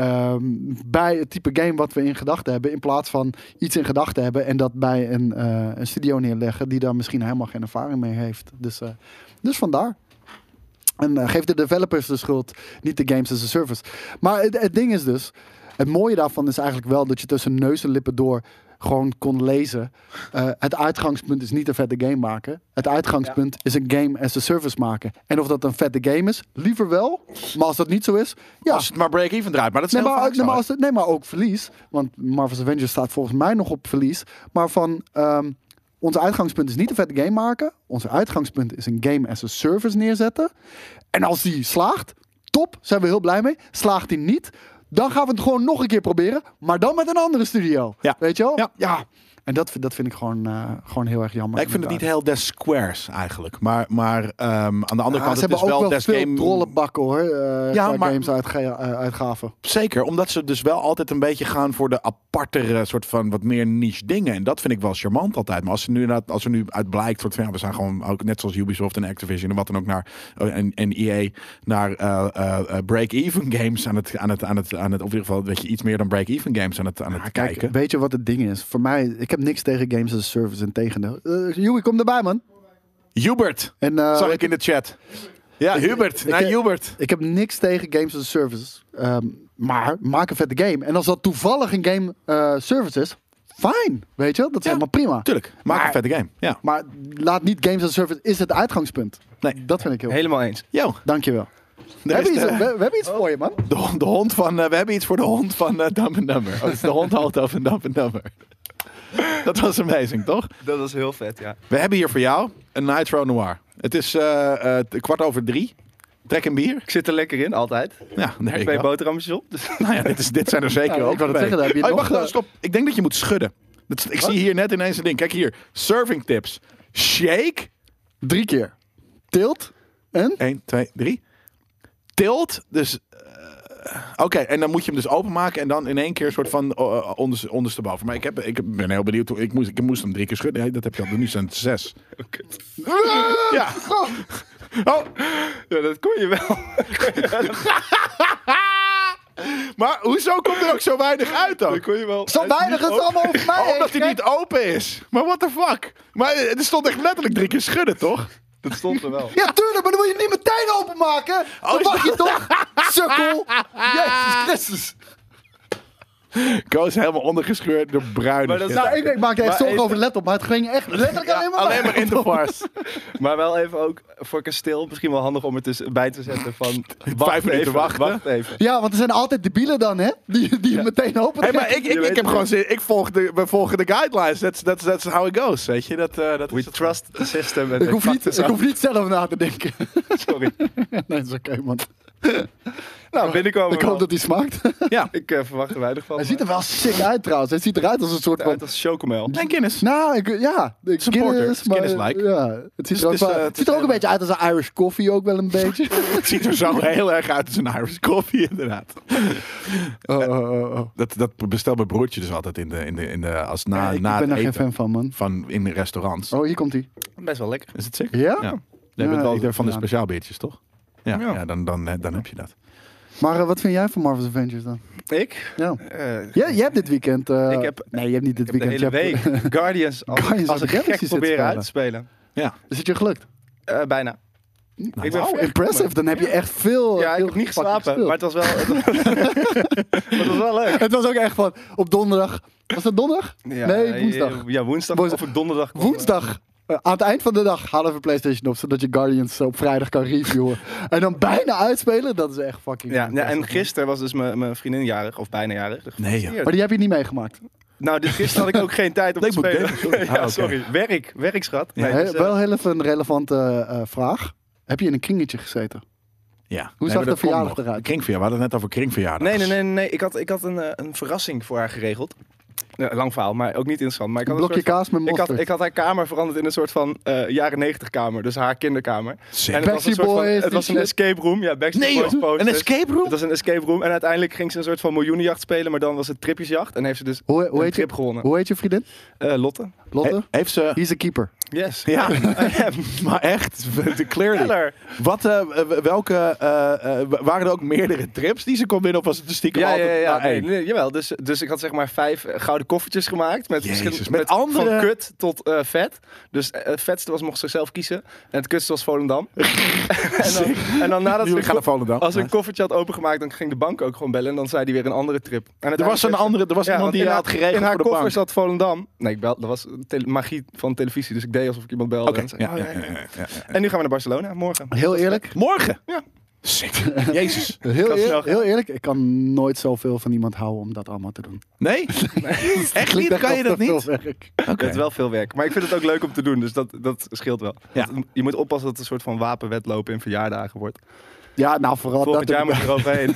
[SPEAKER 2] bij het type game wat we in gedachten hebben, in plaats van iets in gedachten hebben en dat bij een studio neerleggen die daar misschien helemaal geen ervaring mee heeft. Dus vandaar. En geef de developers de schuld, niet de games as a service. Maar het ding is dus, het mooie daarvan is eigenlijk wel dat je tussen neus en lippen door gewoon kon lezen. Het uitgangspunt is niet een vette game maken. Het uitgangspunt is een game as a service maken. En of dat een vette game is, liever wel. Maar als dat niet zo is... Ja.
[SPEAKER 1] Als het maar break-even draait. Maar dat is
[SPEAKER 2] maar ook verlies. Want Marvel's Avengers staat volgens mij nog op verlies. Maar van... ons uitgangspunt is niet een vette game maken. Ons uitgangspunt is een game as a service neerzetten. En als die slaagt, top. Zijn we heel blij mee. Slaagt die niet... Dan gaan we het gewoon nog een keer proberen. Maar dan met een andere studio.
[SPEAKER 1] Ja.
[SPEAKER 2] Weet je wel?
[SPEAKER 1] Ja.
[SPEAKER 2] En dat vind ik gewoon heel erg jammer.
[SPEAKER 1] Ja, ik vind het niet heel des squares eigenlijk. Maar aan de andere kant...
[SPEAKER 2] Ze hebben
[SPEAKER 1] het is
[SPEAKER 2] ook wel
[SPEAKER 1] des
[SPEAKER 2] veel
[SPEAKER 1] game...
[SPEAKER 2] trollenbakken hoor. Maar games uitgaven.
[SPEAKER 1] Zeker, omdat ze dus wel altijd een beetje gaan voor de apartere soort van wat meer niche dingen. En dat vind ik wel charmant altijd. Maar als er nu uit blijkt, soort van, we zijn gewoon ook net zoals Ubisoft en Activision en wat dan ook naar en EA naar break-even games aan het of in ieder geval weet je iets meer dan break-even games aan het kijken.
[SPEAKER 2] Weet je wat het ding is? Voor mij, ik heb niks tegen games as a service, in tegendeel. Joey, kom erbij man.
[SPEAKER 1] Hubert, zag ik in de chat. Ja, Hubert. Hubert.
[SPEAKER 2] Ik heb niks tegen games as a service. Maar maak een vette game. En als dat toevallig een game service is, fijn. Weet je, dat is helemaal prima.
[SPEAKER 1] Tuurlijk, maak een vette game. Ja.
[SPEAKER 2] Maar laat niet games as a service is het uitgangspunt.
[SPEAKER 1] Nee,
[SPEAKER 2] dat vind ik heel
[SPEAKER 3] helemaal eens.
[SPEAKER 1] Yo.
[SPEAKER 2] Dankjewel. We hebben iets voor je, man.
[SPEAKER 1] De hond van... we hebben iets voor de hond van Dumb and Dumber. Oh, het is de hond Alto van Dumb and Dumber. Dat was amazing, toch?
[SPEAKER 3] Dat was heel vet, ja.
[SPEAKER 1] We hebben hier voor jou een Nitro Noir. Het is 3:15. Trek een bier.
[SPEAKER 3] Ik zit er lekker in, altijd.
[SPEAKER 1] Ja, daar
[SPEAKER 3] 2 boterhammetjes op. Dus.
[SPEAKER 1] Nou ja, dit zijn er zeker ook.
[SPEAKER 2] Ik wou het zeggen, daar heb je nog...
[SPEAKER 1] Wacht, stop. Ik denk dat je moet schudden. Ik zie hier net ineens een ding. Kijk hier. Serving tips. Shake.
[SPEAKER 2] 3 keer. Tilt. En?
[SPEAKER 1] 1, 2, 3. Tilt. Dus... Oké, en dan moet je hem dus openmaken en dan in één keer een soort van ondersteboven. Maar ik ben heel benieuwd. Ik moest hem 3 keer schudden. Nee, dat heb je al. Nu zijn het 6.
[SPEAKER 3] Okay.
[SPEAKER 1] Ja. Oh.
[SPEAKER 3] Ja, dat kon je wel.
[SPEAKER 1] Maar hoezo komt er ook zo weinig uit dan?
[SPEAKER 3] Dat kon je wel.
[SPEAKER 2] Zo weinig, het is allemaal over mij.
[SPEAKER 1] Omdat hij niet open is. Maar what the fuck? Maar er stond echt letterlijk 3 keer schudden, toch?
[SPEAKER 3] Dat stond er wel.
[SPEAKER 2] Ja, tuurlijk, maar dan moet je niet meteen openmaken. Dan mag je toch? Sukkel. Jezus Christus.
[SPEAKER 1] Koos is helemaal ondergescheurd door bruine.
[SPEAKER 2] Ik maakte echt zorgen over de laptop, maar het ging echt letterlijk alleen maar
[SPEAKER 1] in de vars.
[SPEAKER 3] Maar wel even ook voor kasteel misschien wel handig om er bij te zetten van
[SPEAKER 1] 5 minuten wachten.
[SPEAKER 3] Wacht even.
[SPEAKER 2] Ja, want er zijn altijd debielen dan, hè? Die het meteen open.
[SPEAKER 1] Hey, maar ik heb gewoon zin. We volgen de guidelines. That's how it goes, weet je.
[SPEAKER 3] We trust the system.
[SPEAKER 2] Ik hoef niet zelf na te denken.
[SPEAKER 3] Sorry.
[SPEAKER 2] Nee, dat is oké, man.
[SPEAKER 3] Nou, binnenkomen.
[SPEAKER 2] Ik hoop dat hij smaakt.
[SPEAKER 1] Ja.
[SPEAKER 3] Ik verwacht er weinig van.
[SPEAKER 2] Hij ziet er wel sick uit trouwens. Hij ziet eruit als een soort van...
[SPEAKER 3] als chocomel.
[SPEAKER 1] En Guinness.
[SPEAKER 2] Nou,
[SPEAKER 1] Guinness-like.
[SPEAKER 2] Ja, het ziet er ook een beetje uit als een Irish coffee ook wel een beetje.
[SPEAKER 1] Het ziet er zo heel erg uit als een Irish coffee, inderdaad. Dat bestelt mijn broertje dus altijd in de als na
[SPEAKER 2] ik
[SPEAKER 1] na
[SPEAKER 2] ben
[SPEAKER 1] het
[SPEAKER 2] daar
[SPEAKER 1] eten
[SPEAKER 2] geen fan van, man.
[SPEAKER 1] In de restaurants.
[SPEAKER 2] Oh, hier komt hij.
[SPEAKER 3] Best wel lekker.
[SPEAKER 1] Is het zeker?
[SPEAKER 2] Ja?
[SPEAKER 1] Ja. Je bent wel
[SPEAKER 2] ik durf
[SPEAKER 1] van de
[SPEAKER 2] niet aan.
[SPEAKER 1] speciaalbeertjes, toch? Ja,
[SPEAKER 3] Ja.
[SPEAKER 1] dan heb je dat.
[SPEAKER 2] Maar wat vind jij van Marvel's Avengers dan?
[SPEAKER 3] Ik?
[SPEAKER 2] Ja. Jij hebt dit weekend...
[SPEAKER 3] ik heb,
[SPEAKER 2] nee, je hebt niet dit
[SPEAKER 3] ik heb
[SPEAKER 2] weekend.
[SPEAKER 3] de hele
[SPEAKER 2] je hebt-
[SPEAKER 3] week Guardians als
[SPEAKER 2] Guardians of
[SPEAKER 3] een
[SPEAKER 2] the Galaxy
[SPEAKER 3] gek
[SPEAKER 2] zitten
[SPEAKER 3] proberen
[SPEAKER 2] spelen.
[SPEAKER 3] uit te spelen.
[SPEAKER 1] Ja.
[SPEAKER 2] Is het je gelukt?
[SPEAKER 3] Bijna. Ik ben
[SPEAKER 2] Wow,
[SPEAKER 3] ver
[SPEAKER 2] impressive.
[SPEAKER 3] gekomen.
[SPEAKER 2] Dan heb je echt veel...
[SPEAKER 3] Ja, ik
[SPEAKER 2] veel
[SPEAKER 3] heb niet
[SPEAKER 2] fucking
[SPEAKER 3] geslapen, maar
[SPEAKER 2] gespeeld.
[SPEAKER 3] het was wel, het was wel leuk.
[SPEAKER 2] Het was ook echt van... Op donderdag... Was dat donderdag?
[SPEAKER 3] Ja,
[SPEAKER 2] Nee, woensdag.
[SPEAKER 3] Ja, woensdag
[SPEAKER 2] Woensdag.
[SPEAKER 3] of op donderdag.
[SPEAKER 2] Woensdag. Aan het eind van de dag halen we PlayStation op, zodat je Guardians op vrijdag kan reviewen. En dan bijna uitspelen, dat is echt fucking...
[SPEAKER 3] Ja, en
[SPEAKER 2] impressive.
[SPEAKER 3] gisteren was dus mijn vriendin jarig, of bijna jarig. Dus
[SPEAKER 1] Nee, ja.
[SPEAKER 2] Maar die heb je niet meegemaakt.
[SPEAKER 3] Nou, dus gisteren had ik ook geen tijd om
[SPEAKER 1] Nee,
[SPEAKER 3] te
[SPEAKER 1] ik moet
[SPEAKER 3] spelen.
[SPEAKER 1] gamen.
[SPEAKER 3] Ja,
[SPEAKER 1] oké.
[SPEAKER 3] sorry. Werk schat.
[SPEAKER 1] Ja.
[SPEAKER 3] Nee, dus,
[SPEAKER 2] Wel heel even een relevante vraag. Heb je in een kringetje gezeten?
[SPEAKER 1] Ja.
[SPEAKER 2] Hoe zag
[SPEAKER 1] maar
[SPEAKER 2] de
[SPEAKER 1] dat
[SPEAKER 2] verjaardag
[SPEAKER 1] komt nog.
[SPEAKER 2] eruit?
[SPEAKER 1] Kringverjaardag. We hadden het net over kringverjaardag.
[SPEAKER 3] Nee. Ik had een verrassing voor haar geregeld. Lang verhaal, maar ook niet interessant. Maar ik
[SPEAKER 2] Een
[SPEAKER 3] had
[SPEAKER 2] blokje
[SPEAKER 3] soort van-
[SPEAKER 2] kaas met mosterd.
[SPEAKER 3] ik had haar kamer veranderd in een soort van jaren 90 kamer. Dus haar kinderkamer.
[SPEAKER 1] Sick.
[SPEAKER 3] En het was een
[SPEAKER 2] Backstreet
[SPEAKER 3] soort van,
[SPEAKER 2] Boys,
[SPEAKER 3] het was
[SPEAKER 2] die
[SPEAKER 3] een
[SPEAKER 2] shit.
[SPEAKER 3] escape room. Ja, Backstreet
[SPEAKER 1] Nee,
[SPEAKER 3] Boys
[SPEAKER 1] joh. Een
[SPEAKER 3] posters.
[SPEAKER 1] escape room?
[SPEAKER 3] Het was een escape room. En uiteindelijk ging ze een soort van miljoenenjacht spelen. Maar dan was het tripjesjacht. En heeft ze dus
[SPEAKER 2] Hoe
[SPEAKER 3] een
[SPEAKER 2] heet
[SPEAKER 3] trip
[SPEAKER 2] je,
[SPEAKER 3] gewonnen.
[SPEAKER 2] hoe heet je vriendin?
[SPEAKER 3] Lotte.
[SPEAKER 2] Lotte?
[SPEAKER 1] Heeft ze...
[SPEAKER 2] He's a keeper.
[SPEAKER 3] Yes.
[SPEAKER 1] Ja,
[SPEAKER 3] I am.
[SPEAKER 1] maar echt. Clearly.
[SPEAKER 3] Keller.
[SPEAKER 1] Wat, welke... waren er ook meerdere trips die ze kon winnen? Of was het de stiekem
[SPEAKER 3] Ja,
[SPEAKER 1] altijd naar
[SPEAKER 3] nee,
[SPEAKER 1] één?
[SPEAKER 3] nee, jawel. Dus ik had zeg maar 5 gouden koffertjes gemaakt. Met,
[SPEAKER 1] Jezus,
[SPEAKER 3] verschillende-
[SPEAKER 1] met andere-
[SPEAKER 3] Van kut tot vet. Dus het vetste mocht ze zelf kiezen. En het kutste was Volendam. en dan nadat
[SPEAKER 1] Jullie
[SPEAKER 3] ze
[SPEAKER 1] gaan naar Volendam.
[SPEAKER 3] als ze een koffertje had opengemaakt, dan ging de bank ook gewoon bellen. En dan zei hij weer een andere trip. En
[SPEAKER 1] Er was, iemand
[SPEAKER 3] want
[SPEAKER 1] die
[SPEAKER 3] in
[SPEAKER 1] had geregeld
[SPEAKER 3] in haar
[SPEAKER 1] voor de
[SPEAKER 3] koffer
[SPEAKER 1] bank.
[SPEAKER 3] zat Volendam. Nee, ik bel, dat was magie van televisie. Dus ik deed alsof ik iemand belde.
[SPEAKER 1] Oké,
[SPEAKER 3] En, zei,
[SPEAKER 1] ja,
[SPEAKER 3] oh,
[SPEAKER 1] ja,
[SPEAKER 3] ja, ja.
[SPEAKER 1] ja.
[SPEAKER 3] En nu gaan we naar Barcelona morgen.
[SPEAKER 2] Heel eerlijk.
[SPEAKER 1] Morgen?
[SPEAKER 3] Ja.
[SPEAKER 1] Sick. Jezus.
[SPEAKER 2] Heel eerlijk. Ik kan nooit zoveel van iemand houden om dat allemaal te doen.
[SPEAKER 1] Nee? Echt niet?
[SPEAKER 2] Klinkt
[SPEAKER 1] Kan je
[SPEAKER 2] als
[SPEAKER 1] dat
[SPEAKER 2] te
[SPEAKER 1] niet?
[SPEAKER 2] veel werk.
[SPEAKER 1] Oké.
[SPEAKER 3] Het is wel veel werk. Maar ik vind het ook leuk om te doen. Dus dat scheelt wel.
[SPEAKER 1] Ja.
[SPEAKER 3] Want je moet oppassen dat het een soort van wapenwedlopen in verjaardagen wordt.
[SPEAKER 2] Ja, nou vooral
[SPEAKER 3] Volgend
[SPEAKER 2] dat.
[SPEAKER 3] jaar moet je eroverheen.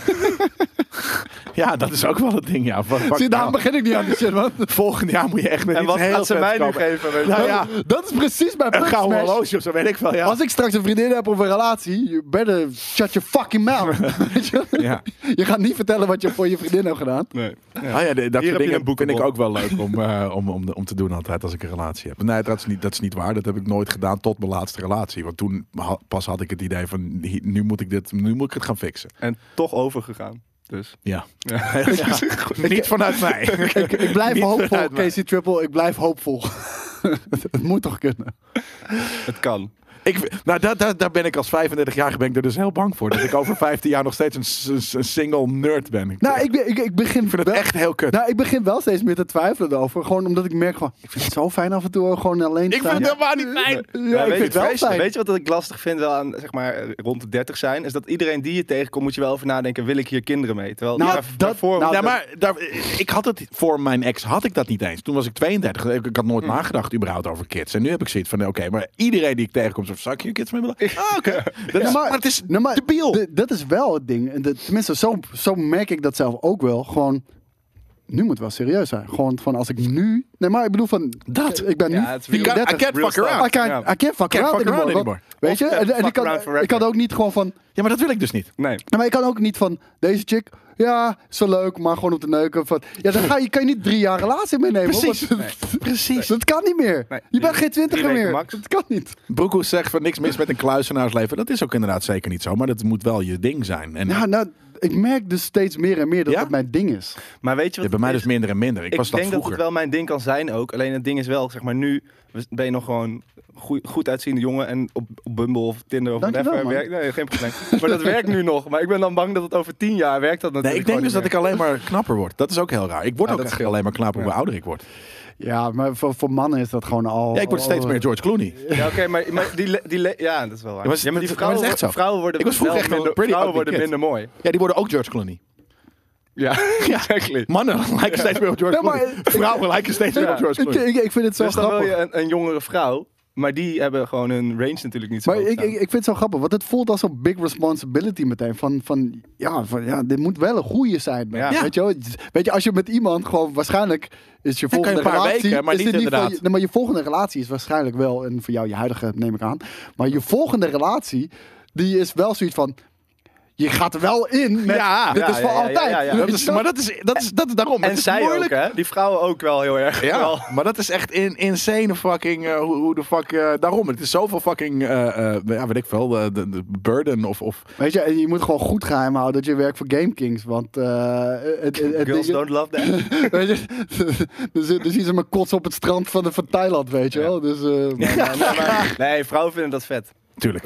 [SPEAKER 1] Ja, dat is ook wel het ding, ja. Fuck
[SPEAKER 2] Zie, daarom
[SPEAKER 1] nou.
[SPEAKER 2] begin ik niet aan die shit, man.
[SPEAKER 1] Volgend jaar moet je echt met
[SPEAKER 3] En
[SPEAKER 1] iets
[SPEAKER 3] wat
[SPEAKER 1] heel
[SPEAKER 3] gaat ze
[SPEAKER 1] vets
[SPEAKER 3] mij nu
[SPEAKER 1] komen.
[SPEAKER 3] geven? Weet je?
[SPEAKER 1] Nou ja,
[SPEAKER 2] Dat is precies mijn
[SPEAKER 1] een
[SPEAKER 2] punt,
[SPEAKER 1] gouden
[SPEAKER 2] Smash.
[SPEAKER 1] horloge of zo, weet ik wel, ja.
[SPEAKER 2] Als ik straks een vriendin heb of een relatie, you better shut your fucking mouth. Weet je?
[SPEAKER 1] Ja.
[SPEAKER 2] Je gaat niet vertellen wat je voor je vriendin hebt gedaan.
[SPEAKER 3] Nee.
[SPEAKER 1] Ah ja, dat
[SPEAKER 3] heb
[SPEAKER 1] soort
[SPEAKER 3] je
[SPEAKER 1] dingen
[SPEAKER 3] een
[SPEAKER 1] vind ik
[SPEAKER 3] boekenbon.
[SPEAKER 1] ook wel leuk om te doen altijd als ik een relatie heb. Nee, dat is niet waar. Dat heb ik nooit gedaan tot mijn laatste relatie. Want toen pas had ik het idee van, nu moet ik het gaan fixen.
[SPEAKER 3] En toch overgegaan. Dus.
[SPEAKER 1] Ja.
[SPEAKER 3] Ja.
[SPEAKER 1] Niet vanuit mij.
[SPEAKER 2] Ik blijf
[SPEAKER 1] Niet
[SPEAKER 2] hoopvol,
[SPEAKER 1] vanuit mij.
[SPEAKER 2] Casey Triple. Ik blijf hoopvol. Het moet toch kunnen?
[SPEAKER 3] Het kan.
[SPEAKER 1] Daar ben ik als 35-jarige ben ik er dus heel bang voor. Dat ik over 15 jaar nog steeds een single nerd ben.
[SPEAKER 2] Nou, ik begin
[SPEAKER 1] Ik vind het echt heel kut.
[SPEAKER 2] Nou, ik begin wel steeds meer te twijfelen erover. Gewoon omdat ik merk gewoon, ik vind het zo fijn af en toe gewoon alleen te
[SPEAKER 1] Ik
[SPEAKER 2] staan.
[SPEAKER 1] vind het helemaal niet fijn.
[SPEAKER 2] Ja, ik vind het wel fijn.
[SPEAKER 3] Weet je wat ik lastig vind wel aan, zeg maar, rond de 30 zijn? Is dat iedereen die je tegenkomt, moet je wel over nadenken, wil ik hier kinderen mee? Terwijl,
[SPEAKER 2] Nou,
[SPEAKER 3] daarvoor...
[SPEAKER 2] nou,
[SPEAKER 1] Ja, maar ik had het voor mijn ex had ik dat niet eens. Toen was ik 32. Ik had nooit nagedacht überhaupt over kids. En nu heb ik zoiets van oké, maar iedereen die ik tegenkom zegt, zou ik hier kids mee willen? Ah, oké. Maar het is
[SPEAKER 2] Nou, maar
[SPEAKER 1] debiel.
[SPEAKER 2] dat is wel het ding. En tenminste, zo merk ik dat zelf ook wel. Gewoon, nu moet het wel serieus zijn. Gewoon van als ik nu... Nee, maar ik bedoel van...
[SPEAKER 1] Dat.
[SPEAKER 2] Ik ben nu
[SPEAKER 3] Ja, het is real.
[SPEAKER 2] 34.
[SPEAKER 1] I can't
[SPEAKER 3] Real
[SPEAKER 1] fuck around.
[SPEAKER 3] stuff.
[SPEAKER 2] I can't fuck around anymore. Weet je?
[SPEAKER 3] Of,
[SPEAKER 2] En
[SPEAKER 3] fuck around forever.
[SPEAKER 2] ik kan ook niet gewoon van...
[SPEAKER 1] Ja, maar dat wil ik dus niet.
[SPEAKER 3] Nee.
[SPEAKER 2] Maar ik kan ook niet van deze chick. Ja, is wel leuk, maar gewoon om te neuken. Van, ja, dan kan je niet 3 jaar relatie meenemen.
[SPEAKER 1] Precies.
[SPEAKER 2] hoor.
[SPEAKER 3] Nee.
[SPEAKER 1] Precies.
[SPEAKER 2] Dat kan niet meer.
[SPEAKER 3] Nee.
[SPEAKER 2] Je bent geen 20er
[SPEAKER 3] 3 weken
[SPEAKER 2] meer.
[SPEAKER 3] max.
[SPEAKER 2] Dat kan niet.
[SPEAKER 1] Broekhoes zegt van niks mis met een kluizenaarsleven. Dat is ook inderdaad zeker niet zo. Maar dat moet wel je ding zijn. En
[SPEAKER 2] Ja, nou, ik merk dus steeds meer en meer dat
[SPEAKER 1] Ja?
[SPEAKER 2] dat mijn ding is.
[SPEAKER 3] Maar weet je wat
[SPEAKER 1] bij mij
[SPEAKER 3] het
[SPEAKER 1] dus
[SPEAKER 3] is?
[SPEAKER 1] minder en minder. Ik was dat
[SPEAKER 3] denk dat
[SPEAKER 1] vroeger.
[SPEAKER 3] het wel mijn ding kan zijn ook. Alleen het ding is wel, zeg maar, nu ben je nog gewoon goed uitziende jongen. En op Bumble of Tinder of
[SPEAKER 2] Dankjewel,
[SPEAKER 3] whatever
[SPEAKER 2] man.
[SPEAKER 3] werkt. Nee, geen probleem. Maar dat werkt nu nog. Maar ik ben dan bang dat het over 10 jaar werkt dat
[SPEAKER 1] Nee,
[SPEAKER 3] natuurlijk
[SPEAKER 1] ik denk dus
[SPEAKER 3] gewoon
[SPEAKER 1] dat ik alleen maar knapper word. Dat is ook heel raar. Ik word
[SPEAKER 3] Ja,
[SPEAKER 1] ook
[SPEAKER 3] dat
[SPEAKER 1] echt
[SPEAKER 3] scheelt.
[SPEAKER 1] alleen maar knapper hoe
[SPEAKER 3] Ja.
[SPEAKER 1] ouder ik word.
[SPEAKER 2] Ja, maar voor mannen is dat gewoon al...
[SPEAKER 1] Ja, ik word steeds meer George Clooney.
[SPEAKER 3] niet meer. Ja, oké, maar ja, dat is wel waar.
[SPEAKER 1] Ja, maar
[SPEAKER 3] Ja, maar die
[SPEAKER 1] dat
[SPEAKER 3] vrouwen,
[SPEAKER 1] is echt zo.
[SPEAKER 3] vrouwen worden
[SPEAKER 1] Ik was vroeger
[SPEAKER 3] wel
[SPEAKER 1] echt wel
[SPEAKER 3] minder,
[SPEAKER 1] pretty
[SPEAKER 3] vrouwen
[SPEAKER 1] ugly
[SPEAKER 3] worden
[SPEAKER 1] kid.
[SPEAKER 3] minder mooi.
[SPEAKER 1] Ja, die worden ook George Clooney.
[SPEAKER 3] Ja, exactly.
[SPEAKER 1] Mannen lijken steeds meer op George
[SPEAKER 2] Ja, maar-
[SPEAKER 1] Clooney. Vrouwen lijken steeds meer op George
[SPEAKER 2] Ik,
[SPEAKER 1] Clooney.
[SPEAKER 2] ik vind het zo
[SPEAKER 3] Dus dan wil
[SPEAKER 2] grappig.
[SPEAKER 3] je een jongere vrouw. Maar die hebben gewoon hun range natuurlijk niet zo
[SPEAKER 2] Maar
[SPEAKER 3] hoog
[SPEAKER 2] ik
[SPEAKER 3] staan.
[SPEAKER 2] vind het zo grappig, want het voelt als een big responsibility meteen. Van dit moet wel een goeie zijn. Man.
[SPEAKER 3] Ja.
[SPEAKER 2] Weet je, als je met iemand gewoon waarschijnlijk is je
[SPEAKER 1] kan je
[SPEAKER 2] volgende
[SPEAKER 1] een paar
[SPEAKER 2] relatie...
[SPEAKER 1] weken, maar
[SPEAKER 2] is
[SPEAKER 1] niet
[SPEAKER 2] dit
[SPEAKER 1] inderdaad.
[SPEAKER 2] voor je, nee, maar je volgende relatie is waarschijnlijk wel, en voor jou je huidige neem ik aan, maar je volgende relatie, die is wel zoiets van... je gaat er wel in met, dit is voor altijd.
[SPEAKER 3] Ja.
[SPEAKER 1] Dat is daarom.
[SPEAKER 3] En
[SPEAKER 1] het is
[SPEAKER 3] zij
[SPEAKER 1] moeilijk.
[SPEAKER 3] ook, hè? Die vrouwen ook wel heel erg.
[SPEAKER 1] Ja,
[SPEAKER 3] Wel.
[SPEAKER 1] maar dat is echt insane fucking, hoe de fuck, daarom. Het is zoveel fucking, weet ik veel, de burden of...
[SPEAKER 2] Weet je, en je moet gewoon goed geheim houden dat je werkt voor Game Kings, want...
[SPEAKER 3] Girls don't love that.
[SPEAKER 2] Weet je, dan zien ze maar kotsen op het strand van Thailand, weet je wel. Dus,
[SPEAKER 3] Nee, vrouwen vinden dat vet.
[SPEAKER 1] Tuurlijk.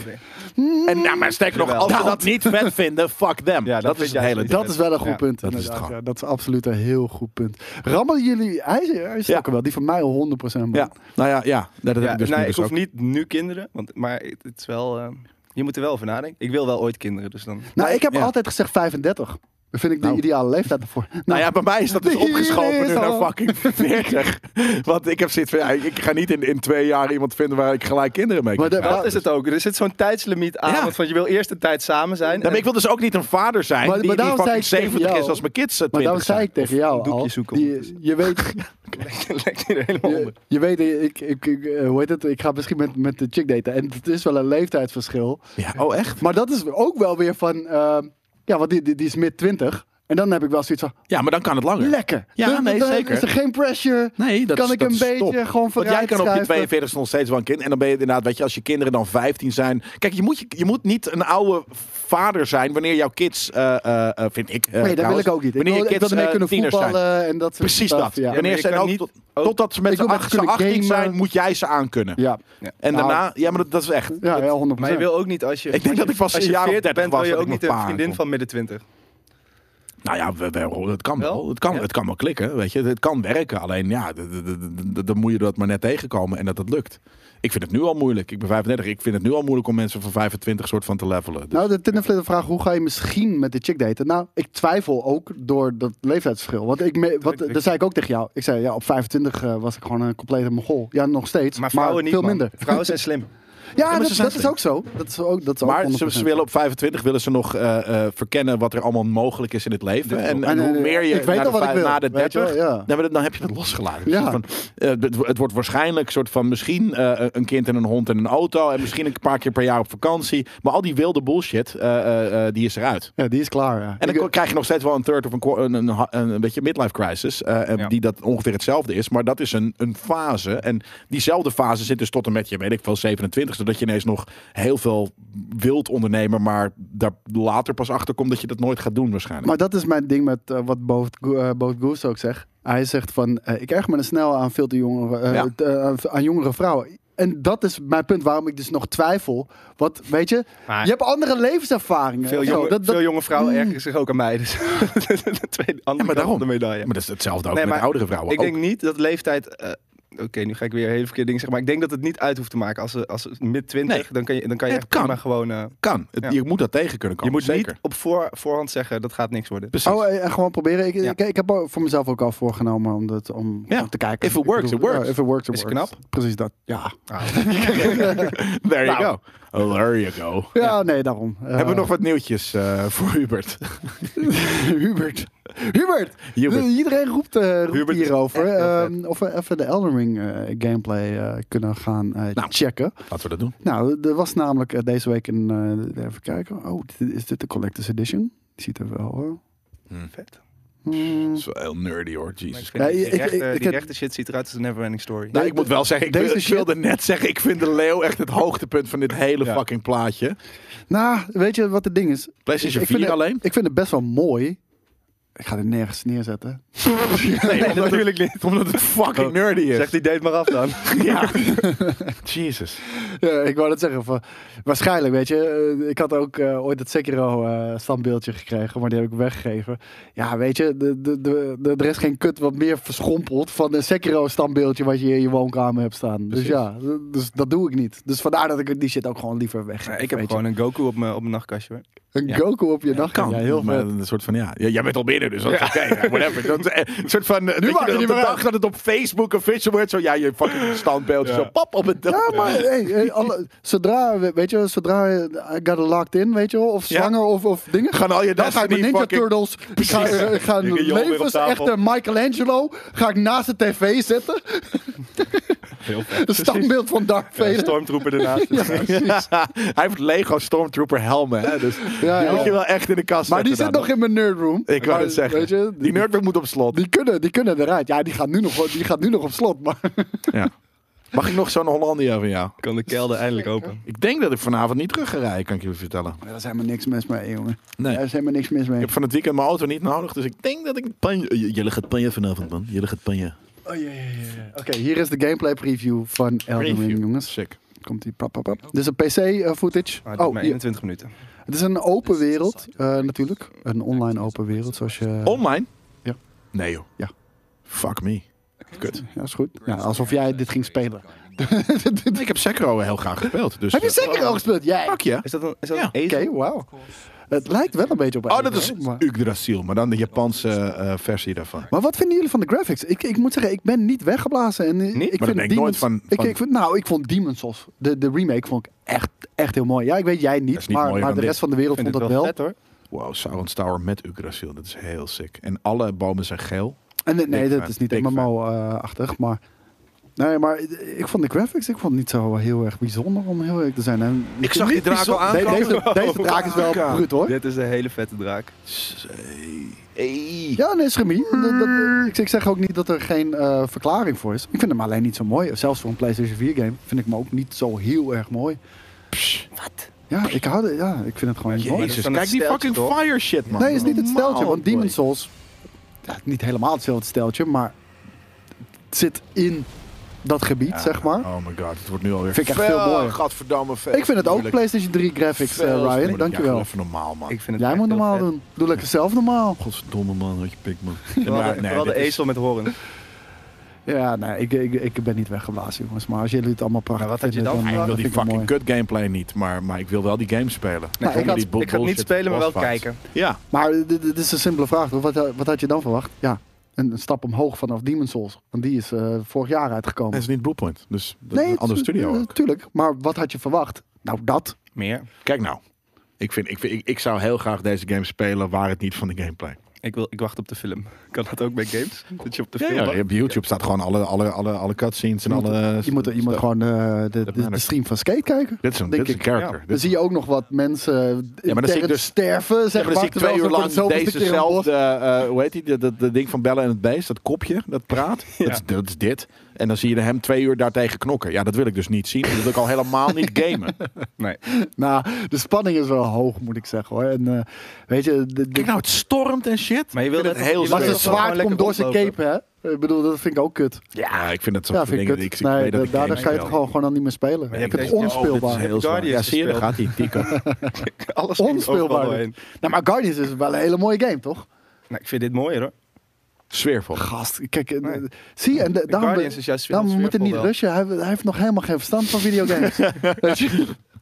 [SPEAKER 1] En maar sterker nog,
[SPEAKER 3] Jawel.
[SPEAKER 1] als ze dat niet vet vinden, fuck them.
[SPEAKER 3] Ja,
[SPEAKER 1] dat is het
[SPEAKER 3] vind
[SPEAKER 1] hele
[SPEAKER 3] jij
[SPEAKER 1] ding.
[SPEAKER 2] dat is wel een goed punt.
[SPEAKER 1] dat is het
[SPEAKER 2] inderdaad.
[SPEAKER 1] gewoon.
[SPEAKER 2] Ja, dat is absoluut een heel goed punt. Rammelen jullie... Hij is ook wel. Die van mij 100%. Man.
[SPEAKER 1] Ja, nou ja. Dat heb ik dus nu
[SPEAKER 3] ik
[SPEAKER 1] dus
[SPEAKER 3] hoef
[SPEAKER 1] ook.
[SPEAKER 3] niet nu kinderen, maar het is wel... je moet er wel over nadenken. Ik wil wel ooit kinderen, dus dan...
[SPEAKER 2] Nou, ik heb
[SPEAKER 1] Ja.
[SPEAKER 2] altijd gezegd 35. Dat vind ik de ideale leeftijd ervoor.
[SPEAKER 1] Nou ja, bij mij is dat dus
[SPEAKER 2] Hier
[SPEAKER 1] opgeschoven
[SPEAKER 2] is
[SPEAKER 1] nu naar
[SPEAKER 2] al-
[SPEAKER 1] fucking 40. Want ik heb zoiets van, ik ga niet in 2 jaar iemand vinden waar ik gelijk kinderen mee kan
[SPEAKER 2] Maar
[SPEAKER 1] krijgen.
[SPEAKER 3] Dat is het ook. Er zit zo'n tijdslimiet aan,
[SPEAKER 1] Ja.
[SPEAKER 3] want je wil eerst een tijd samen zijn.
[SPEAKER 1] Ja, maar ik wil dus ook niet een vader zijn
[SPEAKER 2] Maar
[SPEAKER 1] die
[SPEAKER 2] daarom zei
[SPEAKER 1] fucking
[SPEAKER 2] ik tegen
[SPEAKER 1] 70 is
[SPEAKER 2] jou-
[SPEAKER 1] als mijn kids
[SPEAKER 2] Maar
[SPEAKER 1] 20
[SPEAKER 2] daarom zei
[SPEAKER 1] zijn.
[SPEAKER 2] ik tegen jou
[SPEAKER 3] doekje
[SPEAKER 2] al.
[SPEAKER 3] zoeken
[SPEAKER 2] Je weet...
[SPEAKER 3] Lekt je er helemaal onder.
[SPEAKER 2] Je weet, hoe heet het? Ik ga misschien met de chick daten. En het is wel een leeftijdsverschil.
[SPEAKER 1] Ja, oh echt?
[SPEAKER 2] Maar dat is ook wel weer van... want die is mid-20. En dan heb ik wel zoiets van...
[SPEAKER 1] Ja, maar dan kan het langer.
[SPEAKER 2] Lekker.
[SPEAKER 1] Ja, nee,
[SPEAKER 2] Dan
[SPEAKER 1] zeker.
[SPEAKER 2] is er geen pressure.
[SPEAKER 1] Nee, dat
[SPEAKER 2] kan
[SPEAKER 1] is,
[SPEAKER 2] ik
[SPEAKER 1] dat
[SPEAKER 2] een
[SPEAKER 1] is
[SPEAKER 2] beetje
[SPEAKER 1] top.
[SPEAKER 2] gewoon
[SPEAKER 1] Want
[SPEAKER 2] vooruit
[SPEAKER 1] jij kan op je
[SPEAKER 2] schuiven.
[SPEAKER 1] 42 nog steeds wel een kind. En dan ben je inderdaad, weet je, als je kinderen dan 15 zijn. Kijk, je moet niet een oude vader zijn wanneer jouw kids, vind ik.
[SPEAKER 2] Nee, dat wil
[SPEAKER 1] trouwens,
[SPEAKER 2] ik ook niet.
[SPEAKER 1] Wanneer je
[SPEAKER 2] Ik wil
[SPEAKER 1] kids
[SPEAKER 2] ermee kunnen
[SPEAKER 1] tieners zijn.
[SPEAKER 2] voetballen en dat soort
[SPEAKER 1] Precies
[SPEAKER 2] stuff,
[SPEAKER 1] dat.
[SPEAKER 2] Ja.
[SPEAKER 1] Wanneer
[SPEAKER 3] je
[SPEAKER 1] ze
[SPEAKER 3] kan
[SPEAKER 1] ook,
[SPEAKER 3] niet-
[SPEAKER 1] totdat ze met
[SPEAKER 2] Ik wil
[SPEAKER 1] z'n
[SPEAKER 2] echt kunnen
[SPEAKER 1] 18
[SPEAKER 2] gamen.
[SPEAKER 1] zijn, moet jij ze aankunnen.
[SPEAKER 2] Ja.
[SPEAKER 1] En
[SPEAKER 2] Nou,
[SPEAKER 1] daarna, ja, maar dat is echt.
[SPEAKER 2] Ja, 100%.
[SPEAKER 3] Maar je wil ook niet als je...
[SPEAKER 1] Ik denk dat ik pas
[SPEAKER 3] als
[SPEAKER 1] een
[SPEAKER 3] je
[SPEAKER 1] jaar of
[SPEAKER 3] 40
[SPEAKER 1] 30
[SPEAKER 3] bent,
[SPEAKER 1] was
[SPEAKER 3] wil je
[SPEAKER 1] dat
[SPEAKER 3] ook
[SPEAKER 1] ik
[SPEAKER 3] niet
[SPEAKER 1] mijn
[SPEAKER 3] een
[SPEAKER 1] pa
[SPEAKER 3] vriendin
[SPEAKER 1] aankom.
[SPEAKER 3] van midden 20.
[SPEAKER 1] Nou ja, het kan wel.
[SPEAKER 3] Wel?
[SPEAKER 1] Het kan wel klikken, weet je. Het kan werken. Alleen ja, dan moet je dat maar net tegenkomen en dat het lukt. Ik vind het nu al moeilijk. Ik ben 35. Ik vind het nu al moeilijk om mensen van 25 soort van te levelen. Dus,
[SPEAKER 2] Nou, de Tinderflitter vraag, hoe ga je misschien met de chick daten? Nou, ik twijfel ook door dat leeftijdsverschil. Want dat zei ik ook tegen jou. Ik zei, ja, op 25 was ik gewoon een complete Mongool. Ja, nog steeds.
[SPEAKER 3] Maar vrouwen niet,
[SPEAKER 2] veel
[SPEAKER 3] man.
[SPEAKER 2] minder.
[SPEAKER 3] Vrouwen zijn slim.
[SPEAKER 2] Ja,
[SPEAKER 1] maar
[SPEAKER 2] dat
[SPEAKER 1] ze zijn
[SPEAKER 2] is ook zo. Dat is ook
[SPEAKER 1] maar
[SPEAKER 2] 100%.
[SPEAKER 1] ze willen op 25 willen ze nog verkennen wat er allemaal mogelijk is in het leven. En
[SPEAKER 2] En,
[SPEAKER 1] hoe meer je
[SPEAKER 2] ik weet al wat ik wil,
[SPEAKER 1] na de
[SPEAKER 2] weet je
[SPEAKER 1] 30,
[SPEAKER 2] wel, ja.
[SPEAKER 1] dan heb je het losgelaten.
[SPEAKER 2] Ja.
[SPEAKER 1] Van, het wordt waarschijnlijk soort van misschien een kind en een hond en een auto. En misschien een paar keer per jaar op vakantie. Maar al die wilde bullshit, die is eruit.
[SPEAKER 2] Ja, die is klaar. Ja.
[SPEAKER 1] En dan krijg je nog steeds wel een third of een beetje midlife crisis. Die dat ongeveer hetzelfde is. Maar dat is een fase. En diezelfde fase zit dus tot en met je, weet ik veel, 27. Zodat je ineens nog heel veel wilt ondernemen. Maar daar later pas achter komt dat je dat nooit gaat doen waarschijnlijk.
[SPEAKER 2] Maar dat is mijn ding met wat Boat Goose ook zegt. Hij zegt van, ik erg me dan snel aan veel te jongere, aan jongere vrouwen. En dat is mijn punt waarom ik dus nog twijfel. Want weet je,
[SPEAKER 3] Maar-
[SPEAKER 2] je hebt andere levenservaringen.
[SPEAKER 3] Veel,
[SPEAKER 2] Zo,
[SPEAKER 3] veel jonge vrouwen ergeren zich ook aan mij. Dus de tweede, andere
[SPEAKER 1] maar
[SPEAKER 3] kant
[SPEAKER 1] daarom.
[SPEAKER 3] van de medaille.
[SPEAKER 1] Maar dat is hetzelfde ook
[SPEAKER 3] Nee,
[SPEAKER 1] met
[SPEAKER 3] maar
[SPEAKER 1] oudere vrouwen.
[SPEAKER 3] Ik denk niet dat leeftijd... Oké, nu ga ik weer hele verkeerde dingen zeggen. Maar ik denk dat het niet uit hoeft te maken. Als ze mid-20,
[SPEAKER 1] Nee.
[SPEAKER 3] dan kan je
[SPEAKER 1] Het
[SPEAKER 3] echt
[SPEAKER 1] kan.
[SPEAKER 3] prima gewoon...
[SPEAKER 1] kan.
[SPEAKER 3] Ja.
[SPEAKER 1] Je moet dat tegen kunnen
[SPEAKER 3] je
[SPEAKER 1] komen.
[SPEAKER 3] moet
[SPEAKER 1] zeker.
[SPEAKER 3] niet op voorhand zeggen, dat gaat niks worden.
[SPEAKER 1] Precies.
[SPEAKER 2] en gewoon proberen.
[SPEAKER 3] Ja.
[SPEAKER 2] Ik heb voor mezelf ook al voorgenomen om
[SPEAKER 1] Ja.
[SPEAKER 2] te kijken.
[SPEAKER 1] If it works, it works.
[SPEAKER 2] If it works, it
[SPEAKER 3] Is het
[SPEAKER 2] works.
[SPEAKER 3] knap?
[SPEAKER 2] Precies dat. Ja.
[SPEAKER 1] There you
[SPEAKER 3] Nou.
[SPEAKER 1] go. Oh, there you go.
[SPEAKER 2] Ja, nee, daarom.
[SPEAKER 1] Hebben we nog wat nieuwtjes voor Hubert?
[SPEAKER 2] Hubert.
[SPEAKER 1] Hubert.
[SPEAKER 2] Iedereen roept
[SPEAKER 3] Hubert is
[SPEAKER 2] hierover.
[SPEAKER 3] echt heel vet.
[SPEAKER 2] Of we even de Elden Ring gameplay kunnen gaan checken.
[SPEAKER 1] Laten we dat doen.
[SPEAKER 2] Nou, er was namelijk deze week een... even kijken. Oh, is dit de Collector's Edition? Die ziet er wel...
[SPEAKER 3] Vet.
[SPEAKER 2] Hmm.
[SPEAKER 1] Dat is wel heel nerdy hoor.
[SPEAKER 3] Maar ik
[SPEAKER 1] Jesus.
[SPEAKER 3] vind die
[SPEAKER 2] ik
[SPEAKER 3] rechte, rechte shit ziet eruit als een neverending story.
[SPEAKER 1] Nou, ik moet wel zeggen,
[SPEAKER 2] Deze
[SPEAKER 1] ik wilde net zeggen, ik vind de leeuw echt het hoogtepunt van dit hele
[SPEAKER 3] Ja.
[SPEAKER 1] fucking plaatje.
[SPEAKER 2] Nou, weet je wat het ding is?
[SPEAKER 1] PlayStation
[SPEAKER 2] Ik vind
[SPEAKER 1] 4
[SPEAKER 2] het-
[SPEAKER 1] alleen?
[SPEAKER 2] Ik vind het best wel mooi. Ik ga het nergens neerzetten.
[SPEAKER 1] Nee,
[SPEAKER 3] natuurlijk niet.
[SPEAKER 1] Omdat het fucking nerdy is.
[SPEAKER 3] Zeg die date maar af dan.
[SPEAKER 1] Ja. Jesus.
[SPEAKER 2] Ja, ik wou dat zeggen. Waarschijnlijk, weet je. Ik had ook ooit het Sekiro standbeeldje gekregen, maar die heb ik weggegeven. Ja, weet je, er is geen kut wat meer verschrompeld van een Sekiro standbeeldje wat je in je woonkamer hebt staan.
[SPEAKER 1] Precies.
[SPEAKER 2] Dus ja, dus dat doe ik niet. Dus vandaar dat ik die shit ook gewoon liever weggeef.
[SPEAKER 3] Ik heb
[SPEAKER 2] weet
[SPEAKER 3] gewoon een Goku op mijn nachtkastje hoor.
[SPEAKER 2] je. Een
[SPEAKER 1] Ja.
[SPEAKER 2] Goku op je nacht.
[SPEAKER 1] Kan.
[SPEAKER 2] Ja, heel
[SPEAKER 1] maar
[SPEAKER 2] vet.
[SPEAKER 1] een soort van, ja. Jij bent al binnen, dus dat is oké. Ja, whatever. Dat is, een soort van, weet
[SPEAKER 2] maakt
[SPEAKER 1] je,
[SPEAKER 2] het
[SPEAKER 1] op
[SPEAKER 2] niet
[SPEAKER 1] de
[SPEAKER 2] meer
[SPEAKER 1] dag
[SPEAKER 2] uit.
[SPEAKER 1] dat het op Facebook official wordt, zo, ja, je fucking standbeeldje,
[SPEAKER 3] Ja.
[SPEAKER 1] zo, pap, op het
[SPEAKER 2] Ja, maar hey, zodra, weet je, zodra I got it locked in, weet je wel, of
[SPEAKER 1] Ja.
[SPEAKER 2] zwanger of dingen.
[SPEAKER 1] Gaan al je
[SPEAKER 2] Dan ga ik met
[SPEAKER 1] Destiny
[SPEAKER 2] Ninja
[SPEAKER 1] fucking...
[SPEAKER 2] Turtles, ik ga
[SPEAKER 3] Je
[SPEAKER 2] een
[SPEAKER 3] joh weer op tafel.
[SPEAKER 2] levensechte Michelangelo, ga ik naast de tv zetten.
[SPEAKER 3] Heel vet.
[SPEAKER 2] Een standbeeld van Darth Vader.
[SPEAKER 3] Stormtrooper ernaast.
[SPEAKER 2] Ja, precies.
[SPEAKER 1] Hij heeft Lego Stormtrooper helmen, hè? Dus
[SPEAKER 2] Ja,
[SPEAKER 1] die
[SPEAKER 2] ja.
[SPEAKER 1] moet je wel echt in de kast
[SPEAKER 2] Maar die
[SPEAKER 1] zetten
[SPEAKER 2] zit nog in mijn nerdroom.
[SPEAKER 1] Ik wou
[SPEAKER 2] Maar,
[SPEAKER 1] het zeggen.
[SPEAKER 2] Weet je,
[SPEAKER 1] Die nerdroom moet op slot.
[SPEAKER 2] die kunnen eruit. Ja, die gaat nu nog op slot. Maar
[SPEAKER 1] Ja. Mag ik nog zo'n Hollandia van jou?
[SPEAKER 3] Kan de kelder eindelijk open.
[SPEAKER 1] Ik denk dat ik vanavond niet terug ga rijden, kan ik je vertellen.
[SPEAKER 2] daar is helemaal niks mis mee, jongen.
[SPEAKER 1] Nee.
[SPEAKER 2] Daar is helemaal niks mis mee.
[SPEAKER 1] Ik heb van het weekend mijn auto niet nodig, dus ik denk dat ik Jullie gaat panje vanavond, man. Jullie gaat panje.
[SPEAKER 2] Oh, ja. Oké, hier is de gameplay preview van Elden Ring, jongens.
[SPEAKER 1] Sick.
[SPEAKER 2] Komt die pap. Dit is een PC footage.
[SPEAKER 3] Maar het duurt maar
[SPEAKER 2] hier.
[SPEAKER 3] 21 minuten.
[SPEAKER 2] Het is een open wereld, natuurlijk. Een online open wereld, zoals je...
[SPEAKER 1] Online?
[SPEAKER 2] Ja.
[SPEAKER 1] Nee, joh.
[SPEAKER 2] Ja.
[SPEAKER 1] Fuck me. Kut.
[SPEAKER 2] Ja, is goed. Ja, alsof jij dit ging spelen.
[SPEAKER 1] Ik heb Sekiro heel graag gespeeld. Dus,
[SPEAKER 2] Heb je zeker al gespeeld? Jij?
[SPEAKER 1] Fuck je.
[SPEAKER 3] Is dat een
[SPEAKER 1] Ja.
[SPEAKER 3] ezel?
[SPEAKER 2] Oké, wauw. Het lijkt wel een beetje op
[SPEAKER 1] Oh, dat is
[SPEAKER 2] maar...
[SPEAKER 1] Yggdrasil, maar dan de Japanse versie daarvan.
[SPEAKER 2] Maar wat vinden jullie van de graphics? Ik moet zeggen, ik ben niet weggeblazen. En
[SPEAKER 3] Niet?
[SPEAKER 2] ik
[SPEAKER 1] Maar dat denk ik nooit van-
[SPEAKER 2] ik vond Demon's Souls, de remake, vond ik echt heel mooi. Ja, ik weet jij
[SPEAKER 1] Dat is
[SPEAKER 2] niet,
[SPEAKER 1] niet
[SPEAKER 2] maar
[SPEAKER 1] mooier
[SPEAKER 2] de
[SPEAKER 1] dan
[SPEAKER 2] rest
[SPEAKER 1] dit.
[SPEAKER 2] van de wereld
[SPEAKER 3] Ik vind
[SPEAKER 2] vond
[SPEAKER 3] het
[SPEAKER 2] dat
[SPEAKER 3] wel
[SPEAKER 2] wel.
[SPEAKER 3] vet hoor.
[SPEAKER 1] Wow, Silent Tower met Yggdrasil. Dat is heel sick. En alle bomen zijn geel.
[SPEAKER 2] En nee,
[SPEAKER 1] Big
[SPEAKER 2] dat
[SPEAKER 1] fan,
[SPEAKER 2] is niet
[SPEAKER 1] big
[SPEAKER 2] MMO-achtig, maar... Nee, maar ik vond de graphics, ik vond het niet zo heel erg bijzonder om heel eerlijk te zijn. En
[SPEAKER 1] Ik zag die draak al
[SPEAKER 2] Nee,
[SPEAKER 1] aankomen.
[SPEAKER 2] deze draak is wel
[SPEAKER 1] Oh,
[SPEAKER 2] bruut, hoor.
[SPEAKER 3] Dit is een hele vette draak.
[SPEAKER 1] Hey.
[SPEAKER 2] Ja, nee, schemie. Ik zeg ook niet dat er geen verklaring voor is. Ik vind hem alleen niet zo mooi. Zelfs voor een PlayStation 4 game vind ik hem ook niet zo heel erg mooi.
[SPEAKER 3] Wat?
[SPEAKER 2] Ja, ik vind het gewoon niet mooi.
[SPEAKER 1] Jezus,
[SPEAKER 3] van
[SPEAKER 1] kijk
[SPEAKER 3] het
[SPEAKER 1] die
[SPEAKER 3] steltje,
[SPEAKER 1] fucking
[SPEAKER 3] toch?
[SPEAKER 1] fire shit, man.
[SPEAKER 2] Nee, is niet het
[SPEAKER 1] Normaal,
[SPEAKER 2] steltje, want
[SPEAKER 1] boy.
[SPEAKER 2] Demon's Souls... Ja, niet helemaal hetzelfde steltje, maar... Het zit in dat gebied,
[SPEAKER 1] Ja,
[SPEAKER 2] zeg maar.
[SPEAKER 1] Oh my god, het wordt nu alweer
[SPEAKER 2] Vind ik echt veel mooier.
[SPEAKER 1] Gadverdamme veel.
[SPEAKER 2] Ik vind het ook
[SPEAKER 1] moeilijk.
[SPEAKER 2] PlayStation 3 graphics,
[SPEAKER 1] Veel
[SPEAKER 2] Ryan.
[SPEAKER 1] moeilijk. Ja,
[SPEAKER 2] Dankjewel.
[SPEAKER 1] doe even normaal, man.
[SPEAKER 3] Ik vind het
[SPEAKER 2] Jij
[SPEAKER 3] echt
[SPEAKER 2] moet
[SPEAKER 3] heel
[SPEAKER 2] normaal
[SPEAKER 3] vet.
[SPEAKER 2] doen. Doe lekker zelf normaal.
[SPEAKER 1] Godverdomme, man. Wat je pik, man.
[SPEAKER 3] Vooral de ezel met horen.
[SPEAKER 2] Ja, nee, ik ben niet weggeblazen, jongens. Maar als jullie het allemaal prachtig
[SPEAKER 3] Maar wat had je
[SPEAKER 2] vinden,
[SPEAKER 3] dan
[SPEAKER 1] Ik wil die
[SPEAKER 2] vind ik het
[SPEAKER 1] fucking
[SPEAKER 2] mooi.
[SPEAKER 1] kut gameplay niet, maar ik wil wel die game spelen.
[SPEAKER 2] Nou,
[SPEAKER 1] Zonder die
[SPEAKER 3] Ik ga het niet
[SPEAKER 1] bullshit
[SPEAKER 3] spelen, maar wel
[SPEAKER 1] bossfights.
[SPEAKER 3] kijken.
[SPEAKER 1] Ja,
[SPEAKER 2] Maar dit is een simpele vraag, toch? Wat had je dan verwacht? Ja, een stap omhoog vanaf Demon's Souls. Want die is vorig jaar uitgekomen.
[SPEAKER 1] dat is niet Bluepoint. Dus dat is
[SPEAKER 2] Nee,
[SPEAKER 1] een andere studio ook.
[SPEAKER 2] Tuurlijk. Maar wat had je verwacht? Nou, dat.
[SPEAKER 3] Meer.
[SPEAKER 1] Kijk nou. Ik zou heel graag deze game spelen waar het niet van de gameplay.
[SPEAKER 3] Ik wacht op de film. Kan dat ook bij games? Dat je op de
[SPEAKER 1] Ja,
[SPEAKER 3] film
[SPEAKER 1] ja,
[SPEAKER 3] wacht?
[SPEAKER 1] op YouTube staat gewoon alle cutscenes en alle...
[SPEAKER 2] Je moet gewoon de stream van Skate kijken.
[SPEAKER 1] Dit is een
[SPEAKER 2] denk
[SPEAKER 1] character.
[SPEAKER 3] Ja.
[SPEAKER 1] Dit
[SPEAKER 2] Dan
[SPEAKER 1] is-
[SPEAKER 2] zie je ook nog wat mensen
[SPEAKER 1] Ja, maar dan zie ik dus-
[SPEAKER 2] sterven, zeg
[SPEAKER 1] Ja, maar dan zie ik
[SPEAKER 2] terwijl
[SPEAKER 1] 2 uur
[SPEAKER 2] ze voor
[SPEAKER 1] lang
[SPEAKER 2] de zoveelste keer een bos-
[SPEAKER 1] dezezelfde, hoe heet die, dat ding van Bellen en het Beest, dat kopje, dat praat.
[SPEAKER 3] Ja.
[SPEAKER 1] Dat is dit. En dan zie je hem 2 uur daartegen knokken. Ja, dat wil ik dus niet zien. Dat wil ik al helemaal niet gamen.
[SPEAKER 3] Nee.
[SPEAKER 2] Nou, de spanning is wel hoog, moet ik zeggen, hoor. En weet je...
[SPEAKER 1] Kijk nou, het stormt en shit.
[SPEAKER 3] Maar je wil
[SPEAKER 1] Ik vind
[SPEAKER 3] dat-
[SPEAKER 1] het heel
[SPEAKER 3] je
[SPEAKER 2] Maar
[SPEAKER 3] wil
[SPEAKER 2] zijn
[SPEAKER 1] sfeer.
[SPEAKER 3] dat-
[SPEAKER 2] zwaard
[SPEAKER 3] gewoon
[SPEAKER 2] komt door zijn
[SPEAKER 3] lekker
[SPEAKER 2] cape, hè? Ik bedoel, dat vind ik ook kut.
[SPEAKER 1] Ja, ik vind dat
[SPEAKER 2] Ja,
[SPEAKER 1] soort
[SPEAKER 2] vind ik
[SPEAKER 1] dingen.
[SPEAKER 2] kut.
[SPEAKER 1] Ik
[SPEAKER 2] Nee,
[SPEAKER 1] weet dat ik
[SPEAKER 2] daardoor
[SPEAKER 1] games
[SPEAKER 2] kan je het
[SPEAKER 1] speel.
[SPEAKER 2] gewoon dan niet meer spelen.
[SPEAKER 3] Maar
[SPEAKER 2] Je
[SPEAKER 3] ik
[SPEAKER 2] hebt het
[SPEAKER 3] denk-
[SPEAKER 2] onspeelbaar.
[SPEAKER 1] Oh, dit is heel zwaar.
[SPEAKER 3] Guardians
[SPEAKER 1] Ja, zie je, daar
[SPEAKER 3] gespeeld.
[SPEAKER 1] gaat hij. Tico.
[SPEAKER 3] Alles ging
[SPEAKER 2] Onspeelbaar.
[SPEAKER 3] overal doorheen.
[SPEAKER 2] Nou, maar Guardians is wel een hele mooie game, toch?
[SPEAKER 3] Nou, ik vind dit mooier hoor.
[SPEAKER 1] Sfeervol.
[SPEAKER 2] Gast, kijk,
[SPEAKER 3] Nee.
[SPEAKER 2] zie je, en daarom,
[SPEAKER 3] Guardians is juist
[SPEAKER 2] daarom
[SPEAKER 3] heel
[SPEAKER 2] moet het niet
[SPEAKER 3] sfeervol wel.
[SPEAKER 2] rushen. Hij heeft nog helemaal geen verstand van videogames. Weet je?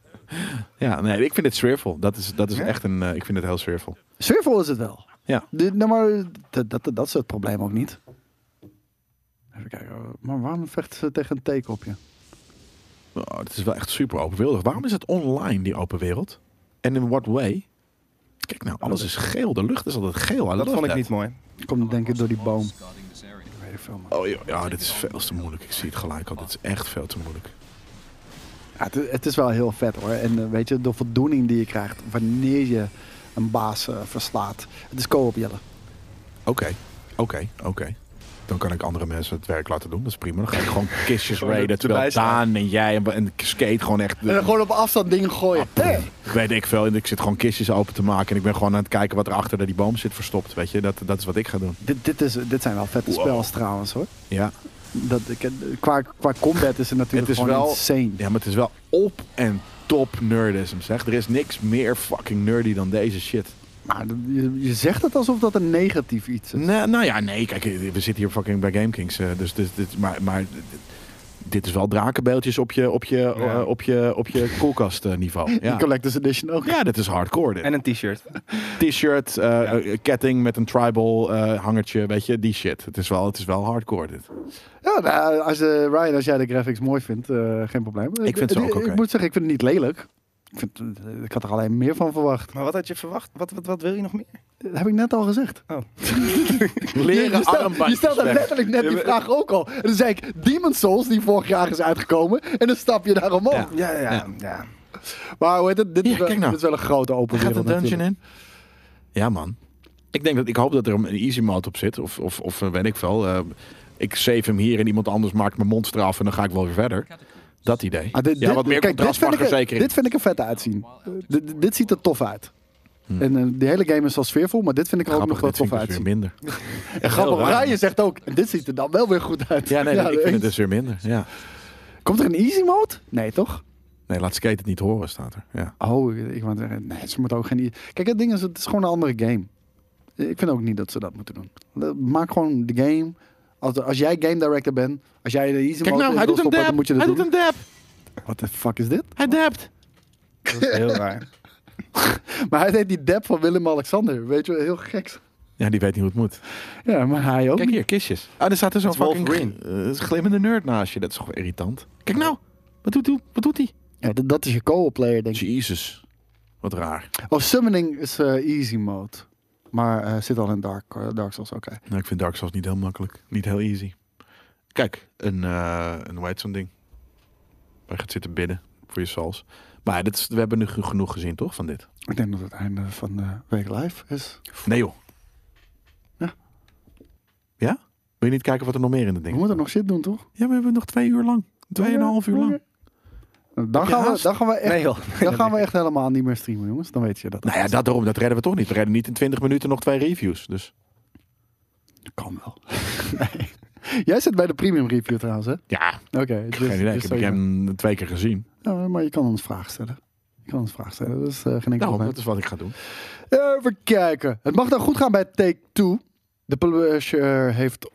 [SPEAKER 1] Ja, nee, ik vind het sfeervol. Dat is
[SPEAKER 3] Ja?
[SPEAKER 1] echt een... ik vind het heel sfeervol.
[SPEAKER 2] Sfeervol is het wel.
[SPEAKER 1] Ja.
[SPEAKER 2] Nou, maar dat is het probleem ook niet. Even kijken, maar waarom vechten ze tegen een theekopje?
[SPEAKER 1] Oh, het is wel echt super openwereldig. Waarom is het online, die open wereld? En in what way? Kijk nou, alles is geel. De lucht is altijd geel. I
[SPEAKER 3] Dat
[SPEAKER 1] love
[SPEAKER 3] vond ik
[SPEAKER 1] that.
[SPEAKER 3] niet mooi.
[SPEAKER 2] Komt denk ik door die boom. Weet ik veel, man.
[SPEAKER 1] Oh ja, dit is veel te moeilijk. Ik zie het gelijk al. Dit is echt veel te moeilijk.
[SPEAKER 2] Ja, het is wel heel vet, hoor. En weet je, de voldoening die je krijgt wanneer je een baas verslaat. Het is co-op, Jelle.
[SPEAKER 1] Oké. Dan kan ik andere mensen het werk laten doen. Dat is prima. Dan ga ik gewoon kistjes
[SPEAKER 3] Gewoon
[SPEAKER 1] raiden. Terwijl
[SPEAKER 3] erbij staan.
[SPEAKER 1] Daan en jij en Skate gewoon echt...
[SPEAKER 2] En dan gewoon op afstand dingen gooien.
[SPEAKER 1] Weet ik veel. En ik zit gewoon kistjes open te maken. En ik ben gewoon aan het kijken wat er achter die boom zit verstopt. Weet je, dat is wat ik ga doen.
[SPEAKER 2] Dit zijn wel vette
[SPEAKER 1] Wow.
[SPEAKER 2] spels trouwens, hoor.
[SPEAKER 1] Ja.
[SPEAKER 2] Qua combat is het natuurlijk
[SPEAKER 1] Het is
[SPEAKER 2] gewoon
[SPEAKER 1] wel-
[SPEAKER 2] insane.
[SPEAKER 1] Ja, maar het is wel op en top nerdism, zeg. Er is niks meer fucking nerdy dan deze shit.
[SPEAKER 2] Maar je zegt het alsof dat een negatief iets is.
[SPEAKER 1] Nee. Kijk, we zitten hier fucking bij GameKings. Dus maar dit is wel drakenbeeldjes op je koelkastniveau.
[SPEAKER 2] Die
[SPEAKER 1] Ja.
[SPEAKER 2] Collector's Edition ook.
[SPEAKER 1] Ja, dit is hardcore. Dit.
[SPEAKER 3] En een t-shirt.
[SPEAKER 1] T-shirt, ketting met een tribal hangertje, weet je, die shit. Het is wel hardcore dit.
[SPEAKER 2] Ja, nou, Ryan, als jij de graphics mooi vindt, geen probleem.
[SPEAKER 1] Ik vind ze ook oké.
[SPEAKER 2] Ik moet zeggen, ik vind het niet lelijk. Ik had er alleen meer van verwacht.
[SPEAKER 3] Maar wat had je verwacht? Wat wil je nog meer?
[SPEAKER 2] Dat heb ik net al gezegd.
[SPEAKER 3] Oh.
[SPEAKER 1] Leren armbandjes.
[SPEAKER 2] Je stelde
[SPEAKER 1] weg.
[SPEAKER 2] letterlijk net die vraag ook al. En dan zei ik Demon Souls, die vorig jaar is uitgekomen. En dan stap je daar omhoog.
[SPEAKER 1] Ja.
[SPEAKER 3] Ja.
[SPEAKER 2] Maar hoe heet het? Dit,
[SPEAKER 1] Hier,
[SPEAKER 2] is wel,
[SPEAKER 1] kijk nou.
[SPEAKER 2] dit is wel een grote open
[SPEAKER 1] Gaat
[SPEAKER 2] wereld
[SPEAKER 1] de dungeon
[SPEAKER 2] natuurlijk.
[SPEAKER 1] in? Ja, man. Ik hoop dat er een easy mode op zit. Of weet ik veel. Ik save hem hier en iemand anders maakt mijn mond straf en dan ga ik wel weer verder. Dat idee.
[SPEAKER 2] Ah,
[SPEAKER 1] Ja, wat meer contrast mag er zeker in.
[SPEAKER 2] Dit vind ik er vet uitzien. Dit ziet er tof uit. En die hele game is wel sfeervol, maar dit vind ik er ook nog wel
[SPEAKER 1] dit
[SPEAKER 2] tof
[SPEAKER 1] vind ik dus
[SPEAKER 2] uitzien.
[SPEAKER 1] weer minder.
[SPEAKER 2] En grappig,
[SPEAKER 3] Heel raar.
[SPEAKER 2] Ryan zegt ook, en dit ziet er dan wel weer goed uit.
[SPEAKER 1] Ja, nee, ik vind
[SPEAKER 2] eens.
[SPEAKER 1] het dus weer minder. Ja.
[SPEAKER 2] Komt er een easy mode? Nee, toch?
[SPEAKER 1] Nee, laat Skate het niet horen, staat er. Ja.
[SPEAKER 2] Oh, ik wou zeggen, nee, ze moeten ook geen... Kijk, het ding is, het is gewoon een andere game. Ik vind ook niet dat ze dat moeten doen. Maak gewoon de game. Als jij game director bent, als jij de easy
[SPEAKER 1] Kijk
[SPEAKER 2] mode
[SPEAKER 1] nou,
[SPEAKER 2] in
[SPEAKER 1] hij
[SPEAKER 2] wil
[SPEAKER 1] doet een
[SPEAKER 2] stoppen,
[SPEAKER 1] dab.
[SPEAKER 2] dan moet je dat
[SPEAKER 1] Hij
[SPEAKER 2] doen.
[SPEAKER 1] doet een dab.
[SPEAKER 2] What the fuck is dit?
[SPEAKER 1] Hij dabt.
[SPEAKER 3] Dat is heel raar.
[SPEAKER 2] Maar hij deed die dab van Willem-Alexander. Weet je wel, heel gek.
[SPEAKER 1] Ja, die weet niet hoe het moet.
[SPEAKER 2] Ja, maar hij ook
[SPEAKER 1] Kijk
[SPEAKER 2] niet.
[SPEAKER 1] hier, kistjes. Ah, er staat er zo'n
[SPEAKER 3] Het is
[SPEAKER 1] fucking
[SPEAKER 3] Wolverine.
[SPEAKER 1] glimmende nerd naast je. Dat is toch wel irritant. Kijk nou. Wat doet hij?
[SPEAKER 2] Ja, dat is je co-op player, denk ik.
[SPEAKER 1] Jezus. Wat raar.
[SPEAKER 2] Oh, summoning is easy mode. Maar zit al in Dark Souls, oké.
[SPEAKER 1] Nou, ik vind Dark Souls niet heel makkelijk. Niet heel easy. Kijk, een hoe heet zo'n ding? Waar je gaat zitten bidden voor je souls. Maar we hebben nu genoeg gezien, toch, van dit?
[SPEAKER 2] Ik denk dat het einde van de week live is.
[SPEAKER 1] Nee, joh.
[SPEAKER 2] Ja.
[SPEAKER 1] Ja? Wil je niet kijken wat er nog meer in het
[SPEAKER 2] We
[SPEAKER 1] ding
[SPEAKER 2] moeten nog shit doen, toch?
[SPEAKER 1] Ja, we hebben nog 2 uur lang. 2,5 uur lang.
[SPEAKER 2] Dan gaan we echt,
[SPEAKER 3] Nee joh.
[SPEAKER 2] dan gaan we echt helemaal niet meer streamen, jongens. Dan weet je dat.
[SPEAKER 1] Nou ja, dat redden we toch niet. We redden niet in 20 minuten nog 2 reviews. Dus
[SPEAKER 2] Kan wel. Nee. Jij zit bij de premium review trouwens, hè?
[SPEAKER 1] ja,
[SPEAKER 2] Oké. Dus,
[SPEAKER 1] geen idee. Ik heb hem 2 keer gezien.
[SPEAKER 2] Ja, maar je kan ons vragen stellen. Dus geen enkel
[SPEAKER 1] Daarom,
[SPEAKER 2] probleem.
[SPEAKER 1] dat is wat ik ga doen.
[SPEAKER 2] Even kijken. Het mag dan goed gaan bij Take-Two. De publisher heeft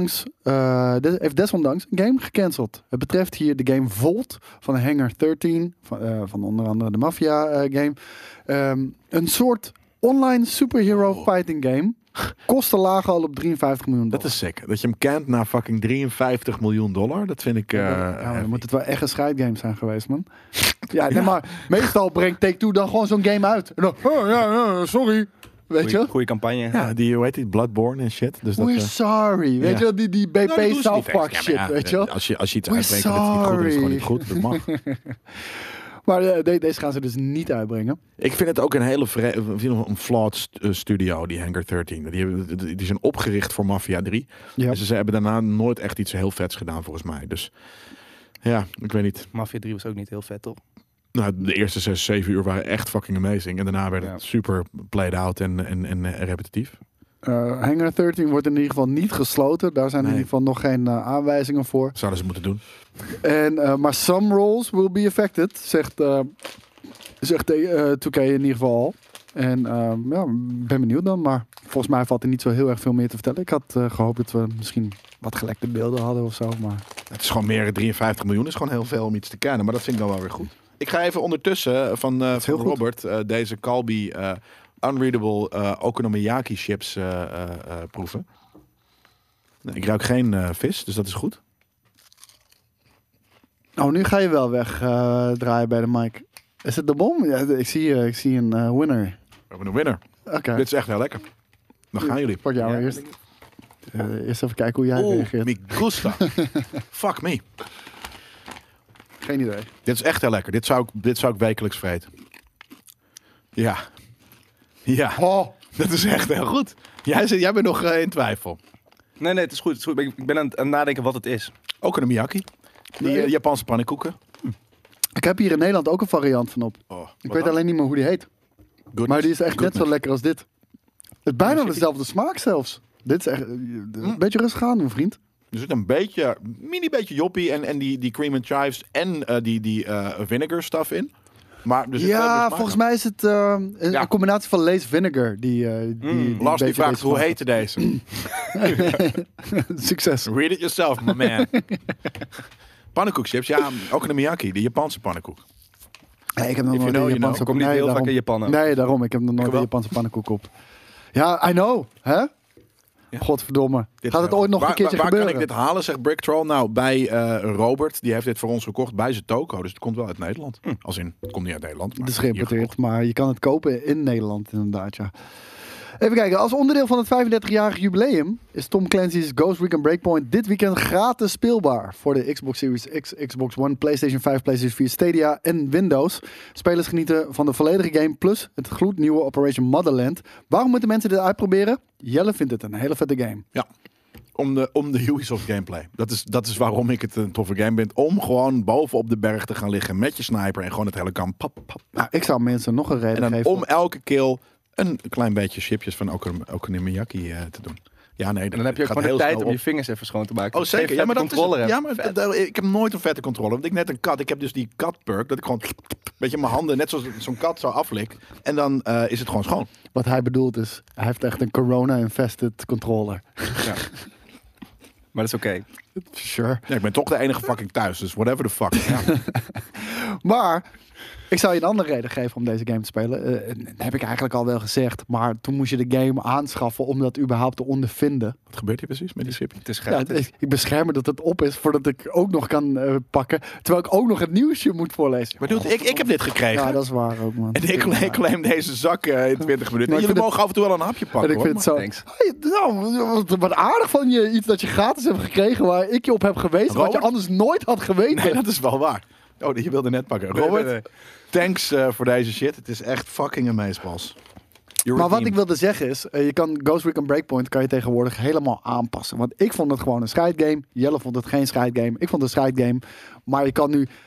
[SPEAKER 2] desondanks een game gecanceld. Het betreft hier de game Volt van Hangar 13. Van onder andere de Mafia game. Een soort online superhero fighting game. Kosten lagen al op $53 miljoen.
[SPEAKER 1] Dat is sick. Dat je hem kent na fucking $53 miljoen. Dat vind ik...
[SPEAKER 2] ja, dan moet het wel echt een scheidgame zijn geweest, man. Ja, nee, maar meestal brengt Take-Two dan gewoon zo'n game uit. En dan, sorry. Weet je?
[SPEAKER 3] Goeie campagne.
[SPEAKER 1] Ja, hoe heet die? Bloodborne en shit. Dus
[SPEAKER 2] We're
[SPEAKER 1] dat,
[SPEAKER 2] sorry. Weet
[SPEAKER 1] ja.
[SPEAKER 2] je wel, die BP
[SPEAKER 1] Nou, dat doen ze
[SPEAKER 2] South
[SPEAKER 1] niet
[SPEAKER 2] Park
[SPEAKER 1] eens.
[SPEAKER 2] shit,
[SPEAKER 1] Ja, maar
[SPEAKER 2] weet je wel.
[SPEAKER 1] Als je iets
[SPEAKER 2] We're
[SPEAKER 1] uitbrengt en het is niet goed, is het gewoon niet goed. Dat mag.
[SPEAKER 2] Maar deze gaan ze dus niet uitbrengen.
[SPEAKER 1] Ik vind het ook een hele een flawed studio, die Hangar 13. Die zijn opgericht voor Mafia 3.
[SPEAKER 2] Ja.
[SPEAKER 1] Dus ze hebben daarna nooit echt iets heel vets gedaan, volgens mij. Dus ja, ik weet niet.
[SPEAKER 3] Mafia 3 was ook niet heel vet, toch?
[SPEAKER 1] Nou, de eerste 6, 7 uur waren echt fucking amazing. En daarna werd het
[SPEAKER 3] Ja.
[SPEAKER 1] super played out en repetitief.
[SPEAKER 2] Hangar 13 wordt in ieder geval niet gesloten. Daar zijn in
[SPEAKER 1] Nee.
[SPEAKER 2] ieder geval nog geen aanwijzingen voor.
[SPEAKER 1] Zouden ze moeten doen.
[SPEAKER 2] Maar some roles will be affected, zegt 2K in ieder geval al. En ja, ben benieuwd dan. Maar volgens mij valt er niet zo heel erg veel meer te vertellen. Ik had gehoopt dat we misschien wat gelekte beelden hadden of zo. Maar
[SPEAKER 1] Het is gewoon meer 53 miljoen. is gewoon heel veel om iets te kennen. Maar dat vind ik dan wel weer goed. Ik ga even ondertussen van
[SPEAKER 2] heel goed.
[SPEAKER 1] Robert deze Calbee Unreadable Okonomiyaki chips proeven. Nee, ik ruik geen vis, dus dat is goed.
[SPEAKER 2] oh, nu ga je wel weg draaien bij de mic. Is het de bom? Ja, ik zie een winner.
[SPEAKER 1] We hebben een winnaar.
[SPEAKER 2] Oké,
[SPEAKER 1] Dit is echt heel lekker. Dan gaan jullie.
[SPEAKER 2] pak jou
[SPEAKER 3] Ja,
[SPEAKER 2] eerst. Eerst even kijken hoe jij
[SPEAKER 1] Oeh,
[SPEAKER 2] reageert.
[SPEAKER 1] mi gusta. Fuck me.
[SPEAKER 2] Geen idee.
[SPEAKER 1] Dit is echt heel lekker. Dit zou ik wekelijks vreten. Ja. Ja,
[SPEAKER 2] Oh,
[SPEAKER 1] dat is echt heel goed. Jij bent nog in twijfel.
[SPEAKER 3] Nee, het is goed. Het is goed. Ik ben aan het nadenken wat het is.
[SPEAKER 1] Okonomiyaki. Die
[SPEAKER 2] Nee.
[SPEAKER 1] Japanse pannenkoeken.
[SPEAKER 2] ik heb hier in Nederland ook een variant van op.
[SPEAKER 1] Oh,
[SPEAKER 2] Ik weet alleen niet meer hoe die heet. Maar die is echt net zo lekker als dit. Het is bijna dezelfde smaak zelfs. Dit is echt een beetje rustig aan, mijn vriend.
[SPEAKER 1] Er zit een mini beetje joppie en die cream and chives en die vinegar stuff in. Maar er zit veel meer
[SPEAKER 2] Ja,
[SPEAKER 1] smaak
[SPEAKER 2] volgens
[SPEAKER 1] aan.
[SPEAKER 2] mij is het een combinatie van Lace Vinegar.
[SPEAKER 1] Lars die vraagt, hoe heette deze?
[SPEAKER 2] Succes.
[SPEAKER 1] Read it yourself, my man. Pannenkoekchips, ja, Okonomiyaki, de Japanse pannenkoek.
[SPEAKER 2] Nee, ik heb nog
[SPEAKER 1] If
[SPEAKER 2] nooit
[SPEAKER 1] you know,
[SPEAKER 2] een
[SPEAKER 1] you
[SPEAKER 2] Japanse
[SPEAKER 3] Komt niet
[SPEAKER 2] nee,
[SPEAKER 3] heel
[SPEAKER 2] daarom.
[SPEAKER 3] vaak in Japan.
[SPEAKER 2] Nee, daarom. Ik heb nog nooit
[SPEAKER 1] wel.
[SPEAKER 2] een Japanse pannenkoek op. Ja, I know. Hè?
[SPEAKER 1] Ja.
[SPEAKER 2] Godverdomme.
[SPEAKER 1] Dit
[SPEAKER 2] Gaat het ooit nog een keertje
[SPEAKER 1] waar
[SPEAKER 2] gebeuren?
[SPEAKER 1] kan ik dit halen, zegt Bricktroll? Nou, bij Robert. Die heeft dit voor ons gekocht bij zijn toko. Dus het komt wel uit Nederland. Als in, het komt niet uit Nederland. Maar
[SPEAKER 2] Het is
[SPEAKER 1] hier
[SPEAKER 2] geïmporteerd,
[SPEAKER 1] gekocht.
[SPEAKER 2] maar je kan het kopen in Nederland inderdaad, ja. Even kijken, als onderdeel van het 35-jarig jubileum is Tom Clancy's Ghost Recon Breakpoint dit weekend gratis speelbaar voor de Xbox Series X, Xbox One, PlayStation 5, PlayStation 4, Stadia en Windows. Spelers genieten van de volledige game plus het gloednieuwe Operation Motherland. Waarom moeten mensen dit uitproberen? Jelle vindt het een hele vette game.
[SPEAKER 1] Ja. Om de Ubisoft gameplay. Dat is waarom ik het een toffe game vind. Om gewoon bovenop de berg te gaan liggen met je sniper en gewoon het hele kamp. Pap, pap.
[SPEAKER 2] Nou, ik zou mensen nog een reden
[SPEAKER 1] En dan
[SPEAKER 2] geven.
[SPEAKER 1] om elke kill een klein beetje chipjes van Okonomiyaki te doen. Ja, nee.
[SPEAKER 3] En dan heb je ook gewoon de tijd om je vingers even schoon te maken.
[SPEAKER 1] Oh, zeker. Ja, maar dat
[SPEAKER 3] controller
[SPEAKER 1] is, ja, maar ik heb nooit een vette controller. Want ik net een kat. Ik heb dus die kat-perk. Dat ik gewoon een beetje mijn handen, net zoals zo'n kat, zo aflik. En dan is het gewoon schoon.
[SPEAKER 2] Wat hij bedoelt is, hij heeft echt een corona-infested controller.
[SPEAKER 3] Ja. Maar dat is oké.
[SPEAKER 2] Sure.
[SPEAKER 1] Ja, ik ben toch de enige fucking thuis. Dus whatever the fuck. Ja.
[SPEAKER 2] Maar ik zou je een andere reden geven om deze game te spelen. Dat heb ik eigenlijk al wel gezegd. Maar toen moest je de game aanschaffen om dat überhaupt te ondervinden.
[SPEAKER 1] Wat gebeurt hier precies met die chipje?
[SPEAKER 3] Het is
[SPEAKER 2] Ja,
[SPEAKER 3] gratis.
[SPEAKER 2] ik bescherm me dat het op is voordat ik ook nog kan pakken. Terwijl ik ook nog het nieuwsje moet voorlezen.
[SPEAKER 1] Maar dude, ik heb dit gekregen.
[SPEAKER 2] Ja, dat is waar ook, man.
[SPEAKER 1] En ik claim deze zak in 20 minuten.
[SPEAKER 2] Maar ik
[SPEAKER 1] Jullie
[SPEAKER 2] vind
[SPEAKER 1] mogen af en toe wel een hapje
[SPEAKER 2] En
[SPEAKER 1] pakken,
[SPEAKER 2] ik vind het zo...
[SPEAKER 3] Thanks.
[SPEAKER 2] Hey, nou, wat aardig van je. Iets dat je gratis hebt gekregen waar ik je op heb gewezen. Wat je
[SPEAKER 1] Robert?
[SPEAKER 2] anders nooit had geweten.
[SPEAKER 1] Nee, dat is wel waar. Oh, je wilde net pakken. Robert,
[SPEAKER 3] nee.
[SPEAKER 1] thanks voor deze shit. Het is echt fucking amazeballs.
[SPEAKER 2] Maar wat ik wilde zeggen is, je kan Ghost Recon Breakpoint kan je tegenwoordig helemaal aanpassen. Want ik vond het gewoon een scheidgame. Jelle vond het geen scheidgame. Ik vond het een scheidgame. Maar je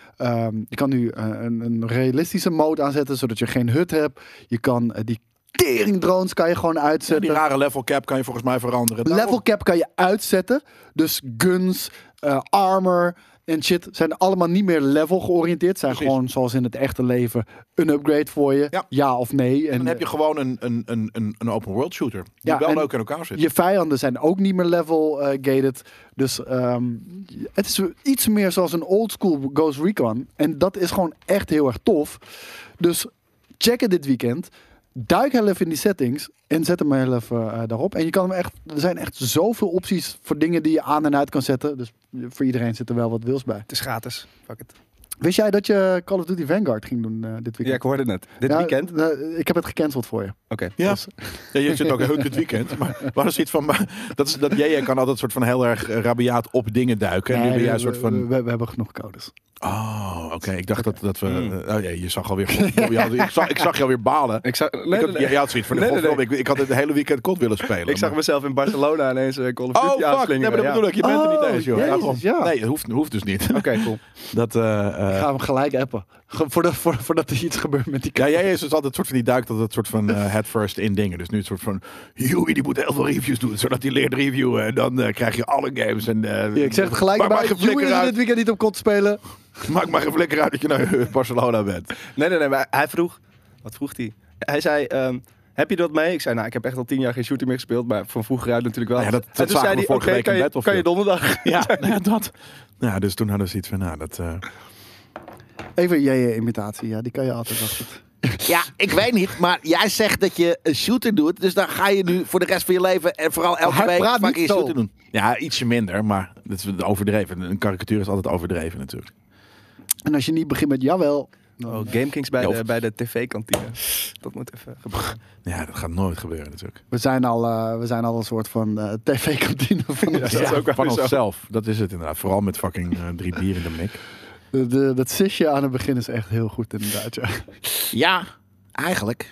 [SPEAKER 2] kan nu een realistische mode aanzetten, zodat je geen hut hebt. Je kan die teringdrones kan je gewoon uitzetten.
[SPEAKER 1] Die rare level cap kan je volgens mij veranderen.
[SPEAKER 2] Level cap kan je uitzetten. Dus guns, armor en shit zijn allemaal niet meer level georiënteerd. Zijn
[SPEAKER 1] Precies.
[SPEAKER 2] gewoon zoals in het echte leven een upgrade voor je. Ja of nee. En
[SPEAKER 1] dan heb je gewoon een open world shooter. Die
[SPEAKER 2] Ja,
[SPEAKER 1] wel
[SPEAKER 2] en
[SPEAKER 1] leuk in elkaar zit.
[SPEAKER 2] je vijanden zijn ook niet meer level gated. Dus het is iets meer zoals een old school Ghost Recon. En dat is gewoon echt heel erg tof. Dus check het dit weekend. Duik heel even in die settings en zet hem heel even daarop. En je kan hem echt, er zijn echt zoveel opties voor dingen die je aan en uit kan zetten. Dus voor iedereen zit er wel wat wils bij.
[SPEAKER 3] Het is gratis. Fuck it.
[SPEAKER 2] Wist jij dat je Call of Duty Vanguard ging doen dit weekend?
[SPEAKER 3] Ja, ik hoorde het. Dit
[SPEAKER 2] Ja,
[SPEAKER 3] weekend?
[SPEAKER 2] ik heb het gecanceld voor je.
[SPEAKER 3] Oké.
[SPEAKER 1] Ja.
[SPEAKER 2] Dus-
[SPEAKER 1] Ja, je zit ook heel dit weekend. Maar waar is iets van... Dat jij kan altijd soort van heel erg rabiaat op dingen duiken. En nu
[SPEAKER 2] Nee,
[SPEAKER 1] ben jij een soort van...
[SPEAKER 2] we hebben genoeg codes.
[SPEAKER 1] Oh, oké. Ik dacht dat we... Oh ja, je zag alweer... ik zag je alweer balen.
[SPEAKER 3] Ik zag,
[SPEAKER 1] Je had zoiets van...
[SPEAKER 3] Nee.
[SPEAKER 1] Ik had het de hele weekend COD willen spelen.
[SPEAKER 3] Ik zag
[SPEAKER 1] maar-
[SPEAKER 3] mezelf in Barcelona ineens Call of
[SPEAKER 1] Oh,
[SPEAKER 3] Duty
[SPEAKER 1] fuck. Nee,
[SPEAKER 3] aanslingeren.
[SPEAKER 1] maar dat bedoel ik. Je bent er niet
[SPEAKER 2] Oh,
[SPEAKER 1] eens, joh.
[SPEAKER 2] Jezus,
[SPEAKER 1] Daarom.
[SPEAKER 2] ja.
[SPEAKER 1] Nee, het hoeft dus niet.
[SPEAKER 3] Oké, cool.
[SPEAKER 1] Dat...
[SPEAKER 2] Ik ga hem gelijk appen. Voordat er iets gebeurt met die
[SPEAKER 1] Ja, jij is dus altijd soort van die duikt dat soort van head first in dingen. Dus nu het soort van, Joey die moet heel veel reviews doen, zodat hij leert reviewen. En dan krijg je alle games. En,
[SPEAKER 2] Ja, ik zeg het gelijk
[SPEAKER 1] maak maar
[SPEAKER 2] bij.
[SPEAKER 1] geen flikker
[SPEAKER 2] Joey is
[SPEAKER 1] uit.
[SPEAKER 2] dit weekend niet op kot spelen.
[SPEAKER 1] Maak maar geen flikker uit dat je naar Barcelona bent.
[SPEAKER 3] Nee, maar hij vroeg... Wat vroeg hij? Hij zei... heb je er wat mee? Ik zei, nou, ik heb echt al 10 jaar geen shooter meer gespeeld, maar van vroeger uit natuurlijk wel.
[SPEAKER 1] Ja, dat
[SPEAKER 3] En toen
[SPEAKER 1] zagen
[SPEAKER 3] zei
[SPEAKER 1] we
[SPEAKER 3] hij,
[SPEAKER 1] vorige
[SPEAKER 3] oké,
[SPEAKER 1] week in Battlefield.
[SPEAKER 3] kan je donderdag?
[SPEAKER 1] Ja, dat. Ja, dus toen hadden we zoiets van, nou, dat...
[SPEAKER 2] Even JJ-imitatie, ja, die kan je altijd wel goed.
[SPEAKER 1] Ja, ik weet niet, maar jij zegt dat je een shooter doet. Dus dan ga je nu voor de rest van je leven en vooral elke
[SPEAKER 2] Hij
[SPEAKER 1] week
[SPEAKER 2] praat
[SPEAKER 1] vaak
[SPEAKER 2] niet
[SPEAKER 1] een
[SPEAKER 2] zo.
[SPEAKER 1] shooter doen. Ja, ietsje minder, maar dat is overdreven. Een karikatuur is altijd overdreven natuurlijk.
[SPEAKER 2] En als je niet begint met jawel...
[SPEAKER 3] Oh, GameKings bij,
[SPEAKER 1] Ja,
[SPEAKER 3] bij de tv-kantine. Dat moet even gebeuren.
[SPEAKER 1] Ja, dat gaat nooit gebeuren natuurlijk.
[SPEAKER 2] We zijn al een soort van tv-kantine van
[SPEAKER 3] Ja, dat is
[SPEAKER 2] onszelf.
[SPEAKER 3] ook wel
[SPEAKER 1] van
[SPEAKER 3] zo.
[SPEAKER 1] onszelf. Dat is het inderdaad. Vooral met fucking 3 bier in de mik.
[SPEAKER 2] Dat sisje aan het begin is echt heel goed inderdaad, ja.
[SPEAKER 1] Ja, eigenlijk.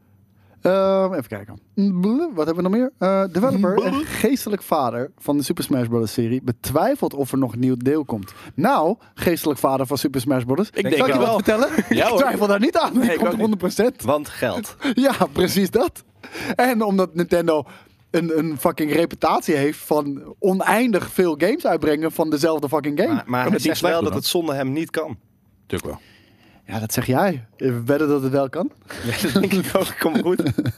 [SPEAKER 2] Even kijken. Wat hebben we nog meer? Developer en geestelijk vader van de Super Smash Bros. Serie betwijfelt of er nog een nieuw deel komt. Nou, geestelijk vader van Super Smash Bros.
[SPEAKER 1] Ik denk
[SPEAKER 2] Zal ik je
[SPEAKER 1] wel.
[SPEAKER 2] wat vertellen?
[SPEAKER 1] Ja,
[SPEAKER 2] Ik
[SPEAKER 1] hoor.
[SPEAKER 2] twijfel daar niet aan. Die
[SPEAKER 1] Nee, ik ook
[SPEAKER 2] komt 100%.
[SPEAKER 3] Want geld.
[SPEAKER 2] Ja, precies dat. En omdat Nintendo een fucking reputatie heeft van oneindig veel games uitbrengen van dezelfde fucking game.
[SPEAKER 3] Maar
[SPEAKER 1] het
[SPEAKER 3] hij
[SPEAKER 1] niet
[SPEAKER 3] zegt
[SPEAKER 1] slecht
[SPEAKER 3] wel
[SPEAKER 1] doen
[SPEAKER 3] dat het zonder hem niet kan.
[SPEAKER 1] Natuurlijk wel.
[SPEAKER 2] Ja, dat zeg jij. Wedden dat het wel kan?
[SPEAKER 3] Ja, dat denk ik ook. Kom goed.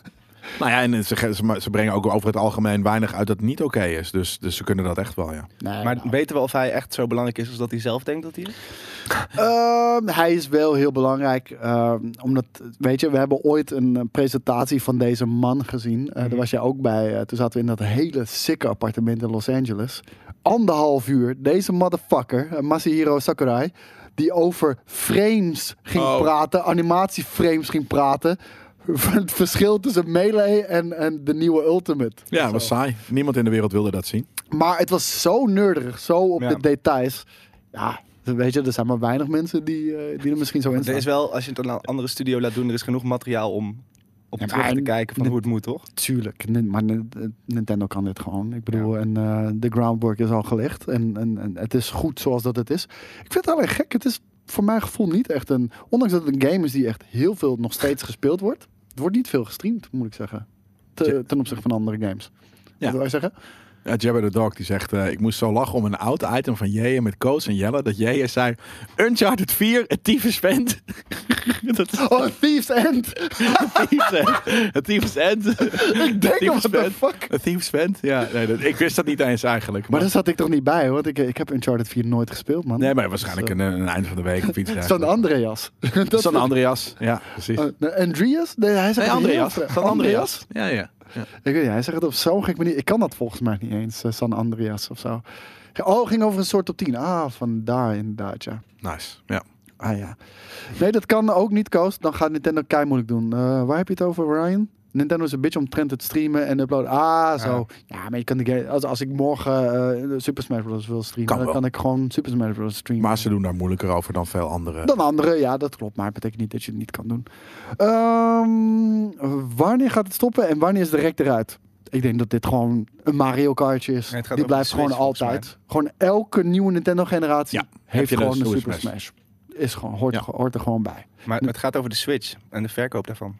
[SPEAKER 1] Nou ja, en ze brengen ook over het algemeen weinig uit dat niet oké is. Dus ze kunnen dat echt wel, ja.
[SPEAKER 2] Nee,
[SPEAKER 3] Maar weten we of hij echt zo belangrijk is als dat hij zelf denkt dat hij is?
[SPEAKER 2] Hij is wel heel belangrijk. Omdat, weet je, we hebben ooit een presentatie van deze man gezien. Daar was jij ook bij. Toen zaten we in dat hele sikke appartement in Los Angeles. 1,5 uur. Deze motherfucker, Masahiro Sakurai, die over frames ging praten, animatieframes ging praten. Het verschil tussen Melee en de nieuwe Ultimate.
[SPEAKER 1] Ja, het was saai. Niemand in de wereld wilde dat zien.
[SPEAKER 2] Maar het was zo nerdig, zo op de details. Ja, weet je, er zijn maar weinig mensen die er misschien zo in staan.
[SPEAKER 3] Er is wel, als je het aan een andere studio laat doen, er is genoeg materiaal om terug te kijken van hoe het moet, toch?
[SPEAKER 2] Tuurlijk, maar Nintendo kan dit gewoon. Ik bedoel, en de groundwork is al gelegd. En het is goed zoals dat het is. Ik vind het alleen gek. Het is voor mijn gevoel niet echt een... Ondanks dat het een game is die echt heel veel nog steeds gespeeld wordt. Het wordt niet veel gestreamd, moet ik zeggen. Ten opzichte van andere games.
[SPEAKER 1] Ja.
[SPEAKER 2] Wat wil je zeggen?
[SPEAKER 1] Ja, Jabba the Dog die zegt, ik moest zo lachen om een oud item van Jeje met Koos en Jelle. Dat Jeje zei, Uncharted 4, het tyfus vent.
[SPEAKER 2] Thieves End!
[SPEAKER 1] Het tyfus end.
[SPEAKER 2] Ik denk, what the fuck?
[SPEAKER 1] Het tyfus vent. Ja, nee, ik wist dat niet eens eigenlijk.
[SPEAKER 2] Maar daar zat ik toch niet bij, want ik heb Uncharted 4 nooit gespeeld, man.
[SPEAKER 1] Nee, maar waarschijnlijk een eind van de week of iets.
[SPEAKER 2] San Andreas.
[SPEAKER 1] San Andreas, ja, precies.
[SPEAKER 2] Andreas? Nee, hij zegt
[SPEAKER 1] Andreas. San Andreas? Ja.
[SPEAKER 2] Ik weet niet, hij zegt het op zo'n gek manier. Ik kan dat volgens mij niet eens, San Andreas of zo. Oh, ging over een soort top 10. Vandaar inderdaad, ja.
[SPEAKER 1] Nice, ja.
[SPEAKER 2] Ja. Nee, dat kan ook niet, Koos. Dan gaat Nintendo kei moeilijk doen. Waar heb je het over, Ryan? Nintendo is een beetje omtrent het streamen en uploaden. Zo. Ja, maar je kan de game... Als ik morgen Super Smash Bros. Wil streamen, dan kan ik gewoon Super Smash Bros. Streamen.
[SPEAKER 1] Maar ze doen daar moeilijker over dan veel andere.
[SPEAKER 2] Dan anderen, ja, dat klopt. Maar het betekent niet dat je het niet kan doen. Wanneer gaat het stoppen en wanneer is de rek eruit? Ik denk dat dit gewoon een Mario Kartje is. Die blijft gewoon altijd. Gewoon elke nieuwe Nintendo-generatie heeft gewoon een Super Smash. Is gewoon, hoort er gewoon bij.
[SPEAKER 3] Maar het gaat over de Switch en de verkoop daarvan.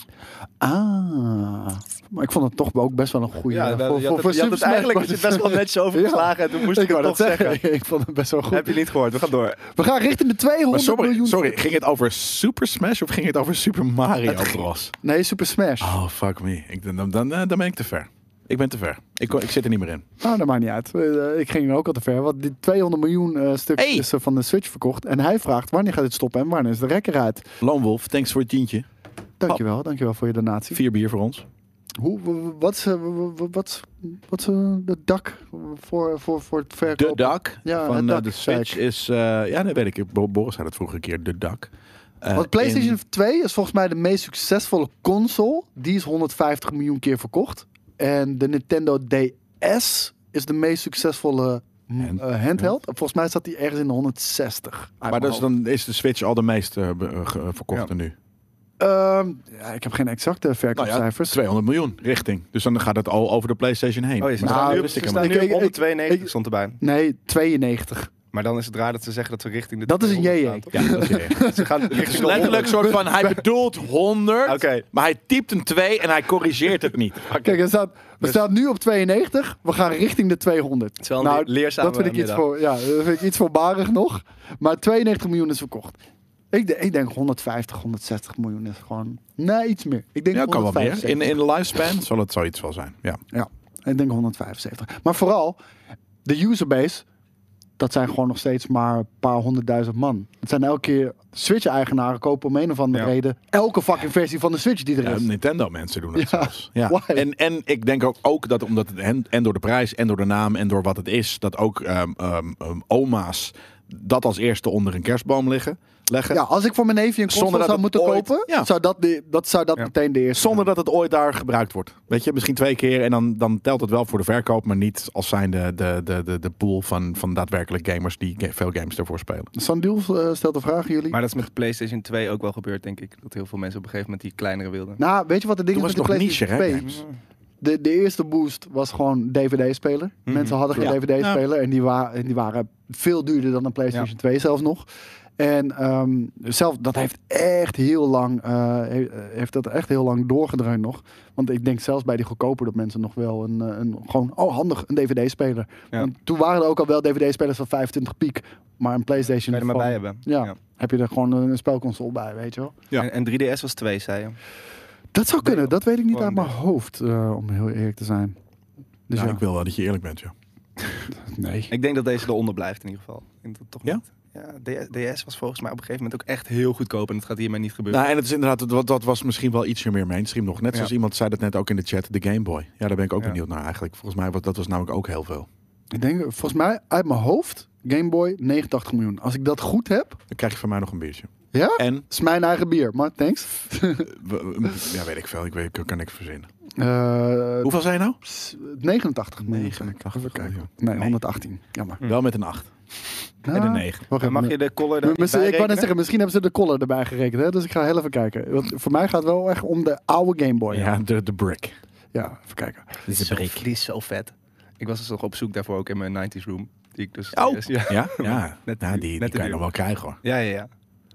[SPEAKER 2] Maar ik vond het toch ook best wel een goede...
[SPEAKER 3] Ja, voor Super Smash eigenlijk is het best wel netjes overgeslagen. En toen moest ik het toch zeggen.
[SPEAKER 2] Ik vond het best wel goed.
[SPEAKER 3] Heb je niet gehoord? We gaan door.
[SPEAKER 2] We gaan richting de 200 miljoen.
[SPEAKER 1] Sorry, ging het over Super Smash of ging het over Super Mario Bros?
[SPEAKER 2] Nee, Super Smash.
[SPEAKER 1] Oh, fuck me. Dan ben ik te ver. Ik ben te ver. Ik zit er niet meer in.
[SPEAKER 2] Dat maakt niet uit. Ik ging ook al te ver. Want die 200 miljoen stuk is van de Switch verkocht. En hij vraagt wanneer gaat dit stoppen en wanneer is de rek eruit.
[SPEAKER 1] Lone Wolf, thanks voor het tientje.
[SPEAKER 2] Dankjewel voor je donatie.
[SPEAKER 1] 4 bier voor ons.
[SPEAKER 2] Wat is de dak voor het verkopen?
[SPEAKER 1] De dak van
[SPEAKER 2] dak,
[SPEAKER 1] de Switch is... nee, weet ik. Boris had het vorige keer, de dak.
[SPEAKER 2] Want PlayStation 2 is volgens mij de meest succesvolle console. Die is 150 miljoen keer verkocht. En de Nintendo DS is de meest succesvolle handheld. Volgens mij zat die ergens in de 160.
[SPEAKER 1] Maar dus dan is de Switch al de meest verkochte nu.
[SPEAKER 2] Ik heb geen exacte verkoopcijfers.
[SPEAKER 1] 200 miljoen richting. Dus dan gaat het al over de PlayStation heen.
[SPEAKER 3] Ze staan nu op 192 stond erbij.
[SPEAKER 2] Nee, 92.
[SPEAKER 3] Maar dan is het raar dat ze zeggen dat we richting de...
[SPEAKER 2] Dat is een JJ.
[SPEAKER 1] Ja, dat is een
[SPEAKER 3] Ze gaan richting
[SPEAKER 1] letterlijk soort van, hij bedoelt 100, maar hij typt een 2 en hij corrigeert het niet.
[SPEAKER 2] Kijk, we staan nu op 92, we gaan richting de 200.
[SPEAKER 3] Dat
[SPEAKER 2] vind ik iets voorbarig nog. Maar 92 miljoen is verkocht. Ik denk 150, 160 miljoen is gewoon... Nee, iets meer. Ik denk
[SPEAKER 1] kan wel meer. In de lifespan zal het zoiets wel zijn. Ja,
[SPEAKER 2] ik denk 175. Maar vooral, de userbase... Dat zijn gewoon nog steeds maar een paar 100.000 man. Het zijn elke keer Switch-eigenaren kopen om een of andere reden elke fucking versie van de Switch die er is.
[SPEAKER 1] Nintendo-mensen doen het zelfs. Ja. En ik denk ook dat omdat het en door de prijs en door de naam en door wat het is, dat ook oma's dat als eerste onder een kerstboom leggen. Ja,
[SPEAKER 2] als ik voor mijn neefje een console zou moeten kopen, zou dat meteen de eerste
[SPEAKER 1] zonder dat het ooit daar gebruikt wordt. Weet je, misschien 2 keer en dan telt het wel voor de verkoop, maar niet als zijn de pool van daadwerkelijk gamers die veel games ervoor spelen.
[SPEAKER 2] Sandiel stelt de vraag aan jullie.
[SPEAKER 3] Maar dat is met de PlayStation 2 ook wel gebeurd, denk ik. Dat heel veel mensen op een gegeven moment die kleinere wilden.
[SPEAKER 2] Nou, weet je wat de ding is met de PlayStation 2? De eerste boost was gewoon DVD-speler. Mensen hadden geen DVD-speler en die waren veel duurder dan een PlayStation 2 zelfs nog. En dat heeft echt heel lang doorgedraaid nog. Want ik denk zelfs bij die goedkoper dat mensen nog wel handig een DVD-speler. Ja. Want toen waren er ook al wel DVD-spelers van 25 piek, maar een PlayStation.
[SPEAKER 3] Kan je er maar bij hebben.
[SPEAKER 2] Ja, heb je er gewoon een spelconsole bij, weet je wel.
[SPEAKER 3] Ja. En 3DS was 2, zei je.
[SPEAKER 2] Dat zou kunnen, dat weet ik niet
[SPEAKER 3] Gewoon
[SPEAKER 2] uit mijn hoofd, om heel eerlijk te zijn. Dus
[SPEAKER 1] Nou,
[SPEAKER 2] ja,
[SPEAKER 1] ik wil wel dat je eerlijk bent, ja.
[SPEAKER 2] nee.
[SPEAKER 3] Ik denk dat deze eronder blijft in ieder geval. Ik denk dat toch
[SPEAKER 1] Ja?
[SPEAKER 3] niet. Ja, DS was volgens mij op een gegeven moment ook echt heel goedkoop. En dat gaat hiermee niet gebeuren.
[SPEAKER 1] Nou, en het is inderdaad, dat was misschien wel ietsje meer mainstream nog. Net zoals iemand zei dat net ook in de chat, de Game Boy. Ja, daar ben ik ook benieuwd naar eigenlijk. Volgens mij dat was namelijk ook heel veel.
[SPEAKER 2] Ik denk, volgens mij, uit mijn hoofd, Game Boy, 89 miljoen. Als ik dat goed heb,
[SPEAKER 1] Dan krijg je van mij nog een biertje.
[SPEAKER 2] ja,
[SPEAKER 1] En,
[SPEAKER 2] is mijn eigen bier. Maar thanks.
[SPEAKER 1] ja, weet ik veel. Ik kan niks verzinnen.
[SPEAKER 2] Uh,
[SPEAKER 1] Hoeveel zijn je nou?
[SPEAKER 2] 89 miljoen.
[SPEAKER 1] 89.
[SPEAKER 2] Even kijken.
[SPEAKER 1] Nee.
[SPEAKER 2] Nee, 118. Jammer.
[SPEAKER 1] Wel met een 8. En een 9.
[SPEAKER 2] Wacht
[SPEAKER 3] Dan mag
[SPEAKER 2] even.
[SPEAKER 3] je de collar daar
[SPEAKER 2] Ik wou net
[SPEAKER 3] rekenen?
[SPEAKER 2] zeggen, misschien hebben ze de collar erbij gerekend. Hè? Dus ik ga heel even kijken. Want voor mij gaat het wel echt om de oude Game Boy.
[SPEAKER 1] Ja, de brick.
[SPEAKER 2] Ja, even kijken.
[SPEAKER 3] Die is zo vet. Ik was dus nog op zoek daarvoor ook in mijn 90s room. Die ik dus
[SPEAKER 1] Oh,
[SPEAKER 3] ja.
[SPEAKER 1] ja? Ja,
[SPEAKER 3] Net
[SPEAKER 1] ja
[SPEAKER 3] de-
[SPEAKER 1] die
[SPEAKER 3] net de
[SPEAKER 1] kan je
[SPEAKER 3] duur.
[SPEAKER 1] nog wel krijgen hoor.
[SPEAKER 3] Ja.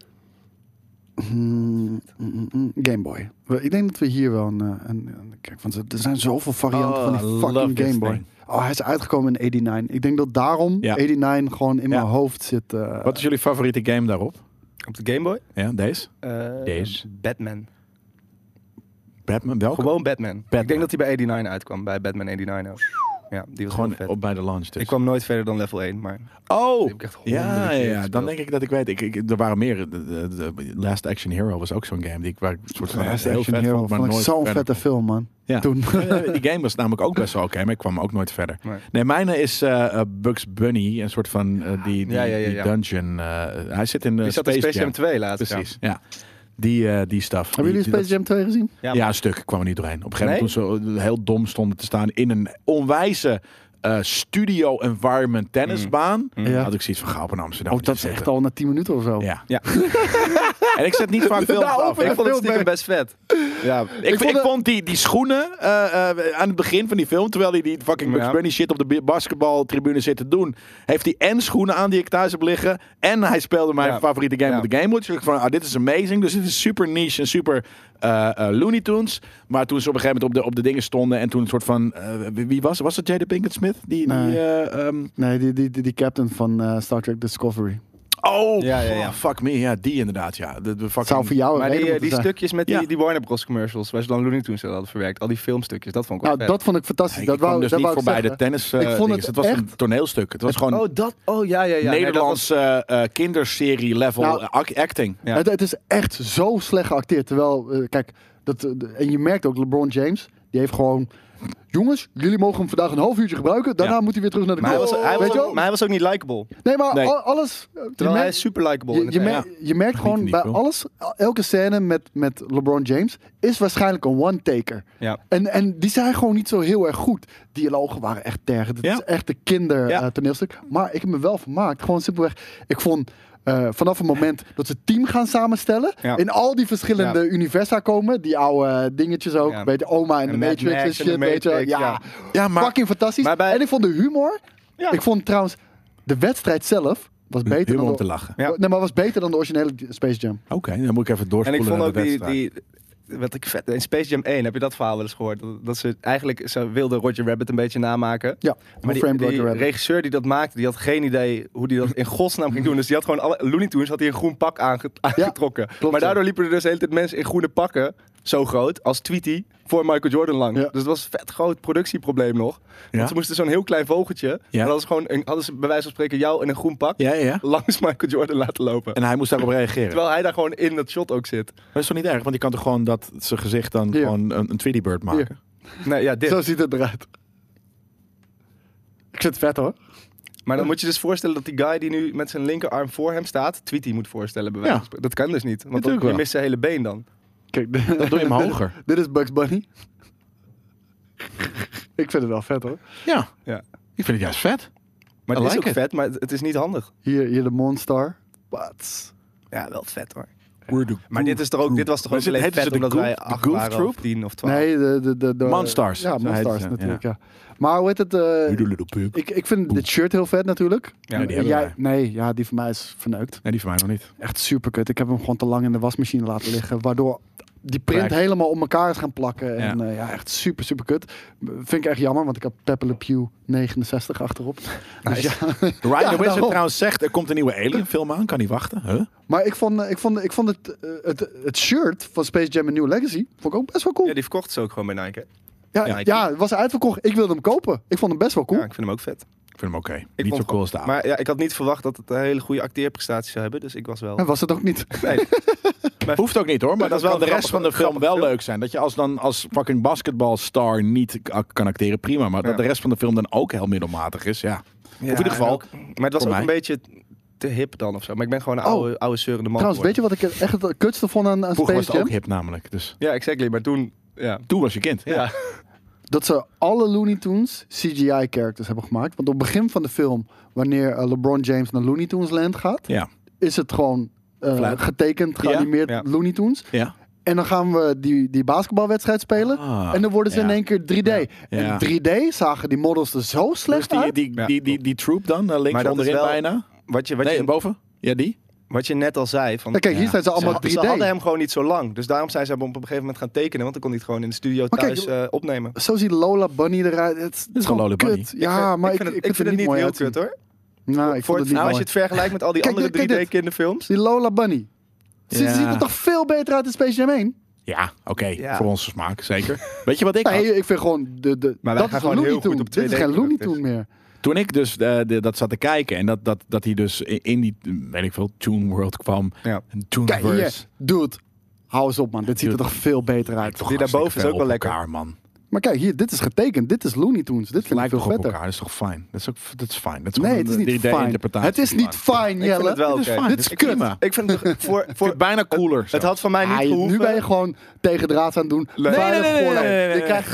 [SPEAKER 2] Game Boy. Ik denk dat we hier wel kijk, want er zijn zoveel varianten van die
[SPEAKER 1] love
[SPEAKER 2] fucking
[SPEAKER 1] this
[SPEAKER 2] Game Boy.
[SPEAKER 1] thing.
[SPEAKER 2] Oh, hij is uitgekomen in 89. Ik denk dat daarom
[SPEAKER 1] Ja.
[SPEAKER 2] 89 gewoon in mijn hoofd zit.
[SPEAKER 1] Wat is jullie favoriete game daarop?
[SPEAKER 3] Op de Game Boy?
[SPEAKER 1] Ja, deze? Deze.
[SPEAKER 3] Batman.
[SPEAKER 1] Batman, welke?
[SPEAKER 3] Gewoon Batman.
[SPEAKER 1] Batman.
[SPEAKER 3] Ik denk dat hij bij 89 uitkwam. Bij Batman 89 ook. Ja, die was
[SPEAKER 1] Gewoon
[SPEAKER 3] heel vet.
[SPEAKER 1] op bij de launch dus.
[SPEAKER 3] Ik kwam nooit verder dan level 1, maar
[SPEAKER 1] Oh!
[SPEAKER 3] die heb ik echt honderden keer
[SPEAKER 1] Dan
[SPEAKER 3] gespeeld.
[SPEAKER 1] denk ik dat ik weet. Er waren meer. De Last Action Hero was ook zo'n game die ik waar ik een soort van
[SPEAKER 2] Last
[SPEAKER 1] heel
[SPEAKER 2] Action
[SPEAKER 1] vet
[SPEAKER 2] Hero
[SPEAKER 1] vond, maar
[SPEAKER 2] vond ik
[SPEAKER 1] nooit
[SPEAKER 2] zo'n
[SPEAKER 1] verder
[SPEAKER 2] vette
[SPEAKER 1] kwam.
[SPEAKER 2] film, man.
[SPEAKER 1] Ja.
[SPEAKER 2] Toen.
[SPEAKER 1] Die game was namelijk ook best wel oké, maar ik kwam ook nooit verder.
[SPEAKER 3] Nee.
[SPEAKER 1] Nee, mijne is Bugs Bunny, een soort van die
[SPEAKER 3] Ja.
[SPEAKER 1] dungeon. Hij zit in
[SPEAKER 3] Die zat in Space Jam 2 later.
[SPEAKER 1] Precies, ja. Die stuff.
[SPEAKER 2] Hebben jullie Space Jam 2 gezien?
[SPEAKER 1] Ja, een stuk. Ik kwam er niet doorheen. Op een gegeven moment toen ze heel dom stonden te staan in een onwijze studio environment tennisbaan.
[SPEAKER 2] Ja.
[SPEAKER 1] Had ik zoiets van, ga op in Amsterdam.
[SPEAKER 2] Oh, dat is echt al na 10 minuten of zo.
[SPEAKER 1] Ja.
[SPEAKER 3] Ja.
[SPEAKER 1] En ik zet niet vaak films af.
[SPEAKER 3] Ik vond het
[SPEAKER 2] Veel
[SPEAKER 3] stiekem
[SPEAKER 2] meer.
[SPEAKER 3] best vet. Ja,
[SPEAKER 1] Ik vond die schoenen aan het begin van die film, terwijl hij die fucking Bugs
[SPEAKER 3] Ja.
[SPEAKER 1] Bunny shit op de basketbaltribune zit te doen, heeft hij en schoenen aan die ik thuis heb liggen, en hij speelde mijn
[SPEAKER 3] Ja.
[SPEAKER 1] favoriete game
[SPEAKER 3] Ja.
[SPEAKER 1] op de Game Boy. Dus ik van, dit is amazing. Dus dit is super niche en super Looney Tunes. Maar toen ze op een gegeven moment op de dingen stonden en toen een soort van, wie was het Jada Pinkett Smith?
[SPEAKER 2] Nee, die captain van Star Trek Discovery.
[SPEAKER 1] Oh,
[SPEAKER 3] Ja.
[SPEAKER 1] fuck me. Ja, die inderdaad, ja. De fucking...
[SPEAKER 2] Zou voor jou een
[SPEAKER 3] maar
[SPEAKER 2] reden
[SPEAKER 3] die
[SPEAKER 2] moeten zijn.
[SPEAKER 3] stukjes met
[SPEAKER 1] Ja.
[SPEAKER 3] die Warner Bros. Commercials, waar ze dan Looney Tunes hadden verwerkt. Al die filmstukjes, dat vond ik wel
[SPEAKER 2] Nou,
[SPEAKER 3] vet.
[SPEAKER 2] dat vond ik fantastisch.
[SPEAKER 1] Ik
[SPEAKER 2] dat
[SPEAKER 1] kwam
[SPEAKER 2] wou,
[SPEAKER 1] dus
[SPEAKER 2] dat
[SPEAKER 1] niet
[SPEAKER 2] wou ik
[SPEAKER 1] voorbij de
[SPEAKER 2] zeggen.
[SPEAKER 1] tennis.
[SPEAKER 2] Ik vond het
[SPEAKER 1] was een
[SPEAKER 2] echt-
[SPEAKER 1] toneelstuk. Het was gewoon
[SPEAKER 3] Ja.
[SPEAKER 1] Nederlands kinderserie level
[SPEAKER 2] Nou,
[SPEAKER 1] acting.
[SPEAKER 3] Ja.
[SPEAKER 2] Het is echt zo slecht geacteerd. Terwijl, kijk, en je merkt ook, LeBron James, die heeft gewoon... Jongens, jullie mogen hem vandaag een half uurtje gebruiken. Daarna
[SPEAKER 1] Ja.
[SPEAKER 2] moet hij weer terug naar de
[SPEAKER 3] Maar hij
[SPEAKER 2] goal.
[SPEAKER 3] was
[SPEAKER 2] Weet je wel?
[SPEAKER 3] maar hij was ook niet likable.
[SPEAKER 2] Nee, maar
[SPEAKER 1] Nee.
[SPEAKER 2] alles...
[SPEAKER 3] Terwijl hij is super likable. in het echt.
[SPEAKER 2] je merkt
[SPEAKER 1] in
[SPEAKER 2] gewoon
[SPEAKER 1] die
[SPEAKER 2] bij
[SPEAKER 1] film.
[SPEAKER 2] alles... Elke scène met LeBron James is waarschijnlijk een one-taker.
[SPEAKER 3] Ja.
[SPEAKER 2] En die zijn gewoon niet zo heel erg goed. Dialogen waren echt tergend. Het
[SPEAKER 1] Ja.
[SPEAKER 2] is echt een kinder
[SPEAKER 1] Ja.
[SPEAKER 2] toneelstuk. Maar ik heb me wel vermaakt. Gewoon simpelweg... Ik vond... vanaf het moment dat ze het team gaan samenstellen,
[SPEAKER 3] Ja.
[SPEAKER 2] in al die verschillende universa komen, die oude dingetjes ook,
[SPEAKER 3] Ja.
[SPEAKER 2] weet je, oma en de
[SPEAKER 3] En Mad
[SPEAKER 2] Matrix en
[SPEAKER 3] Max en
[SPEAKER 2] shit,
[SPEAKER 3] de
[SPEAKER 2] weet je wel.
[SPEAKER 3] Matrix,
[SPEAKER 2] Ja,
[SPEAKER 1] Ja, maar
[SPEAKER 2] fucking fantastisch.
[SPEAKER 3] Maar bij-
[SPEAKER 2] En ik vond de humor,
[SPEAKER 3] Ja.
[SPEAKER 2] ik vond trouwens, de wedstrijd zelf was beter
[SPEAKER 1] humor
[SPEAKER 2] dan
[SPEAKER 1] om
[SPEAKER 2] de,
[SPEAKER 1] te lachen.
[SPEAKER 3] Ja.
[SPEAKER 2] nee, maar was beter dan de originele Space Jam.
[SPEAKER 1] Oké, dan moet ik even
[SPEAKER 3] En
[SPEAKER 1] doorspoelen
[SPEAKER 3] ik vond
[SPEAKER 1] naar
[SPEAKER 3] ook
[SPEAKER 1] de wedstrijd.
[SPEAKER 3] wat ik vet... In Space Jam 1, heb je dat verhaal wel eens gehoord? Dat ze eigenlijk... Ze wilden Roger Rabbit een beetje namaken.
[SPEAKER 2] Ja,
[SPEAKER 3] Maar
[SPEAKER 2] Who Framed
[SPEAKER 3] die
[SPEAKER 2] Roger Rabbit.
[SPEAKER 3] regisseur die dat maakte, die had geen idee hoe die dat in godsnaam ging doen. Dus die had gewoon alle Looney Tunes had hij een groen pak aangetrokken.
[SPEAKER 2] klopt,
[SPEAKER 3] Maar daardoor
[SPEAKER 2] ja.
[SPEAKER 3] liepen er dus de hele tijd mensen in groene pakken, zo groot, als Tweety, voor Michael Jordan lang.
[SPEAKER 2] Ja.
[SPEAKER 3] Dus dat was een vet groot productieprobleem nog.
[SPEAKER 1] Ja?
[SPEAKER 3] Want ze moesten zo'n heel klein vogeltje,
[SPEAKER 1] Ja.
[SPEAKER 3] en hadden ze bij wijze van spreken jou in een groen pak,
[SPEAKER 1] Ja.
[SPEAKER 3] langs Michael Jordan laten lopen.
[SPEAKER 1] En hij moest daarop reageren.
[SPEAKER 3] Terwijl hij daar gewoon in dat shot ook zit.
[SPEAKER 1] Dat is toch niet erg? Want die kan toch gewoon dat zijn gezicht dan
[SPEAKER 2] Hier.
[SPEAKER 1] gewoon een Tweety Bird maken?
[SPEAKER 3] Nee, ja, dit.
[SPEAKER 2] Zo ziet het eruit. Ik vind het vet hoor.
[SPEAKER 3] Maar dan moet je dus voorstellen dat die guy die nu met zijn linkerarm voor hem staat, Tweety moet voorstellen bij wijze van
[SPEAKER 1] Ja.
[SPEAKER 3] spreken. Dat kan dus niet, want
[SPEAKER 1] Natuurlijk
[SPEAKER 3] dan, je
[SPEAKER 1] wel.
[SPEAKER 3] mist zijn hele been dan.
[SPEAKER 2] Kijk,
[SPEAKER 1] Dan doe je hem hoger.
[SPEAKER 2] Dit is Bugs Bunny. Ik vind het wel vet hoor.
[SPEAKER 1] Ja.
[SPEAKER 3] Ja.
[SPEAKER 1] Ik vind het juist vet.
[SPEAKER 3] Maar
[SPEAKER 1] I
[SPEAKER 3] het is
[SPEAKER 1] like
[SPEAKER 3] ook
[SPEAKER 1] it.
[SPEAKER 3] vet, maar het is niet handig.
[SPEAKER 2] Hier de Monster. Wat?
[SPEAKER 3] Ja, wel vet hoor.
[SPEAKER 1] We're the
[SPEAKER 3] Maar dit was toch ook
[SPEAKER 1] Maar
[SPEAKER 3] alleen
[SPEAKER 1] heten ze
[SPEAKER 3] vet
[SPEAKER 1] de
[SPEAKER 3] omdat
[SPEAKER 1] Goof-
[SPEAKER 3] wij
[SPEAKER 1] de
[SPEAKER 3] 8
[SPEAKER 1] Goof
[SPEAKER 3] waren
[SPEAKER 1] Troop?
[SPEAKER 3] of 10 of 12.
[SPEAKER 2] Nee, de
[SPEAKER 1] Monstars.
[SPEAKER 2] Ja,
[SPEAKER 1] Zo heet
[SPEAKER 2] Monstars
[SPEAKER 1] ze,
[SPEAKER 2] natuurlijk, ja. Maar hoe heet het?
[SPEAKER 1] Doodle little pig.
[SPEAKER 2] Ik vind dit shirt heel vet natuurlijk.
[SPEAKER 3] Ja,
[SPEAKER 1] Nee, die hebben wij.
[SPEAKER 2] Nee, ja, die van mij is verneukt.
[SPEAKER 1] Nee, die van mij nog niet.
[SPEAKER 2] Echt super kut. Ik heb hem gewoon te lang in de wasmachine laten liggen. Waardoor die print
[SPEAKER 1] Crack.
[SPEAKER 2] helemaal op elkaar is gaan plakken. En echt super, super kut. Vind ik echt jammer, want ik heb Pepe Le Pew 69 achterop. Dus ja.
[SPEAKER 1] Ryan the Wizard
[SPEAKER 2] daarom.
[SPEAKER 1] trouwens zegt, er komt een nieuwe Alien film aan. Kan niet wachten. Huh?
[SPEAKER 2] Maar ik vond het shirt van Space Jam: A New Legacy vond ik ook best wel cool.
[SPEAKER 3] Ja, die verkocht ze ook gewoon bij Nike.
[SPEAKER 2] Ja, het was uitverkocht. Ik wilde hem kopen. Ik vond hem best wel cool.
[SPEAKER 3] Ja, ik vind hem ook vet.
[SPEAKER 1] Ik vind hem oké.
[SPEAKER 3] Ik
[SPEAKER 1] Niet
[SPEAKER 3] vond
[SPEAKER 1] zo cool als de oude.
[SPEAKER 3] Maar ja, ik had niet verwacht dat het een hele goede acteerprestatie zou hebben. Dus ik was wel...
[SPEAKER 2] En was het ook niet.
[SPEAKER 3] Nee.
[SPEAKER 1] Hoeft ook niet hoor, maar
[SPEAKER 3] Dat
[SPEAKER 1] dat
[SPEAKER 3] is wel
[SPEAKER 1] kan de rest van de film
[SPEAKER 3] grappig
[SPEAKER 1] wel
[SPEAKER 3] film.
[SPEAKER 1] leuk zijn. Dat je als fucking basketbalstar niet kan acteren, prima. Maar dat de rest van de film dan ook heel middelmatig is, ja. Of in ieder geval,
[SPEAKER 3] Maar het was
[SPEAKER 1] voor
[SPEAKER 3] ook
[SPEAKER 1] mij.
[SPEAKER 3] een beetje te hip dan of zo. Maar ik ben gewoon een oude zeurende man
[SPEAKER 2] Trouwens, weet
[SPEAKER 3] geworden.
[SPEAKER 2] je wat ik echt het kutste vond aan
[SPEAKER 1] vroeger was
[SPEAKER 2] Space
[SPEAKER 1] het ook
[SPEAKER 2] Jam?
[SPEAKER 1] hip namelijk. Dus
[SPEAKER 3] Ja, exactly. Maar toen... Ja.
[SPEAKER 1] toen was je kind. Ja.
[SPEAKER 3] Ja.
[SPEAKER 2] Dat ze alle Looney Tunes CGI-characters hebben gemaakt. Want op het begin van de film, wanneer LeBron James naar Looney Tunes Land gaat,
[SPEAKER 1] Ja.
[SPEAKER 2] is het gewoon
[SPEAKER 1] Flat.
[SPEAKER 2] getekend, geanimeerd
[SPEAKER 3] Ja.
[SPEAKER 2] Looney Tunes.
[SPEAKER 1] Ja.
[SPEAKER 2] En dan gaan we die basketbalwedstrijd spelen.
[SPEAKER 1] Ah,
[SPEAKER 2] en dan worden ze
[SPEAKER 1] ja.
[SPEAKER 2] in één keer 3D.
[SPEAKER 1] Ja.
[SPEAKER 2] En 3D zagen die models er zo
[SPEAKER 1] Dus
[SPEAKER 2] slecht uit.
[SPEAKER 1] die troop dan, links
[SPEAKER 3] Maar dat
[SPEAKER 1] onderin
[SPEAKER 3] is wel-
[SPEAKER 1] bijna.
[SPEAKER 3] Wat
[SPEAKER 1] Nee,
[SPEAKER 3] je,
[SPEAKER 1] boven? Ja, die?
[SPEAKER 3] wat je net al zei. Van,
[SPEAKER 2] Ja, kijk, hier
[SPEAKER 1] Ja.
[SPEAKER 2] zijn ze allemaal 3D.
[SPEAKER 3] Ze hadden hem gewoon niet zo lang. Dus daarom zijn ze hem op een gegeven moment gaan tekenen. Want dan kon hij het gewoon in de studio
[SPEAKER 2] Maar kijk,
[SPEAKER 3] thuis opnemen.
[SPEAKER 2] Zo ziet Lola Bunny eruit. Het
[SPEAKER 1] is gewoon Lola Bunny.
[SPEAKER 2] kut. Ja, maar ik vind het niet mooi
[SPEAKER 3] heel
[SPEAKER 2] uitzien.
[SPEAKER 3] kut hoor.
[SPEAKER 2] Nou, ik vond het niet
[SPEAKER 3] Als
[SPEAKER 2] mooi.
[SPEAKER 3] je het vergelijkt met al die
[SPEAKER 2] Kijk,
[SPEAKER 3] andere
[SPEAKER 2] kijk dit.
[SPEAKER 3] 3D kinderfilms.
[SPEAKER 2] Die Lola Bunny. Ze
[SPEAKER 1] Ja.
[SPEAKER 2] ziet er toch veel beter uit in Space Jam 1?
[SPEAKER 1] Ja, oké.
[SPEAKER 3] Ja.
[SPEAKER 1] Voor onze smaak, zeker. Weet je wat ik had?
[SPEAKER 2] Nee, ik vind gewoon...
[SPEAKER 3] wij
[SPEAKER 2] dat
[SPEAKER 3] gaan
[SPEAKER 2] is
[SPEAKER 3] gewoon
[SPEAKER 2] een Looney
[SPEAKER 3] heel goed
[SPEAKER 2] Tune.
[SPEAKER 3] op
[SPEAKER 2] Dit is geen
[SPEAKER 3] 2D
[SPEAKER 2] Looney
[SPEAKER 3] karakters.
[SPEAKER 2] Tune meer.
[SPEAKER 1] Toen ik dus dat zat te kijken en dat hij dus in die, weet ik veel, Toon World kwam.
[SPEAKER 3] Ja.
[SPEAKER 1] Een
[SPEAKER 2] Kijk hier.
[SPEAKER 1] Toonverse.
[SPEAKER 2] Dude. Hou eens op, man. Dit ziet er toch veel beter uit.
[SPEAKER 1] Toch
[SPEAKER 3] Die daarboven
[SPEAKER 1] hartstikke
[SPEAKER 3] is ook wel
[SPEAKER 1] veel op
[SPEAKER 3] lekker.
[SPEAKER 1] elkaar, man.
[SPEAKER 2] Maar kijk, hier. Dit is getekend. Dit is Looney Tunes. Dit
[SPEAKER 1] Het
[SPEAKER 2] vind ik
[SPEAKER 1] lijkt
[SPEAKER 2] veel
[SPEAKER 1] toch op
[SPEAKER 2] vetter.
[SPEAKER 1] elkaar. Dat is toch fijn? Dat is fijn. Dat is
[SPEAKER 2] Nee,
[SPEAKER 1] gewoon
[SPEAKER 2] het is
[SPEAKER 1] een
[SPEAKER 2] niet
[SPEAKER 1] 3D
[SPEAKER 2] fijn.
[SPEAKER 1] interpretatie
[SPEAKER 2] Het is niet fijn,
[SPEAKER 3] Ik vind
[SPEAKER 2] Jelle.
[SPEAKER 3] het wel
[SPEAKER 1] Dit is
[SPEAKER 3] oké.
[SPEAKER 1] fijn.
[SPEAKER 2] Dit is
[SPEAKER 1] Ik
[SPEAKER 2] kut.
[SPEAKER 1] prima.
[SPEAKER 3] Ik vind het voor
[SPEAKER 1] Ik vind het bijna cooler.
[SPEAKER 3] het had van mij niet gehoeven.
[SPEAKER 2] Nu ben je gewoon tegendraads aan het doen.
[SPEAKER 3] Nee.
[SPEAKER 2] Veilig
[SPEAKER 1] Nee, nee, nee,
[SPEAKER 2] voorlezen.
[SPEAKER 1] nee, nee, nee.
[SPEAKER 2] Je krijgt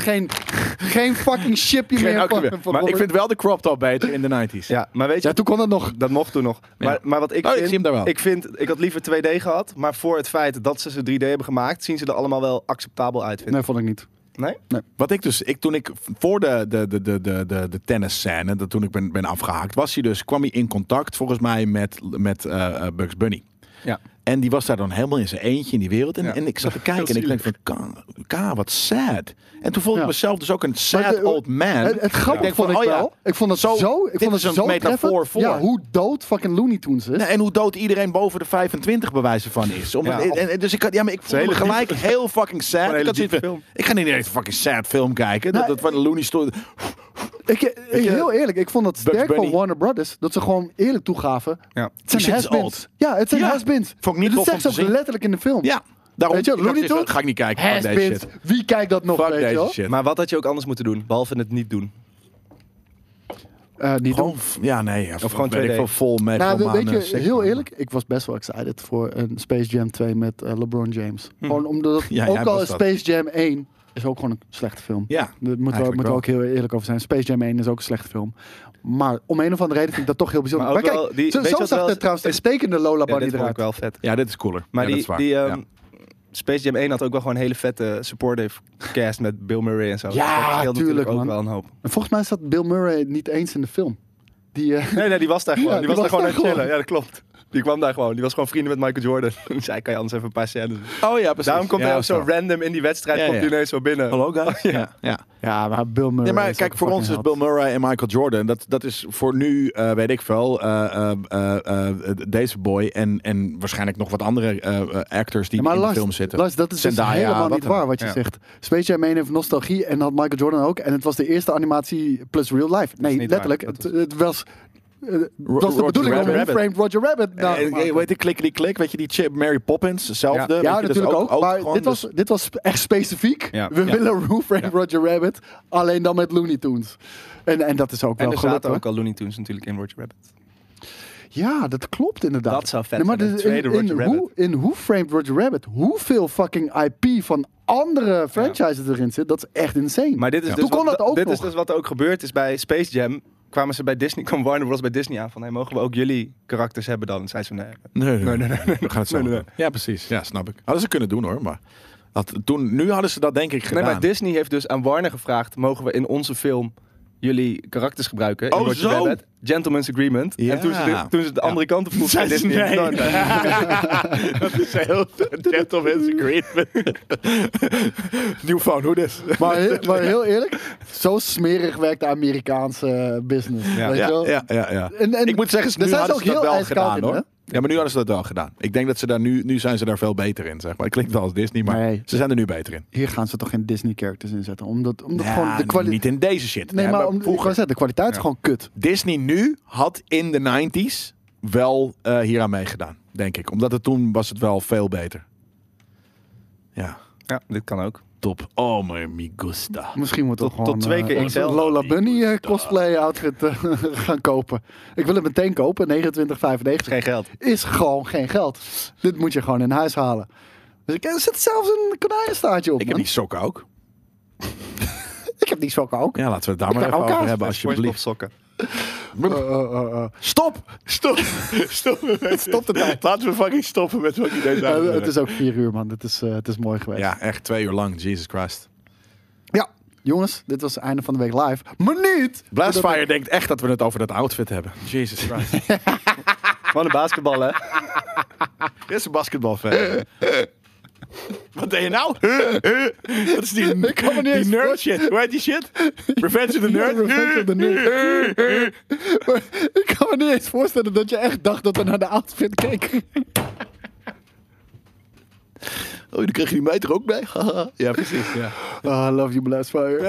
[SPEAKER 2] geen fucking chipje
[SPEAKER 1] Geen
[SPEAKER 2] meer
[SPEAKER 1] accu
[SPEAKER 2] van,
[SPEAKER 1] meer.
[SPEAKER 2] van
[SPEAKER 1] Maar ik
[SPEAKER 2] Robert.
[SPEAKER 1] vind wel de crop top beter in de 90s.
[SPEAKER 3] Ja, maar weet je,
[SPEAKER 2] Ja, toen kon het nog.
[SPEAKER 3] dat mocht toen nog.
[SPEAKER 1] Ja.
[SPEAKER 3] Maar wat ik
[SPEAKER 1] Oh, ik
[SPEAKER 3] vind,
[SPEAKER 1] zie hem daar wel.
[SPEAKER 3] ik had liever 2D gehad. Maar voor het feit dat ze 3D hebben gemaakt, zien ze er allemaal wel acceptabel uit.
[SPEAKER 2] Nee, vond ik niet.
[SPEAKER 3] Nee?
[SPEAKER 1] Wat ik dus, toen ik voor de tennisscène, toen ik ben afgehaakt, kwam hij in contact volgens mij met Bugs Bunny.
[SPEAKER 3] Ja.
[SPEAKER 1] En die was daar dan helemaal in zijn eentje in die wereld. En,
[SPEAKER 3] Ja.
[SPEAKER 1] en ik zat te kijken en ik
[SPEAKER 3] Heel
[SPEAKER 1] denk van, Ka, wat sad. En toen voelde ik
[SPEAKER 2] Ja.
[SPEAKER 1] mezelf dus ook een
[SPEAKER 2] Maar
[SPEAKER 1] sad old man.
[SPEAKER 2] Het grappige
[SPEAKER 1] Ik denk
[SPEAKER 2] vond
[SPEAKER 1] van,
[SPEAKER 2] ik
[SPEAKER 1] oh ja,
[SPEAKER 2] wel. Ik vond het
[SPEAKER 1] zo-
[SPEAKER 2] zo. Ik
[SPEAKER 1] dit
[SPEAKER 2] vond het
[SPEAKER 1] is een
[SPEAKER 2] zo
[SPEAKER 1] metafoor
[SPEAKER 2] treffend.
[SPEAKER 1] voor.
[SPEAKER 2] Ja, hoe dood fucking Looney Tunes is.
[SPEAKER 1] Nee, en hoe dood iedereen boven de 25 bewijzen van is.
[SPEAKER 3] Ja.
[SPEAKER 1] Dus ik voelde me
[SPEAKER 3] hele
[SPEAKER 1] gelijk heel fucking sad.
[SPEAKER 3] een hele
[SPEAKER 1] Ik had zoiets
[SPEAKER 3] diepe
[SPEAKER 1] van,
[SPEAKER 3] film.
[SPEAKER 1] ik ga niet eens een fucking sad film kijken.
[SPEAKER 2] Nee.
[SPEAKER 1] Dat van de Looney Story.
[SPEAKER 2] Heel eerlijk, ik vond het
[SPEAKER 1] Bugs
[SPEAKER 2] sterk van
[SPEAKER 1] Bunny.
[SPEAKER 2] Warner Brothers dat ze gewoon eerlijk toegaven.
[SPEAKER 3] Ja.
[SPEAKER 2] Het
[SPEAKER 1] Die
[SPEAKER 2] zijn
[SPEAKER 1] shit is
[SPEAKER 2] has-beens.
[SPEAKER 1] old.
[SPEAKER 2] Ja, het zijn
[SPEAKER 1] Ja.
[SPEAKER 2] has-beens.
[SPEAKER 1] Vond ik niet
[SPEAKER 2] Dat
[SPEAKER 1] tof om
[SPEAKER 2] zegt ze
[SPEAKER 1] te
[SPEAKER 2] ook
[SPEAKER 1] zien.
[SPEAKER 2] letterlijk in de film.
[SPEAKER 1] Ja, daarom
[SPEAKER 2] Weet je, Looney
[SPEAKER 1] ik dacht,
[SPEAKER 2] Tunes?
[SPEAKER 1] ga ik niet kijken. Fuck deze
[SPEAKER 2] Has-beens.
[SPEAKER 1] shit.
[SPEAKER 2] Wie kijkt dat nog,
[SPEAKER 1] Fuck
[SPEAKER 2] weet je
[SPEAKER 1] deze
[SPEAKER 2] wel?
[SPEAKER 1] shit.
[SPEAKER 3] Maar wat had je ook anders moeten doen, behalve het niet doen?
[SPEAKER 2] Niet
[SPEAKER 1] Gewoon,
[SPEAKER 2] doen.
[SPEAKER 1] ja, nee. Of
[SPEAKER 3] gewoon
[SPEAKER 1] weet ik
[SPEAKER 3] 2D.
[SPEAKER 1] veel, vol met
[SPEAKER 2] Nou,
[SPEAKER 1] romanen,
[SPEAKER 2] weet je,
[SPEAKER 1] seks,
[SPEAKER 2] heel
[SPEAKER 1] man.
[SPEAKER 2] eerlijk, ik was best wel excited voor een Space Jam 2 met LeBron James. Gewoon omdat,
[SPEAKER 1] Ja,
[SPEAKER 2] ook
[SPEAKER 1] jij
[SPEAKER 2] al
[SPEAKER 1] was
[SPEAKER 2] is
[SPEAKER 1] dat.
[SPEAKER 2] Space Jam 1 is ook gewoon een slechte film.
[SPEAKER 1] Ja,
[SPEAKER 2] Daar moeten we
[SPEAKER 1] eigenlijk
[SPEAKER 2] ook heel eerlijk over zijn. Space Jam 1 is ook een slechte film. Maar om een of andere reden vind ik dat toch heel bijzonder.
[SPEAKER 3] Maar
[SPEAKER 2] Maar,
[SPEAKER 3] ook
[SPEAKER 2] kijk,
[SPEAKER 3] wel die-
[SPEAKER 2] zo
[SPEAKER 3] weet je wat
[SPEAKER 2] zag
[SPEAKER 3] wel
[SPEAKER 2] er trouwens de
[SPEAKER 3] is-
[SPEAKER 2] stekende Lola
[SPEAKER 3] Ja,
[SPEAKER 2] Bunny
[SPEAKER 3] dit vond ik
[SPEAKER 2] eruit.
[SPEAKER 3] wel vet.
[SPEAKER 1] Ja, dit is cooler.
[SPEAKER 3] Maar
[SPEAKER 1] ja, dat is waar.
[SPEAKER 3] die
[SPEAKER 1] Ja.
[SPEAKER 3] Space Jam 1 had ook wel gewoon een hele vette supportive cast met Bill Murray en zo.
[SPEAKER 2] Ja,
[SPEAKER 3] dat scheelt
[SPEAKER 2] tuurlijk,
[SPEAKER 3] natuurlijk ook
[SPEAKER 2] man.
[SPEAKER 3] wel een hoop.
[SPEAKER 2] En volgens mij zat Bill Murray niet eens in de film. Die,
[SPEAKER 3] Nee, die was daar gewoon.
[SPEAKER 2] Ja,
[SPEAKER 3] die was daar gewoon aan het
[SPEAKER 2] daar
[SPEAKER 3] chillen.
[SPEAKER 2] gewoon.
[SPEAKER 3] Ja, dat klopt. Die kwam daar gewoon. Die was gewoon vrienden met Michael Jordan. Die zei, kan je anders even een paar scènes doen?
[SPEAKER 1] Oh ja, precies.
[SPEAKER 3] Daarom komt
[SPEAKER 1] ja,
[SPEAKER 3] hij ook zo random in die wedstrijd.
[SPEAKER 1] Ja,
[SPEAKER 3] Komt hij
[SPEAKER 1] ja.
[SPEAKER 3] ineens zo binnen.
[SPEAKER 1] Hallo guys. Ja. Ja.
[SPEAKER 2] ja, maar Bill Murray.
[SPEAKER 1] Ja, maar
[SPEAKER 2] is
[SPEAKER 1] kijk,
[SPEAKER 2] ook
[SPEAKER 1] voor ons is
[SPEAKER 2] fucking
[SPEAKER 1] Bill Murray en Michael Jordan, dat is voor nu, weet ik veel, deze boy en waarschijnlijk nog wat andere actors die
[SPEAKER 2] Ja, maar
[SPEAKER 1] in de
[SPEAKER 2] Lars,
[SPEAKER 1] film zitten.
[SPEAKER 2] Lars, dat is dus
[SPEAKER 1] Zendaya,
[SPEAKER 2] helemaal
[SPEAKER 1] wat
[SPEAKER 2] niet
[SPEAKER 1] dan?
[SPEAKER 2] waar wat je
[SPEAKER 3] Ja.
[SPEAKER 2] zegt. Space Jam 1 heeft nostalgie en had Michael Jordan ook. En het was de eerste animatie plus real life. Nee,
[SPEAKER 3] niet
[SPEAKER 2] letterlijk.
[SPEAKER 3] waar. Dat
[SPEAKER 2] Het was de
[SPEAKER 1] Roger
[SPEAKER 2] bedoeling om
[SPEAKER 1] Rabbit.
[SPEAKER 2] Who Framed Roger Rabbit na te maken.
[SPEAKER 1] Weet je, klik, weet je die chip Mary Poppins, hetzelfde.
[SPEAKER 3] Ja.
[SPEAKER 1] weet
[SPEAKER 2] Ja,
[SPEAKER 1] je, dat is
[SPEAKER 2] natuurlijk ook. Maar
[SPEAKER 1] gewoon dus-
[SPEAKER 2] dit was echt specifiek.
[SPEAKER 3] Ja.
[SPEAKER 2] We
[SPEAKER 3] Ja.
[SPEAKER 2] willen Who Framed Roger Rabbit, alleen dan met Looney Tunes. En dat is ook
[SPEAKER 3] En
[SPEAKER 2] wel
[SPEAKER 3] er
[SPEAKER 2] gelukt.
[SPEAKER 3] zaten
[SPEAKER 2] hoor.
[SPEAKER 3] ook al Looney Tunes natuurlijk in Roger Rabbit.
[SPEAKER 2] Ja, dat klopt inderdaad.
[SPEAKER 3] Dat zou vet
[SPEAKER 2] Nee, maar
[SPEAKER 3] zijn, een
[SPEAKER 2] dus
[SPEAKER 3] tweede Roger Rabbit.
[SPEAKER 2] in Who Framed Roger Rabbit, hoeveel fucking IP van andere franchises erin zit, dat is echt insane.
[SPEAKER 3] Maar dit is
[SPEAKER 1] Ja.
[SPEAKER 3] dus
[SPEAKER 2] Toen kon
[SPEAKER 3] wat,
[SPEAKER 2] dat ook
[SPEAKER 3] dit
[SPEAKER 2] nog.
[SPEAKER 3] is dus wat er ook gebeurd is bij Space Jam. Kwam Warner Bros. Bij Disney aan van, hey, mogen we ook jullie karakters hebben dan? En zei ze, nee.
[SPEAKER 1] Nee,
[SPEAKER 3] Nee.
[SPEAKER 1] We gaan het zo
[SPEAKER 3] Nee.
[SPEAKER 1] doen. Ja, precies. Ja, snap ik. Hadden ze kunnen doen hoor, maar nu hadden ze dat denk ik
[SPEAKER 3] Nee,
[SPEAKER 1] gedaan.
[SPEAKER 3] maar Disney heeft dus aan Warner gevraagd, mogen we in onze film jullie karakters gebruiken in
[SPEAKER 1] Oh,
[SPEAKER 3] Roger
[SPEAKER 1] zo?
[SPEAKER 3] Rabbit. Gentleman's Agreement.
[SPEAKER 1] Ja.
[SPEAKER 3] En toen ze de andere kant op vroeg, zei Disney...
[SPEAKER 1] Nee.
[SPEAKER 3] "No, no."
[SPEAKER 1] Dat is heel gentleman's agreement. Nieuw phone, hoe dus?
[SPEAKER 2] Maar heel eerlijk, zo smerig werkt de Amerikaanse business.
[SPEAKER 3] Ja.
[SPEAKER 2] Weet je wel?
[SPEAKER 1] Ja.
[SPEAKER 2] En
[SPEAKER 1] Ik moet zeggen,
[SPEAKER 2] daar
[SPEAKER 1] nu
[SPEAKER 2] zijn ze
[SPEAKER 1] hadden
[SPEAKER 2] ook
[SPEAKER 1] ze dat
[SPEAKER 2] heel
[SPEAKER 1] wel
[SPEAKER 2] ijskoud
[SPEAKER 1] gedaan,
[SPEAKER 2] in,
[SPEAKER 1] hoor.
[SPEAKER 2] hè?
[SPEAKER 1] Ja, maar nu hadden ze dat wel gedaan. Ik denk dat ze daar nu zijn ze daar veel beter in, zeg maar. Het klinkt wel als Disney, maar
[SPEAKER 2] Nee.
[SPEAKER 1] ze zijn er nu beter in.
[SPEAKER 2] Hier gaan ze toch geen Disney-characters inzetten. Omdat
[SPEAKER 1] Ja,
[SPEAKER 2] gewoon de kwaliteit...
[SPEAKER 1] niet in deze shit.
[SPEAKER 2] Nee, maar om,
[SPEAKER 1] vroeger.
[SPEAKER 2] de kwaliteit is gewoon kut.
[SPEAKER 1] Disney nu had in de 90s wel hieraan meegedaan, denk ik. Omdat toen was het wel veel beter. Ja,
[SPEAKER 3] Ja, dit kan ook.
[SPEAKER 1] top. Oh, me gusta.
[SPEAKER 2] Misschien moeten we
[SPEAKER 3] Tot
[SPEAKER 2] gewoon
[SPEAKER 3] 2 keer
[SPEAKER 2] een
[SPEAKER 3] XL.
[SPEAKER 2] Lola Bunny cosplay outfit gaan kopen. Ik wil het meteen kopen, 29,95.
[SPEAKER 3] Geen geld.
[SPEAKER 2] Is gewoon geen geld. Dit moet je gewoon in huis halen. Dus er zit zelfs een konijnenstaartje op,
[SPEAKER 1] Ik heb
[SPEAKER 2] man.
[SPEAKER 1] die sokken ook.
[SPEAKER 2] Ik heb die sokken ook.
[SPEAKER 1] Ja, laten we het daar
[SPEAKER 2] Ik
[SPEAKER 1] maar
[SPEAKER 2] ben
[SPEAKER 1] even
[SPEAKER 2] ook
[SPEAKER 1] over
[SPEAKER 2] kaas.
[SPEAKER 1] hebben, alsjeblieft.
[SPEAKER 3] sokken.
[SPEAKER 1] Stop! Stop de tijd. Laten we fucking stoppen met fucking deze
[SPEAKER 2] Het is ook 4 uur, man. Het is mooi geweest.
[SPEAKER 1] Ja, echt 2 uur lang. Jesus Christ.
[SPEAKER 2] Ja, jongens, dit was het einde van de week live. Maar niet!
[SPEAKER 1] Blastfire denkt echt dat we het over dat outfit hebben. Jesus Christ.
[SPEAKER 3] Wat een basketbal, hè?
[SPEAKER 1] Dit is een basketbalfan. Wat deed je nou? Wat is die,
[SPEAKER 2] Ik kan me niet
[SPEAKER 1] die
[SPEAKER 2] eens
[SPEAKER 1] nerd
[SPEAKER 2] voor-
[SPEAKER 1] shit? Hoe heet die shit? Revenge of the Nerd?
[SPEAKER 2] Revenge of the Nerd. Maar ik kan me niet eens voorstellen dat je echt dacht dat we naar de outfit keken.
[SPEAKER 1] Oh, dan krijg je die meid er ook bij? Ja, precies. Ja.
[SPEAKER 2] Oh, I love you, Blastfire.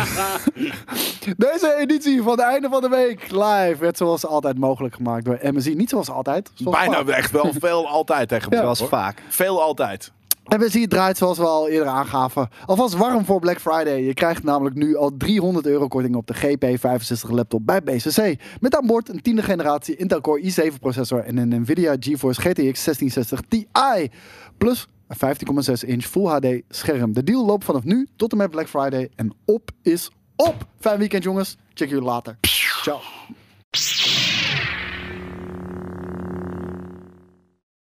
[SPEAKER 2] Deze editie van het einde van de week live werd zoals altijd mogelijk gemaakt door MSI. Niet zoals altijd. Zoals
[SPEAKER 1] Bijna
[SPEAKER 2] vaak.
[SPEAKER 1] echt wel veel altijd tegenwoordig.
[SPEAKER 3] Zoals
[SPEAKER 1] hoor.
[SPEAKER 3] vaak.
[SPEAKER 1] Veel altijd.
[SPEAKER 2] MSI draait zoals we al eerder aangaven alvast warm voor Black Friday. Je krijgt namelijk nu al €300 korting op de GP65 laptop bij BCC. Met aan boord een 10e generatie Intel Core i7 processor en een Nvidia GeForce GTX 1660 Ti. Plus een 15,6 inch Full HD scherm. De deal loopt vanaf nu tot en met Black Friday en op is op. Fijn weekend jongens. Check jullie later. Ciao.